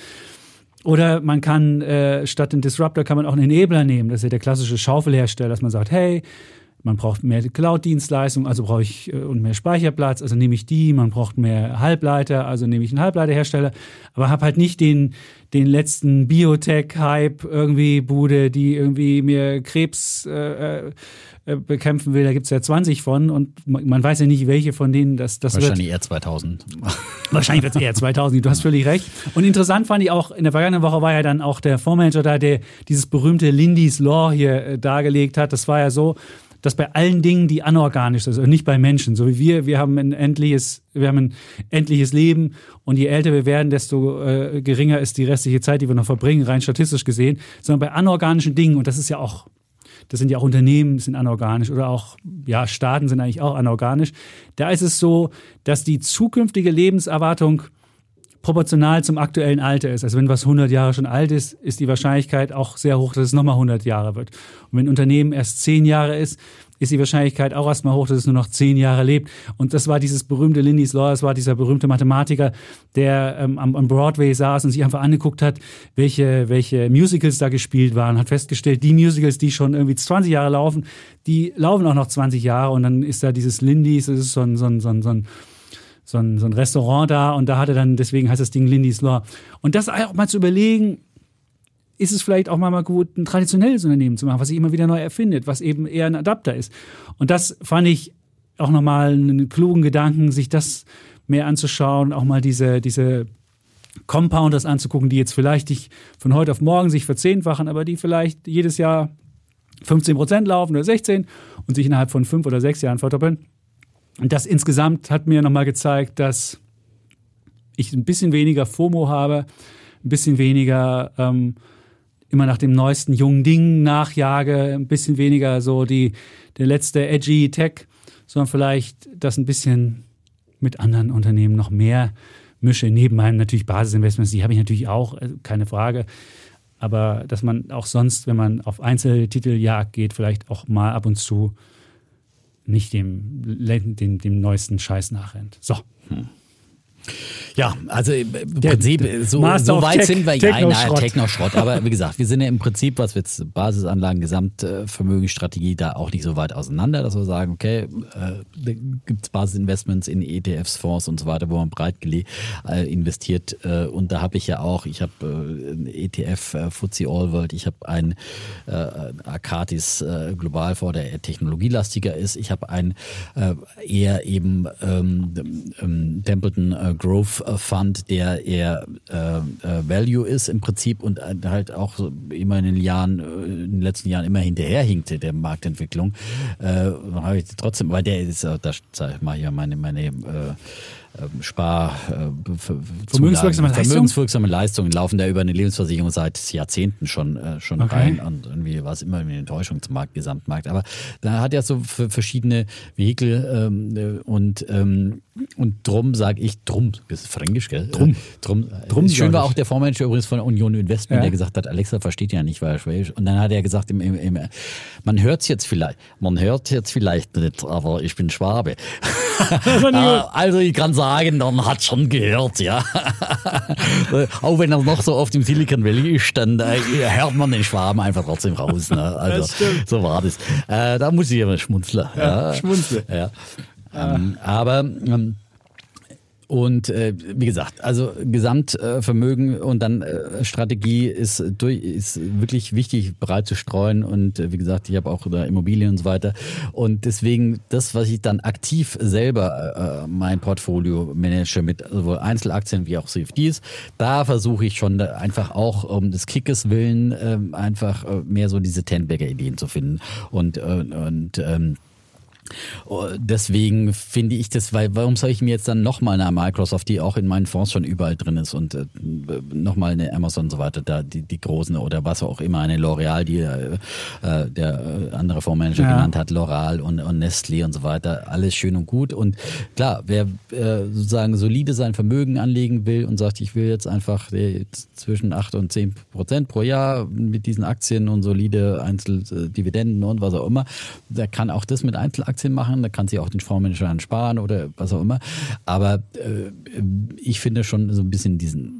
Oder man kann, äh, statt einen Disruptor kann man auch einen Enabler nehmen. Das ist ja der klassische Schaufelhersteller, dass man sagt, hey, man braucht mehr Cloud-Dienstleistungen, also brauche ich und mehr Speicherplatz, also nehme ich die. Man braucht mehr Halbleiter, also nehme ich einen Halbleiterhersteller. Aber habe halt nicht den, den letzten Biotech-Hype irgendwie Bude, die irgendwie mir Krebs äh, äh, bekämpfen will. Da gibt es ja zwanzig von und man, man weiß ja nicht, welche von denen das, das Wahrscheinlich wird. eher zweitausend. Wahrscheinlich wird es eher zweitausend. Du hast völlig recht. Und interessant fand ich auch, in der vergangenen Woche war ja dann auch der Fondsmanager da, der dieses berühmte Lindy's Law hier äh, dargelegt hat. Das war ja so, dass bei allen Dingen, die anorganisch sind, also nicht bei Menschen, so wie wir, wir haben ein endliches, wir haben ein endliches Leben und je älter wir werden, desto äh, geringer ist die restliche Zeit, die wir noch verbringen, rein statistisch gesehen, sondern bei anorganischen Dingen, und das ist ja auch, das sind ja auch Unternehmen, sind anorganisch oder auch, ja, Staaten sind eigentlich auch anorganisch, da ist es so, dass die zukünftige Lebenserwartung proportional zum aktuellen Alter ist. Also wenn was hundert Jahre schon alt ist, ist die Wahrscheinlichkeit auch sehr hoch, dass es nochmal hundert Jahre wird. Und wenn ein Unternehmen erst zehn Jahre ist, ist die Wahrscheinlichkeit auch erstmal hoch, dass es nur noch zehn Jahre lebt. Und das war dieses berühmte Lindy's Law, das war dieser berühmte Mathematiker, der ähm, am, am Broadway saß und sich einfach angeguckt hat, welche, welche Musicals da gespielt waren, hat festgestellt, die Musicals, die schon irgendwie zwanzig Jahre laufen, die laufen auch noch zwanzig Jahre und dann ist da dieses Lindy's, das ist so ein, so ein, so ein, so ein So ein, so ein Restaurant da und da hat er dann, deswegen heißt das Ding Lindy's Law. Und das auch mal zu überlegen, ist es vielleicht auch mal gut, ein traditionelles Unternehmen zu machen, was sich immer wieder neu erfindet, was eben eher ein Adapter ist. Und das fand ich auch nochmal einen klugen Gedanken, sich das mehr anzuschauen, auch mal diese, diese Compounders anzugucken, die jetzt vielleicht nicht von heute auf morgen sich verzehnfachen, aber die vielleicht jedes Jahr fünfzehn Prozent laufen oder sechzehn und sich innerhalb von fünf oder sechs Jahren verdoppeln. Und das insgesamt hat mir nochmal gezeigt, dass ich ein bisschen weniger FOMO habe, ein bisschen weniger ähm, immer nach dem neuesten jungen Ding nachjage, ein bisschen weniger so die der letzte edgy Tech, sondern vielleicht das ein bisschen mit anderen Unternehmen noch mehr mische, neben meinen natürlich Basisinvestments, die habe ich natürlich auch, keine Frage. Aber dass man auch sonst, wenn man auf Einzeltiteljagd geht, vielleicht auch mal ab und zu nicht dem, dem, dem neuesten Scheiß nachrennt. So. Hm. Ja, also im Der, Prinzip, so, so weit Tech, sind wir, ja, Technoschrott. Technoschrott. Aber wie gesagt, wir sind ja im Prinzip, was jetzt Basisanlagen, Gesamtvermögensstrategie, da auch nicht so weit auseinander, dass wir sagen, okay, äh, gibt es Basisinvestments in E T Fs, Fonds und so weiter, wo man breit gelegt äh, investiert. Äh, und da habe ich ja auch, ich habe äh, ein E T F, äh, F T S E All World, ich habe ein äh, Arcatis äh, Globalfonds, der eher technologielastiger ist. Ich habe ein äh, eher eben ähm, ähm, Templeton äh, Growth Fund, der eher äh, Value ist im Prinzip und halt auch so immer in den Jahren, in den letzten Jahren immer hinterherhinkte der Marktentwicklung. Äh, habe ich trotzdem, weil der ist, da zeige ich mal hier meine, meine äh, Spar, äh, Vermögenswirksame Leistung? Vermögenswirksame Leistungen laufen da über eine Lebensversicherung seit Jahrzehnten schon, äh, schon okay. rein und irgendwie war es immer eine Enttäuschung zum Markt, Gesamtmarkt. Aber da hat er so verschiedene Vehikel ähm, und ähm, und drum sage ich, drum, das ist fränkisch, gell? Drum. Drum. drum Schön war auch der Fondsmanager übrigens von Union Investment, ja. der gesagt hat, Alexa versteht ja nicht, weil er schwäbisch. Und dann hat er gesagt, im, im, im, man hört es jetzt vielleicht, man hört jetzt vielleicht nicht, aber ich bin Schwabe. Also ich kann sagen, man hat schon gehört, ja. Auch wenn er noch so oft im Silicon Valley ist, dann äh, hört man den Schwaben einfach trotzdem raus. Ne? Also so war das. Äh, da muss ich aber schmunzeln. Ja, ja. schmunzeln. Ja. Ähm, aber ähm, und äh, wie gesagt, also Gesamtvermögen äh, und dann äh, Strategie ist durch, ist wirklich wichtig, breit zu streuen und äh, wie gesagt, ich habe auch da Immobilien und so weiter und deswegen das, was ich dann aktiv selber äh, mein Portfolio manage mit sowohl Einzelaktien wie auch C F Ds, da versuche ich schon einfach auch um des Kickes willen äh, einfach äh, mehr so diese Ten-Bagger-Ideen zu finden und äh, und ähm, deswegen finde ich das, weil warum soll ich mir jetzt dann nochmal eine Microsoft, die auch in meinen Fonds schon überall drin ist und äh, nochmal eine Amazon und so weiter, da die, die großen oder was auch immer, eine L'Oreal, die äh, der andere Fondsmanager ja. genannt hat, L'Oreal und, und Nestlé und so weiter, alles schön und gut und klar, wer äh, sozusagen solide sein Vermögen anlegen will und sagt, ich will jetzt einfach äh, zwischen acht und zehn Prozent pro Jahr mit diesen Aktien und solide Einzeldividenden und was auch immer, der kann auch das mit Einzelaktien machen, da kann sie auch den Fondsmanager sparen oder was auch immer. Aber äh, ich finde schon so ein bisschen diesen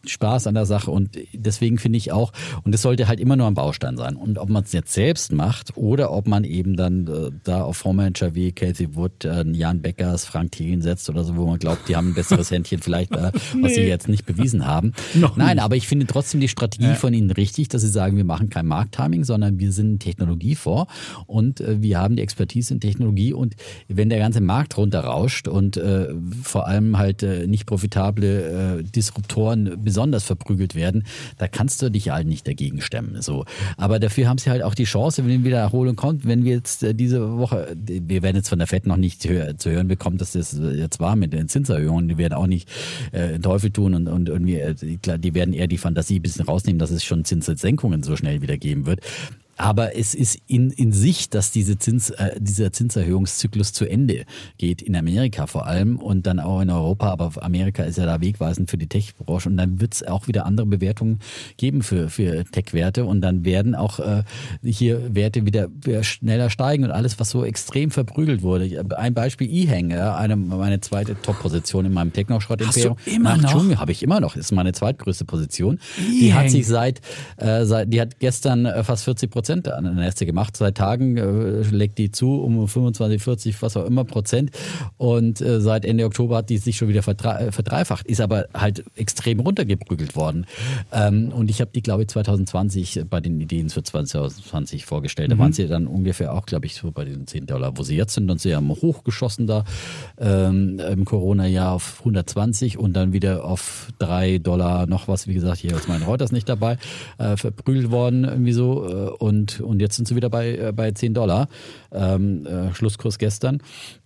Spaß an der Sache und deswegen finde ich auch, und das sollte halt immer nur ein Baustein sein. Und ob man es jetzt selbst macht oder ob man eben dann äh, da auf Fondsmanager wie Casey Wood, äh, Jan Beckers, Frank Thelen setzt oder so, wo man glaubt, die haben ein besseres Händchen vielleicht, äh, nee. was sie jetzt nicht bewiesen haben. Noch Nein, nicht. aber ich finde trotzdem die Strategie ja. von ihnen richtig, dass sie sagen, wir machen kein Markttiming, sondern wir sind ein Technologiefonds und äh, wir haben die Expertise in Technologie und wenn der ganze Markt runterrauscht und äh, vor allem halt äh, nicht profitable äh, Disruptoren besonders verprügelt werden, da kannst du dich halt nicht dagegen stemmen. So. Aber dafür haben sie halt auch die Chance, wenn wieder Erholung kommt, wenn wir jetzt äh, diese Woche, wir werden jetzt von der Fed noch nicht hör, zu hören bekommen, dass das jetzt war mit den Zinserhöhungen, die werden auch nicht äh, Teufel tun und, und irgendwie, äh, die werden eher die Fantasie ein bisschen rausnehmen, dass es schon Zinssenkungen so schnell wieder geben wird. Aber es ist in, in sich, dass diese Zins, äh, dieser Zinserhöhungszyklus zu Ende geht, in Amerika vor allem und dann auch in Europa. Aber Amerika ist ja da wegweisend für die Tech-Branche und dann wird es auch wieder andere Bewertungen geben für, für Tech-Werte und dann werden auch äh, hier Werte wieder, wieder schneller steigen und alles, was so extrem verprügelt wurde. Ein Beispiel E-Hang, ja, eine, meine zweite Top-Position in meinem Techno-Schrott-Imperium. Hast du immer noch? Schumi habe ich immer noch, ist meine zweitgrößte Position. Die hat sich seit, äh, seit, die hat gestern äh, fast vierzig Prozent an der Neste gemacht. Seit Tagen äh, legt die zu um fünfundzwanzig, vierzig, was auch immer Prozent. Und äh, seit Ende Oktober hat die sich schon wieder verdre- verdreifacht. Ist aber halt extrem runtergeprügelt worden. Ähm, und ich habe die, glaube ich, zwanzig zwanzig bei den Ideen für zwanzig zwanzig vorgestellt. Da mhm. waren sie dann ungefähr auch, glaube ich, so bei den zehn Dollar, wo sie jetzt sind. Und sie haben hochgeschossen da ähm, im Corona-Jahr auf hundertzwanzig und dann wieder auf drei Dollar noch was. Wie gesagt, hier ist mein Reuters nicht dabei. Äh, verprügelt worden irgendwie so. Äh, und Und, und jetzt sind sie wieder bei, äh, bei zehn Dollar, ähm, äh, Schlusskurs gestern.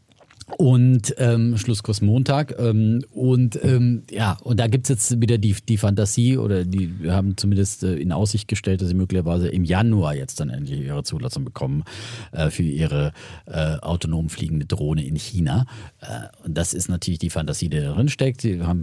Und ähm, Schlusskurs Montag ähm, und ähm, ja, und da gibt's jetzt wieder die, die Fantasie oder die wir haben zumindest äh, in Aussicht gestellt, dass sie möglicherweise im Januar jetzt dann endlich ihre Zulassung bekommen äh, für ihre äh, autonom fliegende Drohne in China. Äh, und das ist natürlich die Fantasie, die da drin steckt. Sie haben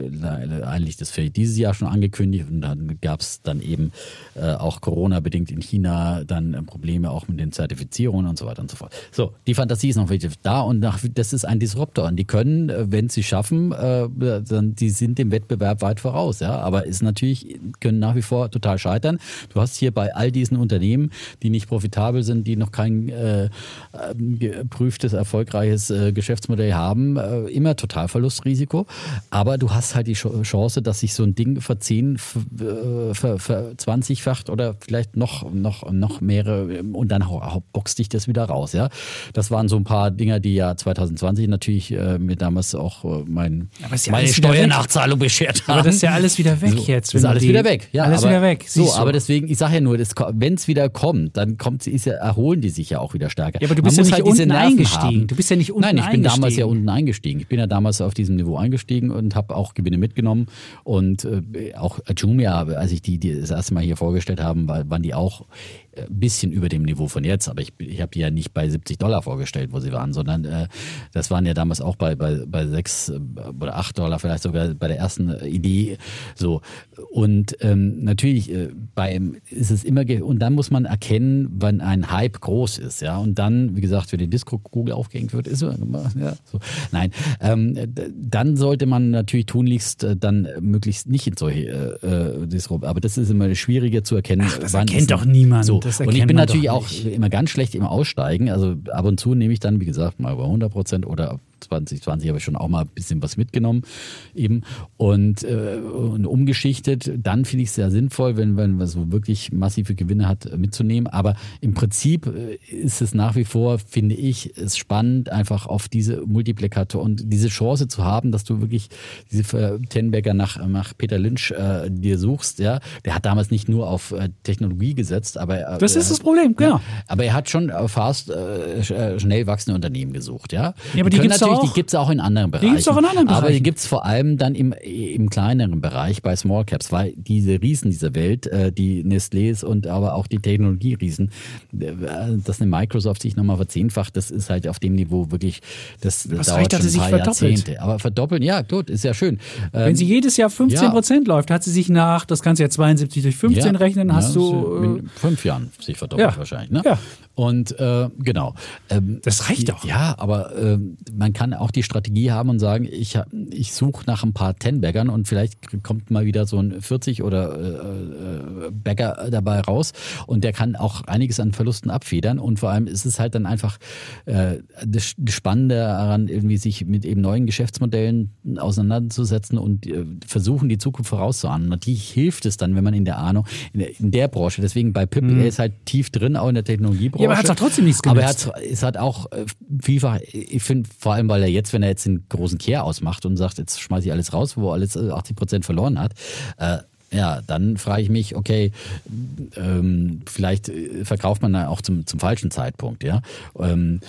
äh, eigentlich das für dieses Jahr schon angekündigt und dann gab's dann eben äh, auch Corona-bedingt in China dann äh, Probleme auch mit den Zertifizierungen und so weiter und so fort. So, die Fantasie ist noch wirklich da und nach das ist ein Disruptor und die können, wenn sie schaffen, äh, dann, die sind dem Wettbewerb weit voraus, ja, aber ist natürlich, können nach wie vor total scheitern. Du hast hier bei all diesen Unternehmen, die nicht profitabel sind, die noch kein äh, geprüftes, erfolgreiches äh, Geschäftsmodell haben, äh, immer Totalverlustrisiko, aber du hast halt die Chance, dass sich so ein Ding verzehn, ver, ver zwanzigfacht oder vielleicht noch, noch, noch mehrere und dann boxt dich das wieder raus, ja. Das waren so ein paar Dinger, die ja zwanzig zwanzig natürlich äh, mir damals auch äh, mein, ja meine Steuernachzahlung beschert haben. Aber das ist ja alles wieder weg so, jetzt. Das ist alles die, wieder weg. Ja, alles aber, wieder weg. So, aber deswegen, ich sage ja nur, wenn es wieder kommt, dann kommt, ist ja, erholen die sich ja auch wieder stärker. Ja, aber du bist Man ja nicht halt unten eingestiegen. Haben. Du bist ja nicht unten Nein, ich bin eingestiegen. damals ja unten eingestiegen. Ich bin ja damals auf diesem Niveau eingestiegen und habe auch Gewinne mitgenommen. Und äh, auch Jumia, als ich die, die das erste Mal hier vorgestellt haben, war, waren die auch ein bisschen über dem Niveau von jetzt, aber ich, ich habe die ja nicht bei siebzig Dollar vorgestellt, wo sie waren, sondern äh, das waren ja damals auch bei, bei, bei sechs oder acht Dollar, vielleicht sogar bei der ersten Idee so. Und ähm, natürlich äh, beim ist es immer, ge- und dann muss man erkennen, wann ein Hype groß ist, ja, und dann, wie gesagt, wenn die Disco-Kugel aufgehängt wird, ist so, ja, so. Nein, ähm, dann sollte man natürlich tunlichst äh, dann möglichst nicht in solche äh, Disco, aber das ist immer schwieriger zu erkennen. Ach, das wann erkennt doch niemand. So. Das und ich bin natürlich auch immer ganz schlecht im Aussteigen. Also ab und zu nehme ich dann, wie gesagt, mal bei hundert Prozent oder zwanzig zwanzig habe ich schon auch mal ein bisschen was mitgenommen eben und, äh, und umgeschichtet. Dann finde ich es sehr sinnvoll, wenn, wenn man so wirklich massive Gewinne hat, mitzunehmen. Aber im Prinzip ist es nach wie vor, finde ich, es spannend, einfach auf diese Multiplikator und diese Chance zu haben, dass du wirklich diese Tenberger nach, nach Peter Lynch äh, dir suchst. Ja, der hat damals nicht nur auf äh, Technologie gesetzt, aber er, das ist das Problem, genau. Ja, aber er hat schon fast äh, schnell wachsende Unternehmen gesucht. Ja, ja aber die, die gibt es Die gibt es auch in anderen Bereichen. Die gibt es auch in anderen Bereichen. Aber die gibt es vor allem dann im, im kleineren Bereich bei Small Caps, weil diese Riesen dieser Welt, äh, die Nestlés und aber auch die Technologieriesen, äh, dass eine Microsoft sich nochmal verzehnfacht, das ist halt auf dem Niveau wirklich, das Was dauert reicht, schon dass sie ein paar sich verdoppelt? Jahrzehnte. Aber verdoppeln, ja gut, ist ja schön. Ähm, Wenn sie jedes Jahr fünfzehn Prozent ja. läuft, hat sie sich nach, das kannst du ja zweiundsiebzig durch fünfzehn ja, rechnen, hast ja, du... in fünf Jahren sich verdoppelt ja, wahrscheinlich. Ne? Ja. Und äh, genau. Ähm, das reicht doch. Ja, aber äh, man kann auch die Strategie haben und sagen, ich, ich suche nach ein paar Ten-Baggern und vielleicht kommt mal wieder so ein vierzig oder äh, Bagger dabei raus und der kann auch einiges an Verlusten abfedern und vor allem ist es halt dann einfach äh, das Spannende daran, irgendwie sich mit eben neuen Geschäftsmodellen auseinanderzusetzen und äh, versuchen, die Zukunft vorauszuahnen. Natürlich hilft es dann, wenn man in der Ahnung, in der, in der Branche, deswegen bei Pip, mhm. er ist halt tief drin, auch in der Technologiebranche. Ja, aber er hat doch trotzdem nichts genutzt. Aber er hat, es hat auch äh, vielfach, ich finde vor allem, weil er jetzt, wenn er jetzt einen großen Kehr ausmacht und sagt, jetzt schmeiße ich alles raus, wo er alles achtzig Prozent verloren hat, äh, ja, dann frage ich mich, okay, ähm, vielleicht verkauft man dann auch zum, zum falschen Zeitpunkt, ja. Ähm,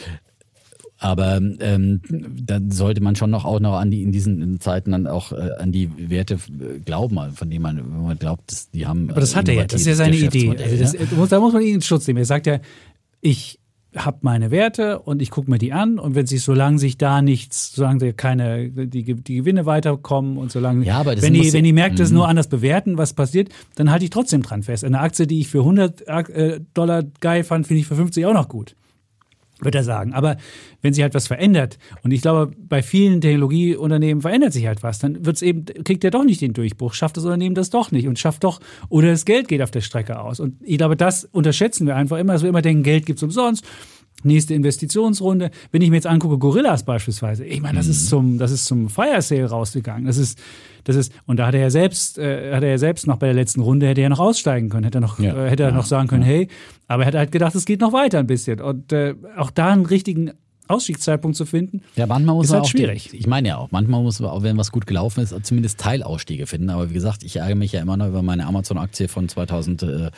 aber ähm, dann sollte man schon noch auch noch an die in diesen Zeiten dann auch äh, an die Werte glauben, von denen man, wenn man glaubt, dass die haben. Aber das hat er ja, das ist ja seine Idee. Also das, ja? Da muss man ihn in Schutz nehmen. Er sagt ja, ich habe meine Werte und ich gucke mir die an und wenn sich, solange sich da nichts, solange keine, die, die Gewinne weiterkommen und solange, ja, aber das wenn, muss, die, wenn die Märkte es mm. nur anders bewerten, was passiert, dann halte ich trotzdem dran fest. Eine Aktie, die ich für hundert Dollar geil fand, finde ich für fünfzig auch noch gut. Wird er sagen. Aber wenn sich halt was verändert, und ich glaube, bei vielen Technologieunternehmen verändert sich halt was, dann wird's eben, kriegt er doch nicht den Durchbruch, schafft das Unternehmen das doch nicht und schafft doch, oder das Geld geht auf der Strecke aus. Und ich glaube, das unterschätzen wir einfach immer, dass wir immer denken, Geld gibt's umsonst. Nächste Investitionsrunde. Wenn ich mir jetzt angucke, Gorillas beispielsweise, ich meine, das mhm. ist zum, das ist zum Fire Sale rausgegangen. Das ist, das ist, und da hat er ja selbst, äh, hat er ja selbst noch bei der letzten Runde, hätte er ja noch aussteigen können, hätte er noch, ja. äh, hätte er ja. noch sagen können, ja. hey, aber er hat halt gedacht, es geht noch weiter ein bisschen. Und äh, auch da einen richtigen Ausstiegszeitpunkt zu finden, ja, manchmal muss ist man halt auch schwierig. Die, ich meine ja auch, manchmal muss man auch, wenn was gut gelaufen ist, zumindest Teilausstiege finden. Aber wie gesagt, ich ärgere mich ja immer noch über meine Amazon-Aktie von zweitausendzwei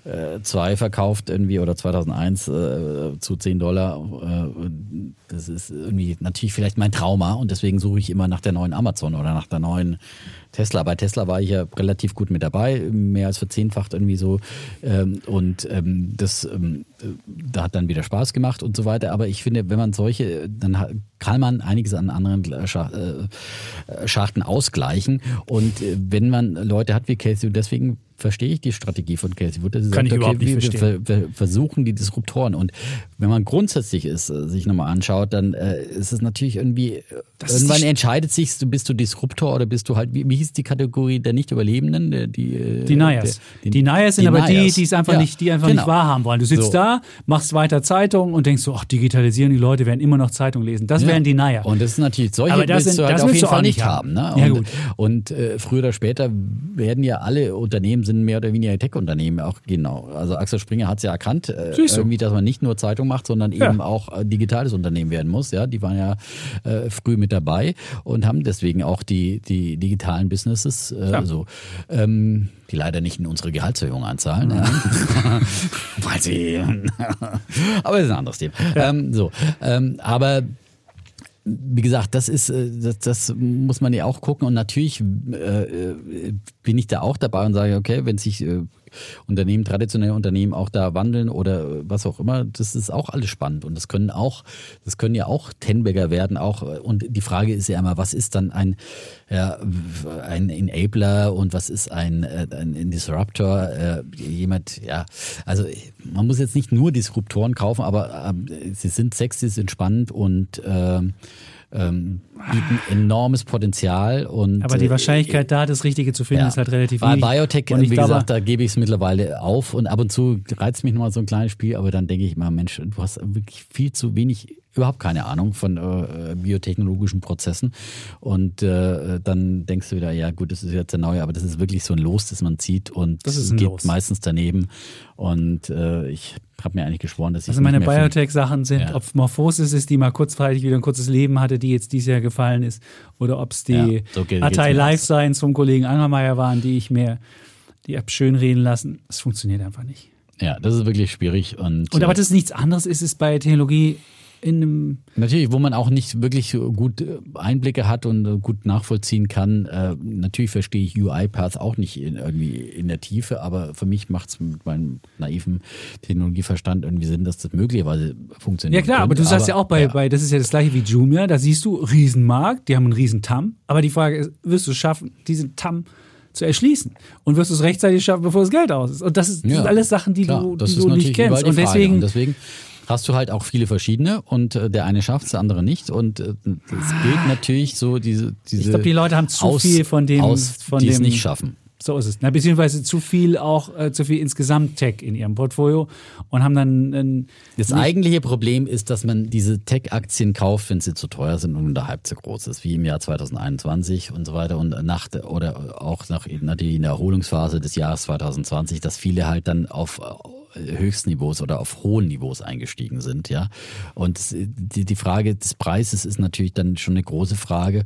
verkauft irgendwie oder zweitausendeins äh, zu zehn Dollar. Äh, das ist irgendwie natürlich vielleicht mein Trauma und deswegen suche ich immer nach der neuen Amazon oder nach der neuen Tesla. Bei Tesla war ich ja relativ gut mit dabei, mehr als verzehnfacht irgendwie so. Ähm, und ähm, das ähm, da hat dann wieder Spaß gemacht und so weiter. Aber ich finde, wenn man solche, dann kann man einiges an anderen Schachten ausgleichen. Und wenn man Leute hat wie Casey, und deswegen verstehe ich die Strategie von Casey Wood. Kann ich überhaupt nicht verstehen. Wir, wir versuchen die Disruptoren. Und wenn man grundsätzlich ist, sich nochmal anschaut, dann äh, ist es natürlich irgendwie, das irgendwann entscheidet sich, bist du Disruptor oder bist du halt, wie, wie hieß die Kategorie der Nicht-Überlebenden? Die, die Deniers. Die Deniers sind aber die, die es einfach ja, nicht, die einfach genau. nicht wahrhaben wollen. Du sitzt so. da, machst weiter Zeitung und denkst so, ach, digitalisieren, die Leute werden immer noch Zeitung lesen. Das ja. wären Denier. Und das ist natürlich, solche aber das willst sind, du halt das auf jeden Fall nicht haben. haben. Ne? Ja, und gut. und äh, früher oder später werden ja alle Unternehmen, sind mehr oder weniger Tech-Unternehmen auch, genau. Also Axel Springer hat es ja erkannt, äh, irgendwie, dass man nicht nur Zeitung macht, sondern eben ja. auch äh, digitales Unternehmen werden muss. Ja, die waren ja äh, früh mit dabei und haben deswegen auch die, die digitalen Businesses äh, ja. so, ähm, die leider nicht in unsere Gehaltserhöhung anzahlen. Mhm. Weil sie aber das ist ein anderes Thema. Ja. Ähm, so, ähm, aber wie gesagt, das ist, das, das muss man ja auch gucken und natürlich äh, bin ich da auch dabei und sage, okay, wenn sich äh, Unternehmen, traditionelle Unternehmen auch da wandeln oder was auch immer, das ist auch alles spannend und das können auch, das können ja auch Ten-Bagger werden auch und die Frage ist ja immer, was ist dann ein, ja, ein Enabler und was ist ein, ein Disruptor, äh, jemand, ja, also man muss jetzt nicht nur Disruptoren kaufen, aber äh, sie sind sexy, sind spannend und äh, Ähm, bieten enormes Potenzial. Und, aber die Wahrscheinlichkeit äh, da, das Richtige zu finden, ja. ist halt relativ Bei wenig. Bei Biotech, und ich wie glaube, gesagt, da gebe ich es mittlerweile auf und ab und zu reizt mich nochmal so ein kleines Spiel, aber dann denke ich mal, Mensch, du hast wirklich viel zu wenig, überhaupt keine Ahnung von äh, biotechnologischen Prozessen und äh, dann denkst du wieder, ja gut, das ist jetzt der neue, aber das ist wirklich so ein Los, das man zieht und das ist ein geht Los. Meistens daneben und äh, ich habe mir eigentlich geschworen, dass ich Also meine Biotech-Sachen sind, ja. ob Morphosis ist, die mal kurzfristig wieder ein kurzes Leben hatte, die jetzt dieses Jahr gefallen ist, oder ob es die ja, so Atai Life Science vom Kollegen Angermeier waren, die ich mir, die habe schön reden lassen. Es funktioniert einfach nicht. Ja, das ist wirklich schwierig. Und, und aber das ist nichts anderes, ist es bei Technologie in einem... Natürlich, wo man auch nicht wirklich gut Einblicke hat und gut nachvollziehen kann. Äh, natürlich verstehe ich U I-Paths auch nicht in, irgendwie in der Tiefe, aber für mich macht es mit meinem naiven Technologieverstand irgendwie Sinn, dass das möglicherweise funktioniert. Ja klar, könnte. aber du sagst aber, ja auch bei, ja. bei, das ist ja das gleiche wie Jumia, da siehst du Riesenmarkt, die haben einen riesen T A M, aber die Frage ist, wirst du es schaffen, diesen T A M zu erschließen. Und wirst du es rechtzeitig schaffen, bevor das Geld aus ist. Und das, ist, das ja, sind alles Sachen, die klar, du, das die ist du nicht kennst. Und Und deswegen, und deswegen hast du halt auch viele verschiedene und äh, der eine schafft es, der andere nicht. Und es äh, gilt natürlich so diese, diese ich glaube, die Leute haben zu aus, viel von dem, aus, von die dem es nicht schaffen. So ist es. Na, beziehungsweise zu viel auch, äh, zu viel insgesamt Tech in ihrem Portfolio und haben dann ein, Das eigentliche Problem ist, dass man diese Tech-Aktien kauft, wenn sie zu teuer sind und der Hype zu groß ist, wie im Jahr zwanzig einundzwanzig und so weiter und nach der, oder auch nach natürlich in der Erholungsphase des Jahres zwanzig zwanzig, dass viele halt dann auf Höchstniveaus oder auf hohen Niveaus eingestiegen sind, ja. Und die, die Frage des Preises ist natürlich dann schon eine große Frage.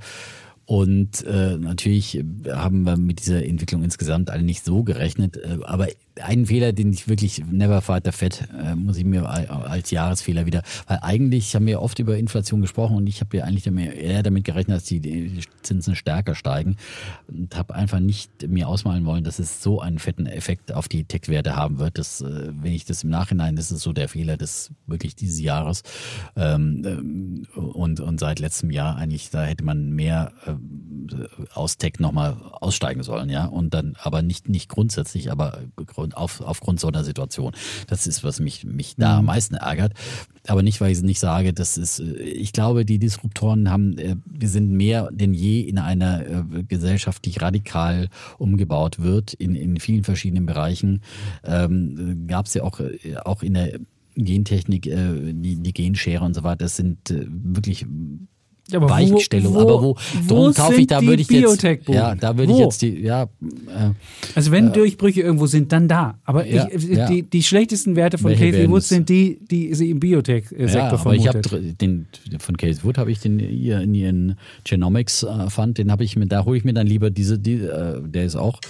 Und äh, natürlich haben wir mit dieser Entwicklung insgesamt alle nicht so gerechnet. Äh, aber einen Fehler, den ich wirklich never fight the Fed, äh, muss ich mir als Jahresfehler wieder, weil eigentlich haben wir oft über Inflation gesprochen und ich habe ja eigentlich eher damit gerechnet, dass die, die Zinsen stärker steigen und habe einfach nicht mir ausmalen wollen, dass es so einen fetten Effekt auf die Tech-Werte haben wird. Das, äh, wenn ich das im Nachhinein, das ist so der Fehler des wirklich dieses Jahres ähm, und, und seit letztem Jahr eigentlich, da hätte man mehr äh, aus Tech nochmal aussteigen sollen, ja, und dann aber nicht, nicht grundsätzlich, aber auf, aufgrund so einer Situation. Das ist, was mich, mich da am meisten ärgert. Aber nicht, weil ich nicht sage, das ist, ich glaube, die Disruptoren haben, wir sind mehr denn je in einer Gesellschaft, die radikal umgebaut wird, in, in vielen verschiedenen Bereichen. Ähm, gab es ja auch, auch in der Gentechnik, die, die Genschere und so weiter, das sind wirklich Ja, aber Weichstellung, wo, wo, aber wo, wo darum kaufe ich, da würde ich jetzt, ja, da würde ich Wo? jetzt die, ja, äh, Also wenn äh, Durchbrüche irgendwo sind, dann da. Aber ja, ich, ja. Die, die schlechtesten Werte von Welche Casey werden Woods es? sind die, die sie im Biotech-Sektor ja, aber vermutet. ich habe den von Casey Wood habe ich den hier in ihren Genomics äh, Fund, den habe ich mir, da hole ich mir dann lieber diese, die, äh, der ist auch.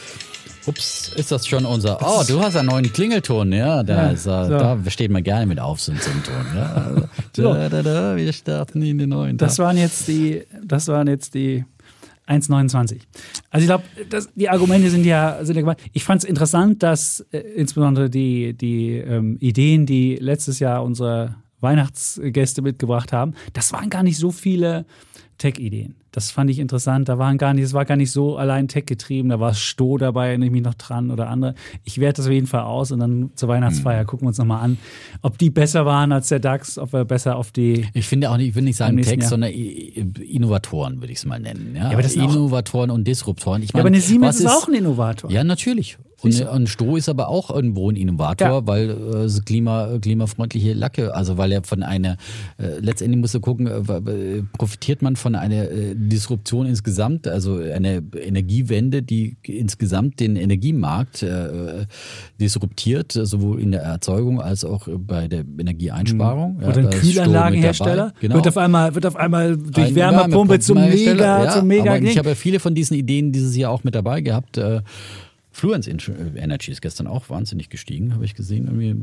Ups, ist das schon unser. Oh, du hast einen neuen Klingelton, ja. Da, Ja, ist, äh, so. da steht man gerne mit auf, so ein Ton. Ja. So. Da, da, da, wir starten in den neuen Tag. Das waren jetzt die, das waren jetzt die eins Komma neunundzwanzig. Also ich glaube, die Argumente sind ja, sind ja gemeint. Ich fand es interessant, dass äh, insbesondere die, die ähm, Ideen, die letztes Jahr unsere Weihnachtsgäste mitgebracht haben, das waren gar nicht so viele Tech-Ideen. Das fand ich interessant. Da waren gar nicht, es war gar nicht so allein Tech-getrieben. Da war Sto dabei, erinnere ich mich noch dran oder andere. Ich werte das auf jeden Fall aus und dann zur Weihnachtsfeier gucken wir uns nochmal an, ob die besser waren als der DAX, ob wir besser auf die. Ich finde auch nicht, ich will nicht sagen Tech, Jahr. sondern Innovatoren, würde ich es mal nennen. Ja, Ja, aber das sind auch- Innovatoren und Disruptoren. Ich Ja, meine, aber eine Siemens was ist auch ein Innovator. Ja, natürlich. Und, und Sto ist aber auch irgendwo ein Innovator, Ja. weil äh, so klima, klimafreundliche Lacke, also weil er von einer, äh, letztendlich musst du gucken, äh, profitiert man von einer äh, Disruption insgesamt, also eine Energiewende, die insgesamt den Energiemarkt äh, disruptiert, sowohl in der Erzeugung als auch bei der Energieeinsparung. Oder ein da ist Sto mit Kühlanlagenhersteller dabei. Genau. wird auf einmal, wird auf einmal durch Ein Wärmepumpe zum Wärmepumpenhersteller, Mega, ja, zum Mega aber ich habe ja viele von diesen Ideen dieses Jahr auch mit dabei gehabt. Äh, Fluence Energy ist gestern auch wahnsinnig gestiegen, habe ich gesehen. Irgendwie,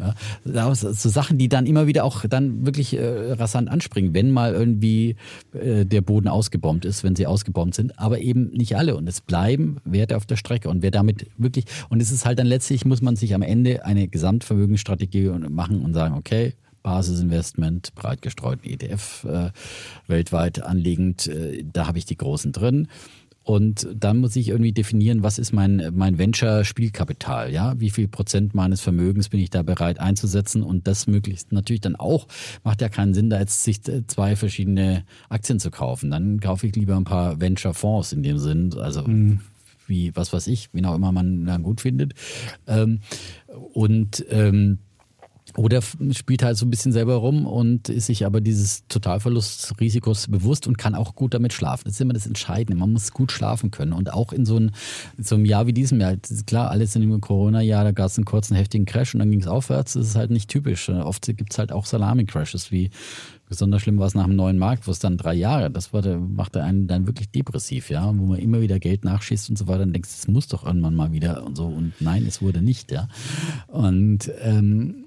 ja. So Sachen, die dann immer wieder auch dann wirklich äh, rasant anspringen, wenn mal irgendwie äh, der Boden ausgebombt ist, wenn sie ausgebombt sind, aber eben nicht alle. Und es bleiben Werte auf der Strecke. Und wer damit wirklich, und es ist halt dann letztlich, muss man sich am Ende eine Gesamtvermögensstrategie machen und sagen, okay, Basisinvestment, breit gestreuten E T F äh, weltweit anlegend, äh, da habe ich die großen drin. Und dann muss ich irgendwie definieren, was ist mein, mein Venture-Spielkapital, ja? Wie viel Prozent meines Vermögens bin ich da bereit einzusetzen und das möglichst natürlich dann auch, macht ja keinen Sinn, da jetzt sich zwei verschiedene Aktien zu kaufen. Dann kaufe ich lieber ein paar Venture-Fonds in dem Sinn, also mhm. wie, was weiß ich, wen auch immer man dann gut findet. Ähm, und, ähm, Oder spielt halt so ein bisschen selber rum und ist sich aber dieses Totalverlustrisikos bewusst und kann auch gut damit schlafen. Das ist immer das Entscheidende. Man muss gut schlafen können. Und auch in so, ein, in so einem Jahr wie diesem Jahr, klar, alles in dem Corona-Jahr, da gab es einen kurzen, heftigen Crash und dann ging es aufwärts. Das ist halt nicht typisch. Oft gibt es halt auch Salami-Crashes, wie besonders schlimm war es nach dem neuen Markt, wo es dann drei Jahre, das war der, machte einen dann wirklich depressiv, ja, wo man immer wieder Geld nachschießt und so weiter und denkst, es muss doch irgendwann mal wieder und so. Und nein, es wurde nicht, ja. Und ähm,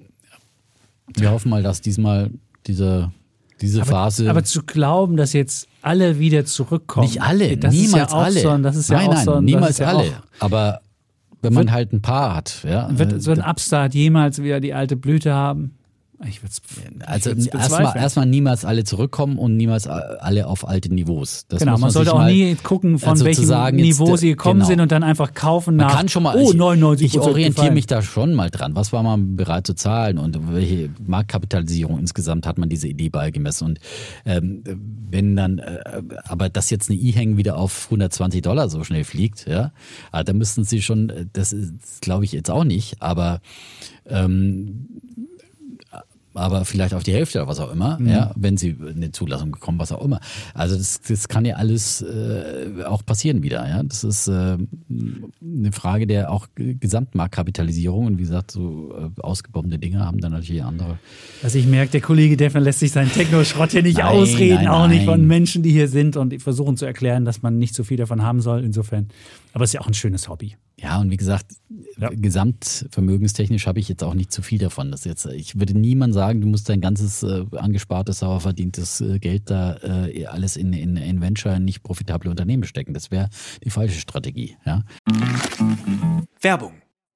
wir hoffen mal, dass diesmal diese, diese aber, Phase. Aber zu glauben, dass jetzt alle wieder zurückkommen. Nicht alle, das niemals ist ja auch alle. So, das ist nein, ja auch nein, so, niemals ja alle. Auch, aber wenn man halt ein paar hat. Ja, wird so ein Upstart jemals wieder die alte Blüte haben? Ich würde Also erstmal erstmal niemals alle zurückkommen und niemals alle auf alte Niveaus. Das genau, muss man, man sollte auch mal, nie gucken, von also welchem sagen, Niveau jetzt, sie gekommen genau. sind und dann einfach kaufen nach, man kann schon mal, oh, ich, neunundneunzig ich orientiere gefallen. mich da schon mal dran. Was war man bereit zu zahlen und welche Marktkapitalisierung insgesamt hat man diese Idee beigemessen? Und ähm, wenn dann, äh, aber dass jetzt eine E-Hang wieder auf hundertzwanzig Dollar so schnell fliegt, ja, da müssten sie schon, das ist, glaube ich jetzt auch nicht, aber ähm, aber vielleicht auf die Hälfte oder was auch immer, mhm. ja, wenn sie eine Zulassung bekommen, was auch immer. Also das, das kann ja alles äh, auch passieren wieder, ja. Das ist äh, eine Frage der auch Gesamtmarktkapitalisierung und wie gesagt, so äh, ausgebombene Dinge haben dann natürlich andere. Also ich merke, der Kollege Deffner lässt sich seinen Techno-Schrott hier nicht nein, ausreden, nein, auch nein. nicht von Menschen, die hier sind und versuchen zu erklären, dass man nicht so viel davon haben soll, insofern. Aber es ist ja auch ein schönes Hobby. Ja, und wie gesagt, ja. gesamtvermögenstechnisch habe ich jetzt auch nicht zu viel davon. Das jetzt, ich würde niemand sagen, du musst dein ganzes äh, angespartes, sauer verdientes äh, Geld da äh, alles in, in, in Venture, in nicht profitable Unternehmen stecken. Das wäre die falsche Strategie. Ja? Werbung.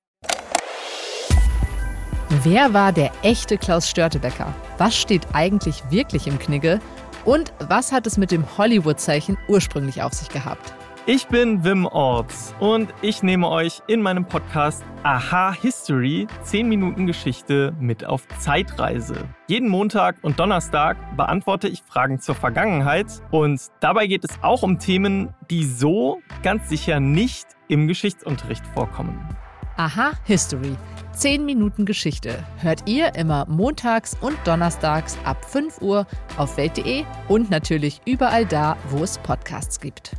Wer war der echte Klaus Störtebeker? Was steht eigentlich wirklich im Knigge? Und was hat es mit dem Hollywood-Zeichen ursprünglich auf sich gehabt? Ich bin Wim Orts und ich nehme euch in meinem Podcast Aha History zehn Minuten Geschichte mit auf Zeitreise. Jeden Montag und Donnerstag beantworte ich Fragen zur Vergangenheit und dabei geht es auch um Themen, die so ganz sicher nicht im Geschichtsunterricht vorkommen. Aha History. zehn Minuten Geschichte hört ihr immer montags und donnerstags ab fünf Uhr auf welt punkt de und natürlich überall da, wo es Podcasts gibt.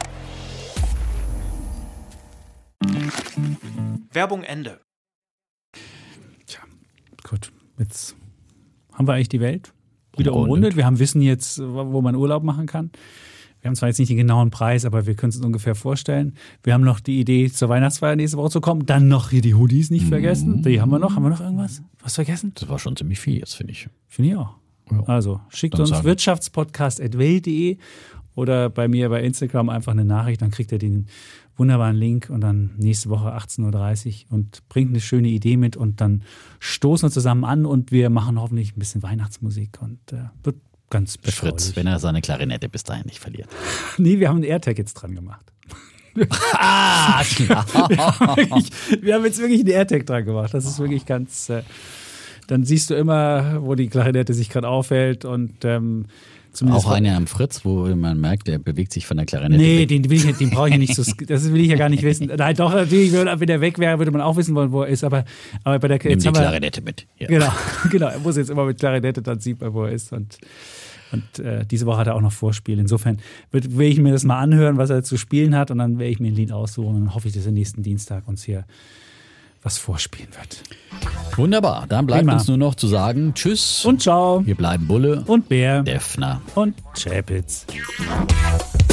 Werbung Ende. Tja, gut. Jetzt haben wir eigentlich die Welt wieder umrundet. Wir haben Wissen jetzt, wo man Urlaub machen kann. Wir haben zwar jetzt nicht den genauen Preis, aber wir können es uns ungefähr vorstellen. Wir haben noch die Idee, zur Weihnachtsfeier nächste Woche zu kommen. Dann noch hier die Hoodies nicht vergessen. Die haben wir noch. Haben wir noch irgendwas? Was vergessen? Das war schon ziemlich viel jetzt, finde ich. Finde ich auch. Ja. Also schickt Dann uns sagen. wirtschaftspodcast at welt punkt de oder bei mir bei Instagram einfach eine Nachricht. Dann kriegt ihr den wunderbaren Link und dann nächste Woche achtzehn Uhr dreißig und bringt eine schöne Idee mit und dann stoßen wir zusammen an und wir machen hoffentlich ein bisschen Weihnachtsmusik und äh, wird ganz Der Fritz, wenn er seine Klarinette bis dahin nicht verliert. Nee, wir haben einen AirTag jetzt dran gemacht. ah, klar. wir, haben wirklich, wir haben jetzt wirklich einen AirTag dran gemacht. Das ist wirklich ganz. Äh, dann siehst du immer, wo die Klarinette sich gerade aufhält und ähm, auch einer am Fritz, wo man merkt, der bewegt sich von der Klarinette nee, weg. den will ich, den brauche ich ja nicht so. Das will ich ja gar nicht wissen. Nein, doch, natürlich, wenn er weg wäre, würde man auch wissen wollen, wo er ist. Aber, aber bei der Nimm die wir, Klarinette mit. Ja. Genau, genau. Er muss jetzt immer mit Klarinette, dann sieht man, wo er ist. Und, und äh, diese Woche hat er auch noch Vorspiel. Insofern will ich mir das mal anhören, was er zu spielen hat. Und dann werde ich mir ein Lied aussuchen. Und dann hoffe ich, dass er nächsten Dienstag uns hier was vorspielen wird. Wunderbar. Dann bleibt Prima. uns nur noch zu sagen Tschüss. Und ciao. Wir bleiben Bulle Und Bär. Deffner Und Chapitz.